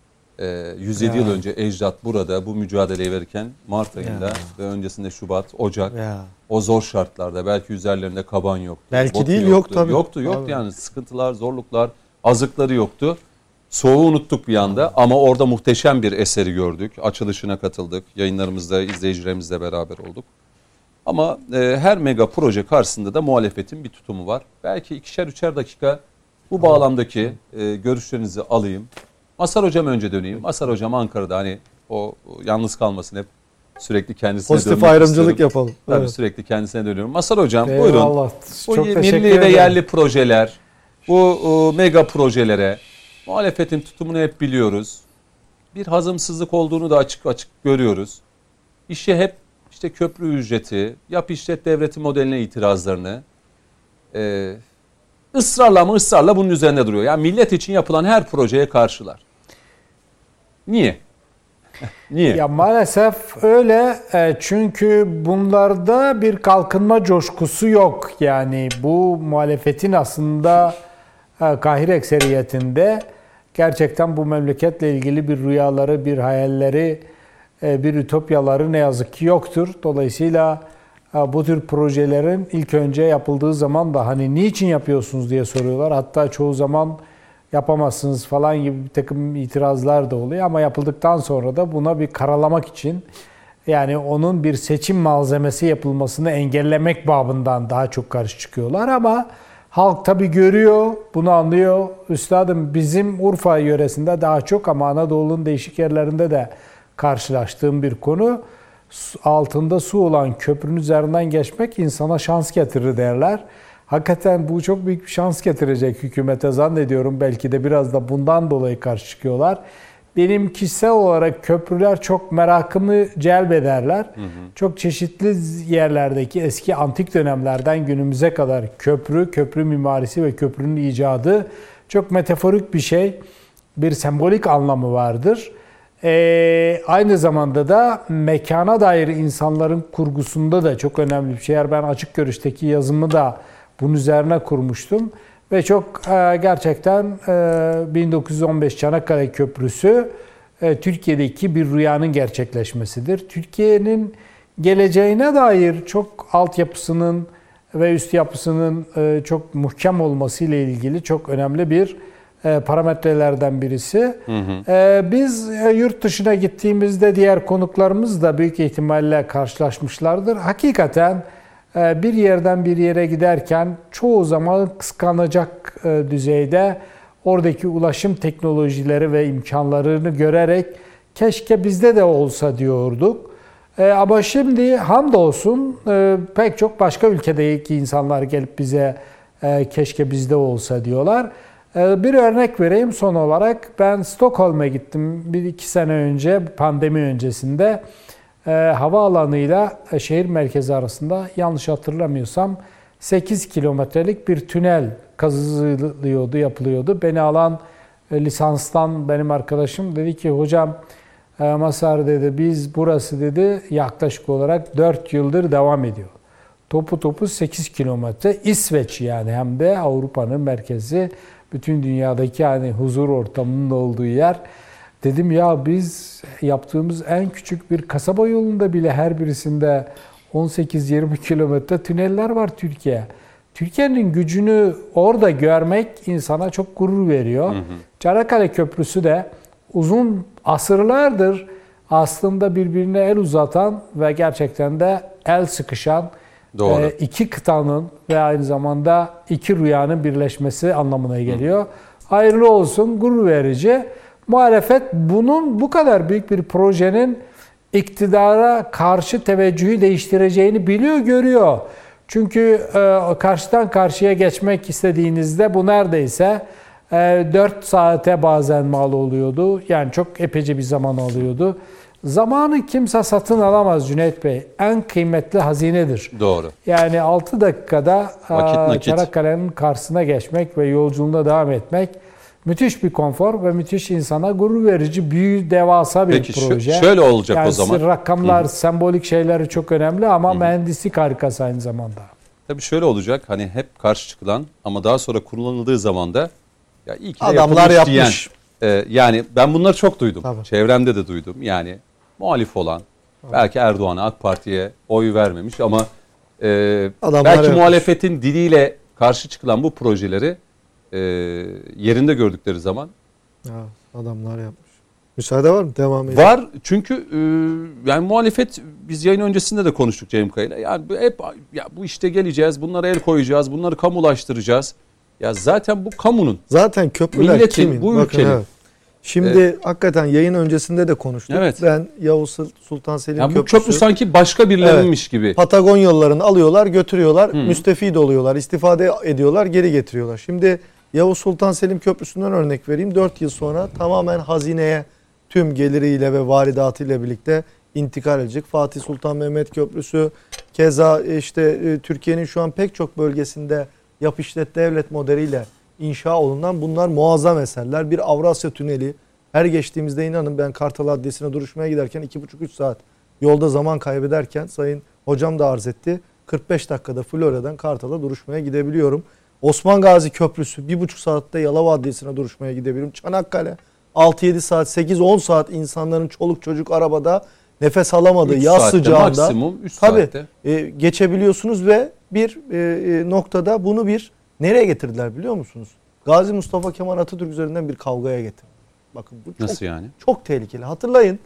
yüz yedi ya. yıl önce ecdat burada bu mücadeleyi verirken Mart ayında ya. ve öncesinde Şubat, Ocak, ya. o zor şartlarda, belki üzerlerinde kaban yoktu. Belki değil, yok tabii. Yoktu, yoktu yani sıkıntılar, zorluklar, azıkları yoktu. Soğuğu unuttuk bir anda ama orada muhteşem bir eseri gördük. Açılışına katıldık, yayınlarımızda izleyicilerimizle beraber olduk. Ama e, her mega proje karşısında da muhalefetin bir tutumu var. Belki ikişer üçer dakika bu bağlamdaki e, görüşlerinizi alayım. Masar Hocam önce döneyim. Masar Hocam Ankara'da, hani o, o yalnız kalmasın, hep sürekli kendisine pozitif ayrımcılık istiyorum. yapalım. Tabii evet. sürekli kendisine dönüyorum. Masar Hocam Eyvallah. buyurun. Bu Çok milli ve yerli projeler, bu o, mega projelere muhalefetin tutumunu hep biliyoruz. Bir hazımsızlık olduğunu da açık açık görüyoruz. İşe hep işte köprü ücreti, yap işlet devleti modeline itirazlarını e, ısrarla ama ısrarla bunun üzerinde duruyor. Yani millet için yapılan her projeye karşılar. Niye? Niye? Ya maalesef öyle, çünkü bunlarda bir kalkınma coşkusu yok. Yani bu muhalefetin aslında kahir ekseriyetinde gerçekten bu memleketle ilgili bir rüyaları, bir hayalleri, bir ütopyaları ne yazık ki yoktur. Dolayısıyla bu tür projelerin ilk önce yapıldığı zaman da hani niçin yapıyorsunuz diye soruyorlar. Hatta çoğu zaman yapamazsınız falan gibi bir takım itirazlar da oluyor. Ama yapıldıktan sonra da buna bir karalamak için, yani onun bir seçim malzemesi yapılmasını engellemek babından daha çok karşı çıkıyorlar. Ama halk tabii görüyor, bunu anlıyor. Üstadım, bizim Urfa yöresinde daha çok ama Anadolu'nun değişik yerlerinde de karşılaştığım bir konu. Altında su olan köprünün üzerinden geçmek insana şans getirir derler. Hakikaten bu çok büyük bir şans getirecek hükümete zannediyorum. Belki de biraz da bundan dolayı karşı çıkıyorlar. Benim kişisel olarak köprüler çok merakımı celbederler. Hı hı. Çok çeşitli yerlerdeki eski antik dönemlerden günümüze kadar köprü, köprü mimarisi ve köprünün icadı çok metaforik bir şey. Bir sembolik anlamı vardır. Ee, aynı zamanda da mekana dair insanların kurgusunda da çok önemli bir şey. Ben Açık Görüş'teki yazımı da bunun üzerine kurmuştum. Ve çok e, gerçekten e, bin dokuz yüz on beş Çanakkale Köprüsü e, Türkiye'deki bir rüyanın gerçekleşmesidir. Türkiye'nin geleceğine dair çok altyapısının ve üst yapısının e, çok muhkem olması ile ilgili çok önemli bir e, parametrelerden birisi. Hı hı. E, biz e, yurt dışına gittiğimizde diğer konuklarımız da büyük ihtimalle karşılaşmışlardır. Hakikaten bir yerden bir yere giderken çoğu zaman kıskanacak düzeyde oradaki ulaşım teknolojileri ve imkanlarını görerek keşke bizde de olsa diyorduk. Ama şimdi hamdolsun pek çok başka ülkedeki insanlar gelip bize keşke bizde olsa diyorlar. Bir örnek vereyim son olarak. Ben Stockholm'a gittim bir iki sene önce, pandemi öncesinde. E, havaalanıyla e, şehir merkezi arasında yanlış hatırlamıyorsam sekiz kilometrelik bir tünel kazılıyordu, yapılıyordu. Beni alan e, lisanstan benim arkadaşım dedi ki hocam e, Masar dedi biz burası dedi yaklaşık olarak dört yıldır devam ediyor. topu topu sekiz kilometre. İsveç yani hem de Avrupa'nın merkezi. Bütün dünyadaki yani huzur ortamının olduğu yer. Dedim ya biz yaptığımız en küçük bir kasaba yolunda bile her birisinde on sekiz yirmi kilometre tüneller var Türkiye. Türkiye'nin gücünü orada görmek insana çok gurur veriyor. Hı hı. Çanakkale Köprüsü de uzun asırlardır aslında birbirine el uzatan ve gerçekten de el sıkışan e, iki kıtanın ve aynı zamanda iki rüyanın birleşmesi anlamına geliyor. Hı. Hayırlı olsun, gurur verici. Muhalefet bunun bu kadar büyük bir projenin iktidara karşı teveccühü değiştireceğini biliyor, görüyor. Çünkü e, karşıdan karşıya geçmek istediğinizde bu neredeyse e, dört saate bazen mal oluyordu. Yani çok epeyce bir zaman alıyordu. Zamanı kimse satın alamaz Cüneyt Bey. En kıymetli hazinedir. Doğru. Yani altı dakikada e, Çanakkale'nin karşısına geçmek ve yolculuğuna devam etmek müthiş bir konfor ve müthiş insana gurur verici, büyük, devasa bir Peki, proje. Peki şöyle olacak yani o zaman. Rakamlar, Hı-hı. sembolik şeyleri çok önemli ama Hı-hı. mühendislik harikası aynı zamanda. Tabii şöyle olacak, hani hep karşı çıkılan ama daha sonra kullanıldığı zaman da ya iyi ki de adamlar yapmış, yapmış. Diyen, e, yani ben bunları çok duydum. Tabii. Çevremde de duydum. Yani muhalif olan, Tabii. belki Erdoğan'a, AK Parti'ye oy vermemiş ama e, belki yapmış. Muhalefetin diliyle karşı çıkılan bu projeleri e, yerinde gördükleri zaman. Ya, adamlar yapmış. Müsaade var mı? Devam edelim. Var çünkü e, yani muhalefet, biz yayın öncesinde de konuştuk Cem Kaya'yla. Yani hep ya bu işte geleceğiz, bunlara el koyacağız, bunları kamulaştıracağız. Ya zaten bu kamunun. Zaten köprüler milletin, kimin? bu Bakın, ülkenin. Evet. Şimdi evet. hakikaten yayın öncesinde de konuştuk. Evet. Ben Yavuz Sultan Selim yani Köprüsü. Bu köprü sanki başka birilerinmiş evet. gibi. Patagon yollarını alıyorlar, götürüyorlar, hmm. müstefid oluyorlar, istifade ediyorlar, geri getiriyorlar. Şimdi Yavuz Sultan Selim Köprüsü'nden örnek vereyim. dört yıl sonra tamamen hazineye tüm geliriyle ve varidatıyla birlikte intikal edecek. Fatih Sultan Mehmet Köprüsü, keza işte Türkiye'nin şu an pek çok bölgesinde yap işlet devlet modeliyle inşa olunan bunlar muazzam eserler. Bir Avrasya Tüneli. Her geçtiğimizde inanın ben Kartal Adliyesi'ne duruşmaya giderken iki buçuk üç saat yolda zaman kaybederken Sayın Hocam da arz etti. kırk beş dakikada Florya'dan Kartal'a duruşmaya gidebiliyorum. Osman Gazi Köprüsü bir buçuk saatte Yalova Adliyesi'ne duruşmaya gidebilirim. Çanakkale altı yedi saat, sekiz on saat insanların çoluk çocuk arabada nefes alamadığı yaz sıcağında maksimum üç tabii, saatte e, geçebiliyorsunuz ve bir e, noktada bunu bir nereye getirdiler biliyor musunuz? Gazi Mustafa Kemal Atatürk üzerinden bir kavgaya getirdi. Bakın bu çok, Nasıl yani? Çok tehlikeli. Hatırlayın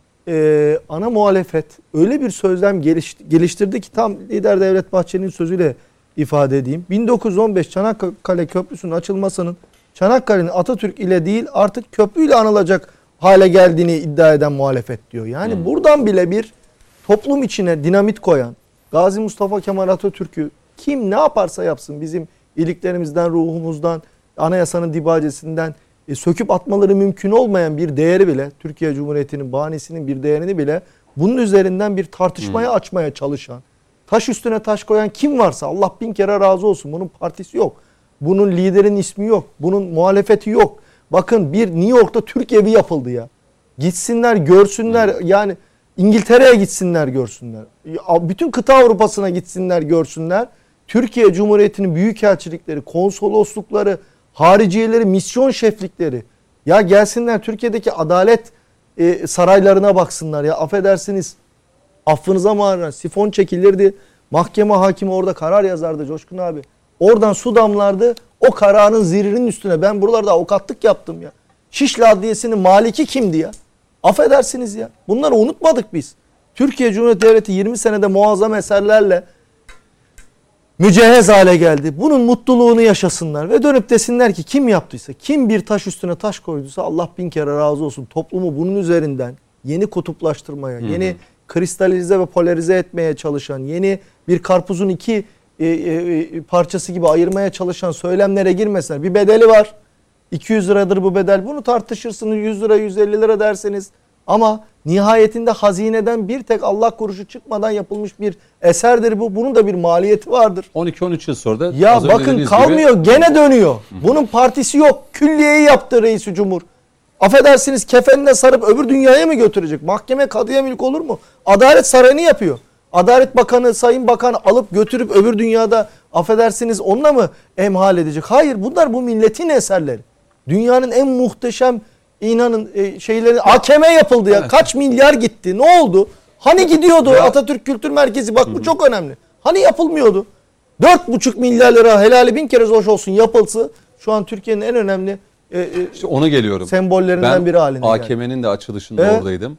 e, ana muhalefet öyle bir sözlem geliş, geliştirdi ki tam lider Devlet Bahçeli'nin sözüyle ifade edeyim. bin dokuz yüz on beş Çanakkale Köprüsü'nün açılmasının Çanakkale'nin Atatürk ile değil artık köprüyle anılacak hale geldiğini iddia eden muhalefet diyor. Yani hmm. buradan bile bir toplum içine dinamit koyan Gazi Mustafa Kemal Atatürk'ü kim ne yaparsa yapsın bizim iliklerimizden, ruhumuzdan, anayasanın dibacesinden e, söküp atmaları mümkün olmayan bir değeri bile, Türkiye Cumhuriyeti'nin bahanesinin bir değerini bile bunun üzerinden bir tartışmaya hmm. açmaya çalışan, taş üstüne taş koyan kim varsa Allah bin kere razı olsun. Bunun partisi yok. Bunun liderin ismi yok. Bunun muhalefeti yok. Bakın bir New York'ta Türk evi yapıldı ya. Gitsinler görsünler hmm. yani İngiltere'ye gitsinler görsünler. Bütün kıta Avrupa'sına gitsinler görsünler. Türkiye Cumhuriyeti'nin büyükelçilikleri, konsoloslukları, hariciyeleri, misyon şeflikleri. Ya gelsinler Türkiye'deki adalet e, saraylarına baksınlar ya. Affedersiniz. Affınıza mağaran sifon çekilirdi. Mahkeme hakimi orada karar yazardı Coşkun abi. Oradan su damlardı. O kararın zirinin üstüne. Ben buralarda avukatlık yaptım ya. Şişli Adliyesi'nin maliki kimdi ya? Affedersiniz ya. Bunları unutmadık biz. Türkiye Cumhuriyeti Devleti yirmi senede muazzam eserlerle mücehhez hale geldi. Bunun mutluluğunu yaşasınlar ve dönüp desinler ki kim yaptıysa, kim bir taş üstüne taş koyduysa Allah bin kere razı olsun. Toplumu bunun üzerinden yeni kutuplaştırmaya, hı hı. yeni kristalize ve polarize etmeye çalışan, yeni bir karpuzun iki e, e, parçası gibi ayırmaya çalışan söylemlere girmesinler. Bir bedeli var. iki yüz liradır bu bedel. Bunu tartışırsınız. yüz lira, yüz elli lira derseniz. Ama nihayetinde hazineden bir tek Allah kuruşu çıkmadan yapılmış bir eserdir bu. Bunun da bir maliyeti vardır. on iki on üç yıl sonra da ya bakın kalmıyor gibi... gene dönüyor. Bunun partisi yok. Külliyeyi yaptı Reis-i Cumhur. Affedersiniz kefenine sarıp öbür dünyaya mı götürecek? Mahkeme kadıya mülk olur mu? Adalet sarayını yapıyor. Adalet Bakanı, Sayın Bakan alıp götürüp öbür dünyada affedersiniz onunla mı emhal edecek? Hayır, bunlar bu milletin eserleri. Dünyanın en muhteşem inanın e, şeyleri A K M yapıldı ya. Evet. Kaç milyar gitti? Ne oldu? Hani gidiyordu ya. Atatürk Kültür Merkezi? Bak bu çok önemli. Hani yapılmıyordu? dört buçuk milyar lira helali bin kere hoş olsun yapılsı şu an Türkiye'nin en önemli e, e, işte ona geliyorum. Sembollerinden ben biri halinde. A K M'nin de açılışında evet. oradaydım.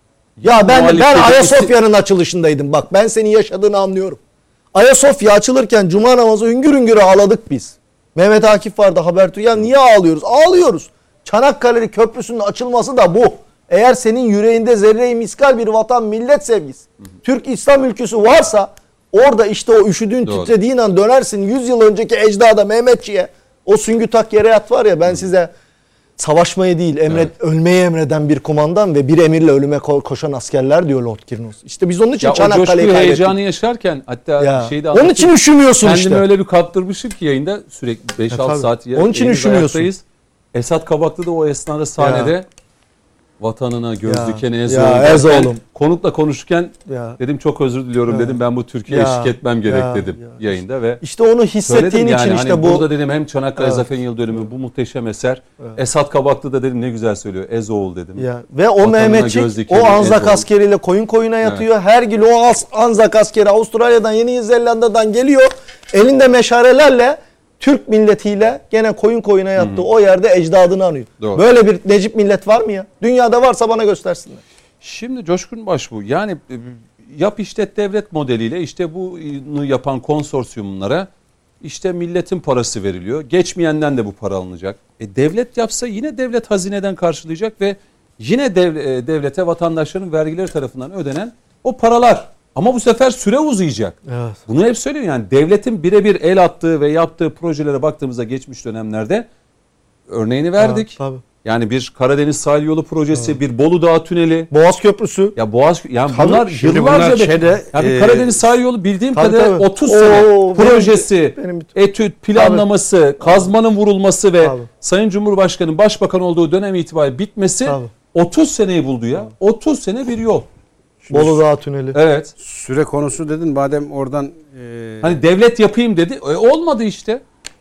Ya ben ben Ayasofya'nın açılışındaydım. Bak ben senin yaşadığını anlıyorum. Ayasofya açılırken cuma namazı hüngür hüngür ağladık biz. Mehmet Akif vardı Habertürk. Ya niye ağlıyoruz? Ağlıyoruz. Çanakkale Köprüsü'nün açılması da bu. Eğer senin yüreğinde zerre-i miskal bir vatan millet sevgisi, hı hı. Türk İslam ülküsü varsa orada işte o üşüdüğün Doğru. titrediğin an dönersin yüz yıl önceki ecdada Mehmetçiğe. O süngü tak yere yat var ya ben hı. size savaşmayı değil emret, evet. ölmeyi emreden bir kumandan ve bir emirle ölüme koşan askerler diyor Lord Kirnos. İşte biz onun için Çanakkale'yi kaybettik. O coşkuyu heyecanı yaşarken hatta ya. şeyde onun için üşümüyorsun kendimi işte. Kendimi öyle bir kaptırmışım ki yayında sürekli beş altı saat onun için üşümüyorsun. Esat Kabaklı da o esnada sahnede ya. vatanına göz ya. dikene ez ya, ez oğlum. Konukla konuşurken ya. dedim çok özür diliyorum ya. dedim ben bu Türkiye'ye eşlik etmem gerek ya. dedim ya. yayında ve işte onu hissettiğin yani, için işte hani bu. Burada dedim hem Çanakkale evet. Zafer Yıl Dönümü bu muhteşem eser. Evet. Esat Kabaklı da dedim ne güzel söylüyor. Ez oğul dedim. Ya. Ve o Mehmetçik o Anzak askeriyle koyun koyuna yatıyor. Evet. Her gün o Anzak askeri Avustralya'dan Yeni Zelanda'dan geliyor. Elinde meşarelerle Türk milletiyle gene koyun koyuna yattı. Hı-hı. O yerde ecdadını anıyor. Doğru. Böyle bir Necip millet var mı ya? Dünyada varsa bana göstersinler. Şimdi Coşkun Baş bu. Yani yap işlet devlet modeliyle işte bunu yapan konsorsiyumlara işte milletin parası veriliyor. Geçmeyenden de bu para alınacak. E devlet yapsa yine devlet hazineden karşılayacak ve yine dev, devlete vatandaşların vergileri tarafından ödenen o paralar. Ama bu sefer süre uzayacak. Evet. Bunu hep söylüyorum yani devletin birebir el attığı ve yaptığı projelere baktığımızda geçmiş dönemlerde örneğini verdik. Evet, tabii. Yani bir Karadeniz Sahil Yolu projesi, evet. bir Bolu Dağı Tüneli, Boğaz Köprüsü. Ya Boğaz yani tabii, bunlar yıllarca şeyde yani e, Karadeniz Sahil Yolu bildiğim kadarıyla otuz sene Oo, projesi, benim, benim, etüt, planlaması, tabii. kazmanın vurulması ve tabii. Sayın Cumhurbaşkanı'nın başbakan olduğu dönem itibariyle bitmesi tabii. otuz seneyi buldu ya. Tabii. otuz sene bir yol. Şimdi Bolu Dağı Tüneli. Evet. Süre konusu dedin madem oradan e... hani devlet yapayım dedi. E, olmadı işte.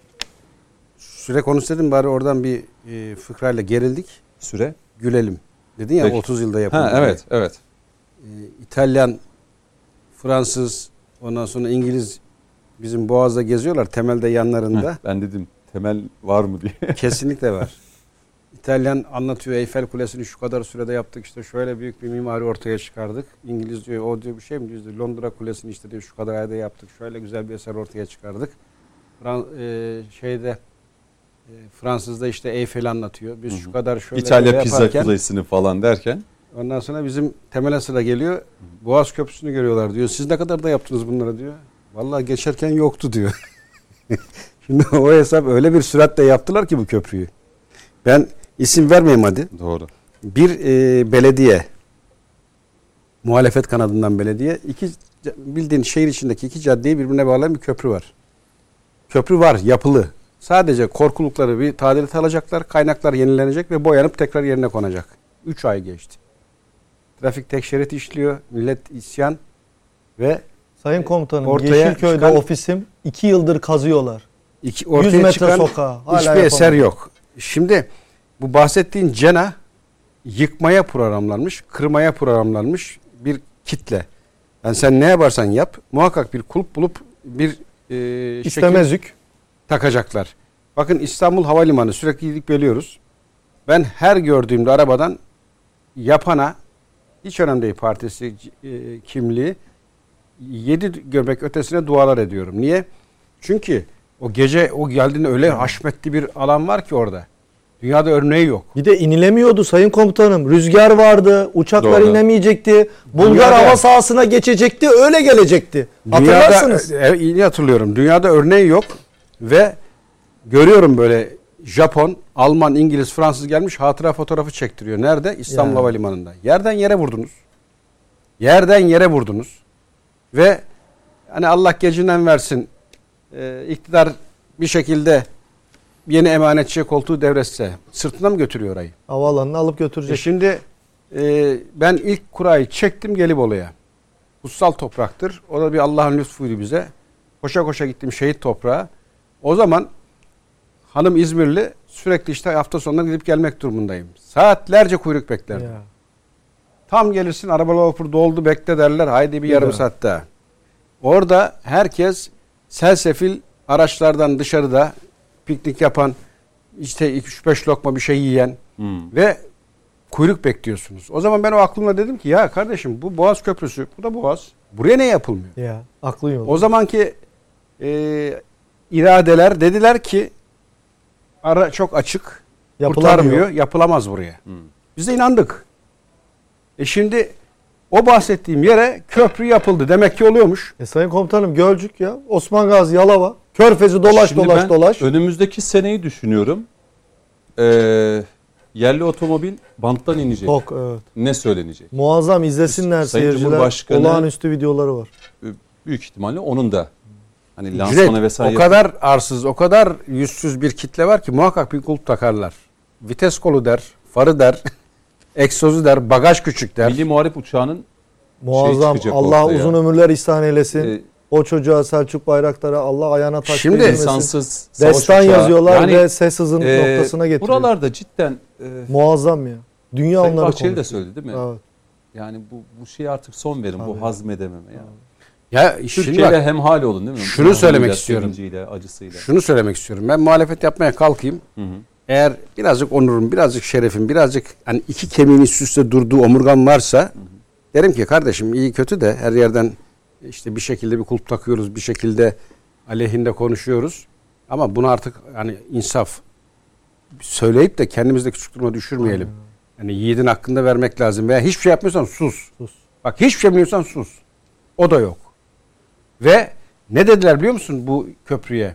Süre konusu dedin bari oradan bir e, fıkrayla gerildik. Süre gülelim. Dedin ya Peki. otuz yılda yapıldı. Ha, evet, evet. E, İtalyan, Fransız, ondan sonra İngiliz bizim Boğaz'da geziyorlar temelde yanlarında. Heh, ben dedim temel var mı diye. Kesinlikle var. İtalyan anlatıyor Eyfel Kulesi'ni şu kadar sürede yaptık işte şöyle büyük bir mimari ortaya çıkardık. İngiliz diyor o diyor bir şey mi diyor Londra Kulesi'ni işte diyor şu kadar ayda yaptık şöyle güzel bir eser ortaya çıkardık. Fran e, şeyde e, Fransız'da işte Eyfel'i anlatıyor. Biz Hı-hı. şu kadar şöyle İtalya Pizza Kulesi'ni falan derken. Ondan sonra bizim temele sıra geliyor. Boğaz Köprüsü'nü görüyorlar diyor. Siz ne kadar da yaptınız bunları diyor. Vallahi geçerken yoktu diyor. Şimdi o hesap öyle bir süratle yaptılar ki bu köprüyü. Ben İsim vermeyeyim hadi. Doğru. Bir e, belediye, muhalefet kanadından belediye, iki bildiğin şehir içindeki iki caddeyi birbirine bağlayan bir köprü var. Köprü var, yapılı. Sadece korkulukları bir tadilat alacaklar, kaynaklar yenilenecek ve boyanıp tekrar yerine konacak. Üç ay geçti. Trafik tek şerit işliyor, millet isyan ve Sayın Komutanım, Yeşilköy'de çıkan, ofisim iki yıldır kazıyorlar. Iki, ortaya yüz metre sokağa. Hala hiçbir yapamadım. Eser yok. Şimdi bu bahsettiğin cena yıkmaya programlanmış, kırmaya programlanmış bir kitle. Yani sen ne yaparsan yap muhakkak bir kulp bulup bir e, İstemezlik takacaklar. Bakın İstanbul Havalimanı sürekli gidip geliyoruz. Ben her gördüğümde arabadan yapana hiç önemli değil partisi e, kimliği yedi göbek ötesine dualar ediyorum. Niye? Çünkü o gece o geldiğinde öyle haşmetli bir alan var ki orada. Dünyada örneği yok. Bir de inilemiyordu Sayın Komutanım. Rüzgar vardı. Uçaklar Doğru. inemeyecekti. Bulgar Dünyada, hava sahasına geçecekti. Öyle gelecekti. Hatırlarsınız. Dünyada, e, iyi hatırlıyorum. Dünyada örneği yok. Ve görüyorum böyle Japon, Alman, İngiliz, Fransız gelmiş hatıra fotoğrafı çektiriyor. Nerede? İstanbul yani. Havalimanı'nda. Yerden yere vurdunuz. Yerden yere vurdunuz. Ve hani Allah gecinden versin e, iktidar bir şekilde yeni emanetçiye koltuğu devretse sırtına mı götürüyor orayı? Havaalanına alıp götürecek. E şimdi e, ben ilk kurayı çektim Gelibolu'ya. kutsal topraktır. O da bir Allah'ın lütfuydu bize. Koşa koşa gittim şehit toprağa. O zaman hanım İzmirli, sürekli işte hafta sonları gidip gelmek durumundayım. Saatlerce kuyruk beklerdim. Ya. Tam gelirsin arabalar vapur doldu bekle derler. Haydi bir, Bir yarım daha. saat daha. Orada herkes selsefil araçlardan dışarıda piknik yapan, işte iki üç beş lokma bir şey yiyen Hmm. ve kuyruk bekliyorsunuz. O zaman ben o aklımla dedim ki ya kardeşim bu Boğaz Köprüsü, bu da Boğaz. Buraya ne yapılmıyor? Ya aklın yolu. O zamanki e, iradeler dediler ki ara çok açık, Yapılamıyor. kurtarmıyor, yapılamaz buraya. Hmm. Biz de inandık. E şimdi o bahsettiğim yere köprü yapıldı. Demek ki oluyormuş. E sayın komutanım Gölcük ya. Osman Gazi, Yalova. Körfezi dolaş Şimdi dolaş ben dolaş. önümüzdeki seneyi düşünüyorum. Ee, yerli otomobil banttan inecek. Çok evet. Ne söylenecek? Muazzam izlesinler Sayın seyirciler. Cumhurbaşkanı- Olağanüstü videoları var. Büyük ihtimalle onun da hani Cüneyt, lansmanı vesaire. o kadar arsız, o kadar yüzsüz bir kitle var ki muhakkak bir kulp takarlar. Vites kolu der, farı der, egzozu der, bagaj küçük der. Milli Muharip Uçağı'nın Muazzam. çıkacak Allah ortaya. uzun ömürler ihsan eylesin. e, O çocuğa Selçuk Bayraktar'a Allah ayağına taş Şimdi değdirmesin. insansız savaş Destan uçağı. yazıyorlar Yani, ve ses hızın e, noktasına getiriyor. Buralarda cidden e, Muazzam ya. Dünya Sayın onları Bahçeli de konuşuyor. söyledi değil mi? Evet. Yani bu bu şeye artık son verin. Tabii. Bu hazmedememe ya. Ya şimdi Türkiye'yle bak, hemhal olun değil mi? Şunu söylemek Acıyla, istiyorum. sevinciyle, acısıyla. şunu söylemek istiyorum. Ben muhalefet yapmaya kalkayım. Hı hı. Eğer birazcık onurum, birazcık şerefim, birazcık hani iki kemiğin üst üste durduğu omurgam varsa, hı hı, derim ki kardeşim iyi kötü de her yerden işte bir şekilde bir kulp takıyoruz, bir şekilde aleyhinde konuşuyoruz. Ama bunu artık hani insaf söyleyip de kendimizde küçük duruma düşürmeyelim. Yani yiğidin hakkında vermek lazım. Veya hiçbir şey yapmıyorsan sus. Sus. Bak hiçbir şey bilmiyorsan sus. O da yok. Ve ne dediler biliyor musun bu köprüye?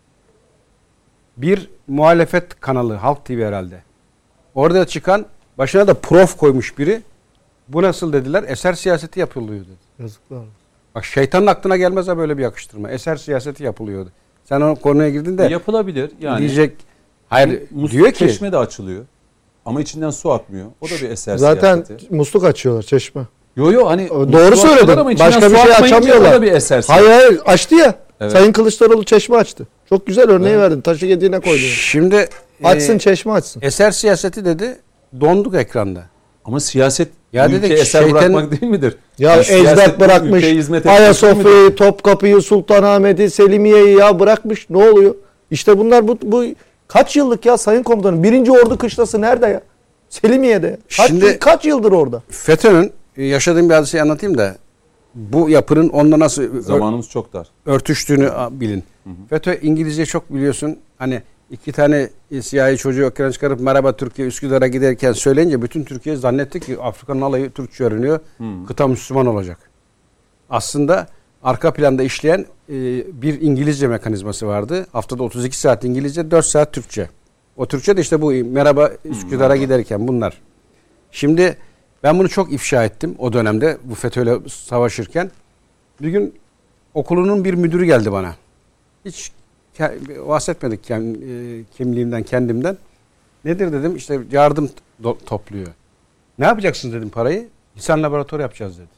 Bir muhalefet kanalı, Halk T V herhalde. Orada çıkan, başına da prof koymuş biri. Bu nasıl dediler? Eser siyaseti yapılıyor dedi. Yazıklar olsun. Bak şeytanın aklına gelmez ha böyle bir yakıştırma. Eser siyaseti yapılıyordu. Sen o konuya girdin de Yapılabilir. Yani diyecek, hayır Musluk diyor ki çeşme de açılıyor. Ama içinden su akmıyor. O da bir eser Zaten siyaseti. musluk açıyorlar çeşme. Yo yo hani Doğru musluğu açıyorlar söyledin. ama içinden Başka su bir şey akmayınca açamıyorlar. O da bir eser siyaseti. Hayır hayır açtı ya. Evet. Sayın Kılıçdaroğlu çeşme açtı. Çok güzel örneği Evet. verdin. Taşı gediğine koydun. şimdi Açsın e, çeşme açsın. eser siyaseti dedi. Donduk ekranda. Ama siyaset Ya ülke dedik, eser şeytan- bırakmak değil midir? Ya Yani ecdat siyaset bırakmış. ülkeye hizmet etmek değil midir? Ayasofya'yı, Topkapı'yı, Sultanahmet'i, Selimiye'yi ya bırakmış. Ne oluyor? İşte bunlar bu, bu kaç yıllık ya Sayın Komutanım? Birinci Ordu Kışlası nerede ya? Selimiye'de. ya. Kaç, Şimdi- yıl- kaç yıldır orada? FETÖ'nün yaşadığım bir hadiseyi anlatayım da bu yapının onunla nasıl ör- Zamanımız çok dar. örtüştüğünü bilin. FETÖ İngilizce çok biliyorsun. Hani iki tane siyahi çocuğu ekran çıkarıp merhaba Türkiye Üsküdar'a giderken söyleyince bütün Türkiye zannetti ki Afrika'nın alayı Türkçe öğreniyor. Hmm. Kıta Müslüman olacak. Aslında arka planda işleyen e, bir İngilizce mekanizması vardı. Haftada otuz iki saat İngilizce, dört saat Türkçe. O Türkçe de işte bu merhaba Üsküdar'a giderken bunlar. Şimdi ben bunu çok ifşa ettim o dönemde bu FETÖ'yle savaşırken. Bir gün okulunun bir müdürü geldi bana. Hiç ke- bahsetmedik kem, e, kimliğimden, kendimden. Nedir dedim, işte yardım do- topluyor. Ne yapacaksınız dedim parayı. İnsan laboratuvarı yapacağız dedi.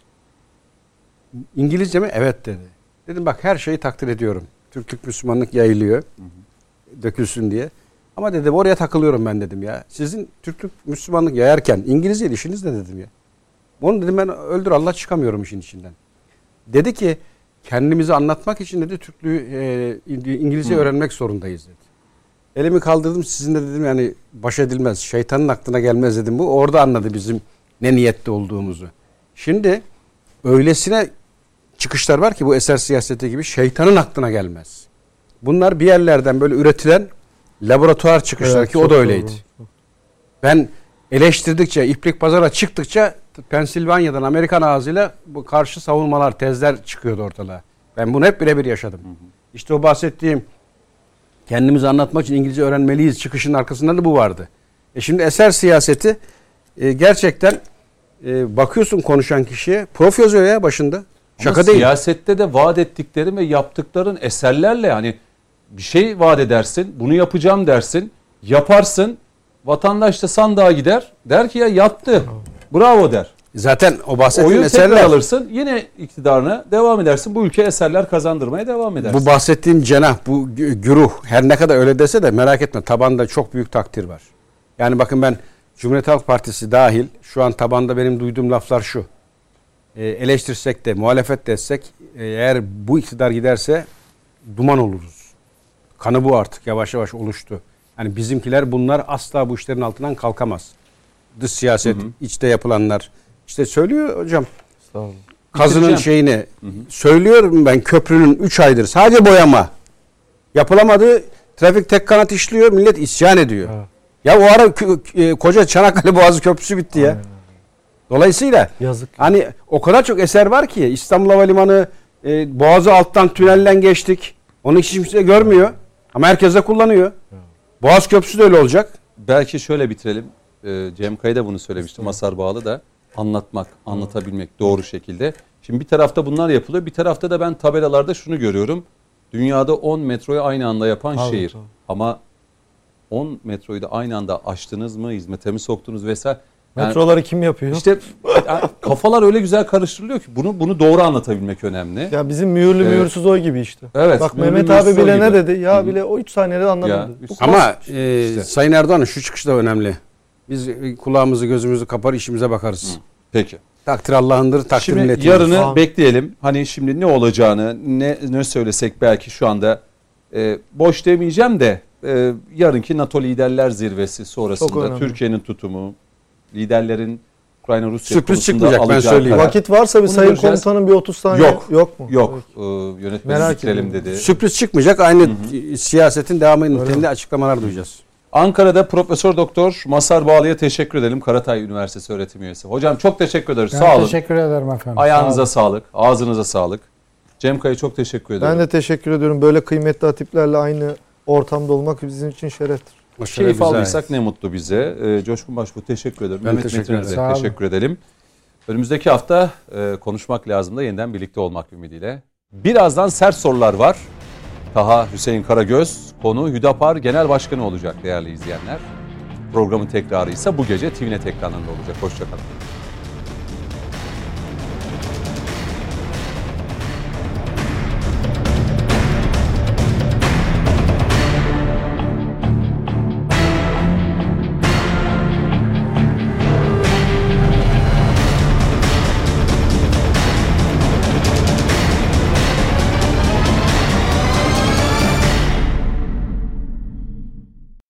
İngilizce mi? Evet dedi. Dedim bak her şeyi takdir ediyorum. Türklük, Müslümanlık yayılıyor. Hı hı. Dökülsün diye. Ama dedim oraya takılıyorum ben dedim ya. Sizin Türklük, Müslümanlık yayarken İngilizce işiniz ne dedim ya. Onu dedim ben öldür Allah çıkamıyorum işin içinden. Dedi ki kendimizi anlatmak için dedi Türklüğü e, İngilizce Hı. öğrenmek zorundayız dedi. Elimi kaldırdım sizinle dedim yani baş edilmez. Şeytanın aklına gelmez dedim bu. Orada anladı bizim ne niyette olduğumuzu. Şimdi öylesine çıkışlar var ki bu eser siyaseti gibi şeytanın aklına gelmez. Bunlar bir yerlerden böyle üretilen laboratuvar çıkışları Evet, ki o da öyleydi. Doğru. Ben eleştirdikçe, iplik pazara çıktıkça Pensilvanya'dan Amerikan ağzıyla bu karşı savunmalar, tezler çıkıyordu ortalığa. Ben bunu hep birebir yaşadım. Hı hı. İşte o bahsettiğim kendimizi anlatmak için İngilizce öğrenmeliyiz çıkışın arkasında da bu vardı. E şimdi eser siyaseti e, gerçekten e, bakıyorsun konuşan kişiye prof yazıyor ya başında. Şaka Ama değil. Siyasette de vaat ettiklerin ve yaptıkların eserlerle yani bir şey vaat edersin, bunu yapacağım dersin, yaparsın. Vatandaş da sandığa gider. Der ki ya yattı. bravo der. Zaten o bahsettiğin Oyu tekrar eserler, alırsın, yine iktidarına devam edersin. Bu ülke eserler kazandırmaya devam edersin. bu bahsettiğim cenah, bu gü- güruh her ne kadar öyle dese de merak etme, tabanda çok büyük takdir var. Yani bakın, ben Cumhuriyet Halk Partisi dahil şu an tabanda benim duyduğum laflar şu. E, eleştirsek de muhalefet de etsek, e, eğer bu iktidar giderse duman oluruz. Kanı bu artık yavaş yavaş oluştu. Yani bizimkiler, bunlar asla bu işlerin altından kalkamaz. Dış siyaset, hı hı. içte yapılanlar. İşte söylüyor hocam. Sağ olun. Kazının Bitireceğim. şeyini hı hı. söylüyorum ben, köprünün üç aydır sadece boyama yapılamadı. Trafik tek kanat işliyor, millet isyan ediyor. Evet. Ya o ara kö- e, koca Çanakkale Boğazı Köprüsü bitti ya. Aynen. Dolayısıyla yazık. Hani o kadar çok eser var ki, İstanbul Havalimanı, e, Boğazı alttan tünelden geçtik. Onu hiç kimse görmüyor ama herkes de kullanıyor. Evet. Boğaz Köprüsü de öyle olacak. Belki şöyle bitirelim. Ee, Cem Kaya da bunu söylemişti. Masar Bağlı da anlatmak, anlatabilmek doğru şekilde. Şimdi bir tarafta bunlar yapılıyor. Bir tarafta da ben tabelalarda şunu görüyorum. Dünyada on metroyu aynı anda yapan Abi, şehir. tabii. Ama on metroyu da aynı anda açtınız mı, hizmete mi soktunuz vesaire. Yani Metroları kim yapıyor? İşte yani kafalar öyle güzel karıştırılıyor ki bunu bunu doğru anlatabilmek önemli. Ya bizim mühürlü Evet. mühürsüz oy gibi işte. Evet, Bak mühürlü Mehmet mühürsüz abi bile oy ne gibi. dedi? Ya Hı. bile o üç saniyede anlamadı. Ya, Bu üç- Ama e, İşte. Sayın Erdoğan'ın şu çıkışı da önemli. Biz e, kulağımızı gözümüzü kapar, işimize bakarız. Hı. Peki. Takdir Allah'ındır, takdir Şimdi milletin. yarını Tamam. bekleyelim. Hani şimdi ne olacağını, ne ne söylesek belki şu anda e, boş demeyeceğim de e, yarınki NATO Liderler Zirvesi Çok sonrasında önemli. Türkiye'nin tutumu, liderlerin Ukrayna Rusya Sürpriz konusunda çıkmayacak, ben alacağı söyleyeyim. karar. Vakit varsa bir Bunu sayın göreceğiz. komutanın bir otuz saniye Yok. yok mu? Yok. Peki. E, yönetmeni Merak bitirelim ediyorum. dedi. Sürpriz çıkmayacak, aynı hı hı. siyasetin devamı niteliğinde açıklamalar duyacağız. Ankara'da Profesör Doktor Masar Bağlı'ya teşekkür edelim. Karatay Üniversitesi öğretim üyesi. Hocam çok teşekkür ederiz. Ben Sağ olun. teşekkür ederim efendim. Ayağınıza sağlık, ağzınıza sağlık. Cem Kaya çok teşekkür ediyorum. Ben de teşekkür ediyorum. Böyle kıymetli hatiplerle aynı ortamda olmak bizim için şereftir. O şeref Keyif bize aldıysak ait. ne mutlu bize. Ee, Coşkun Başbuğ teşekkür ederim. Ben Mehmet teşekkür Metin'e de ederim. Sağ olun. teşekkür edelim. Önümüzdeki hafta e, konuşmak lazım da yeniden birlikte olmak ümidiyle. Birazdan sert sorular var. Taha Hüseyin Karagöz, konu Hüdapar Genel Başkanı olacak değerli izleyenler. Programın tekrarı ise bu gece T V Net ekranlarında olacak. Hoşçakalın.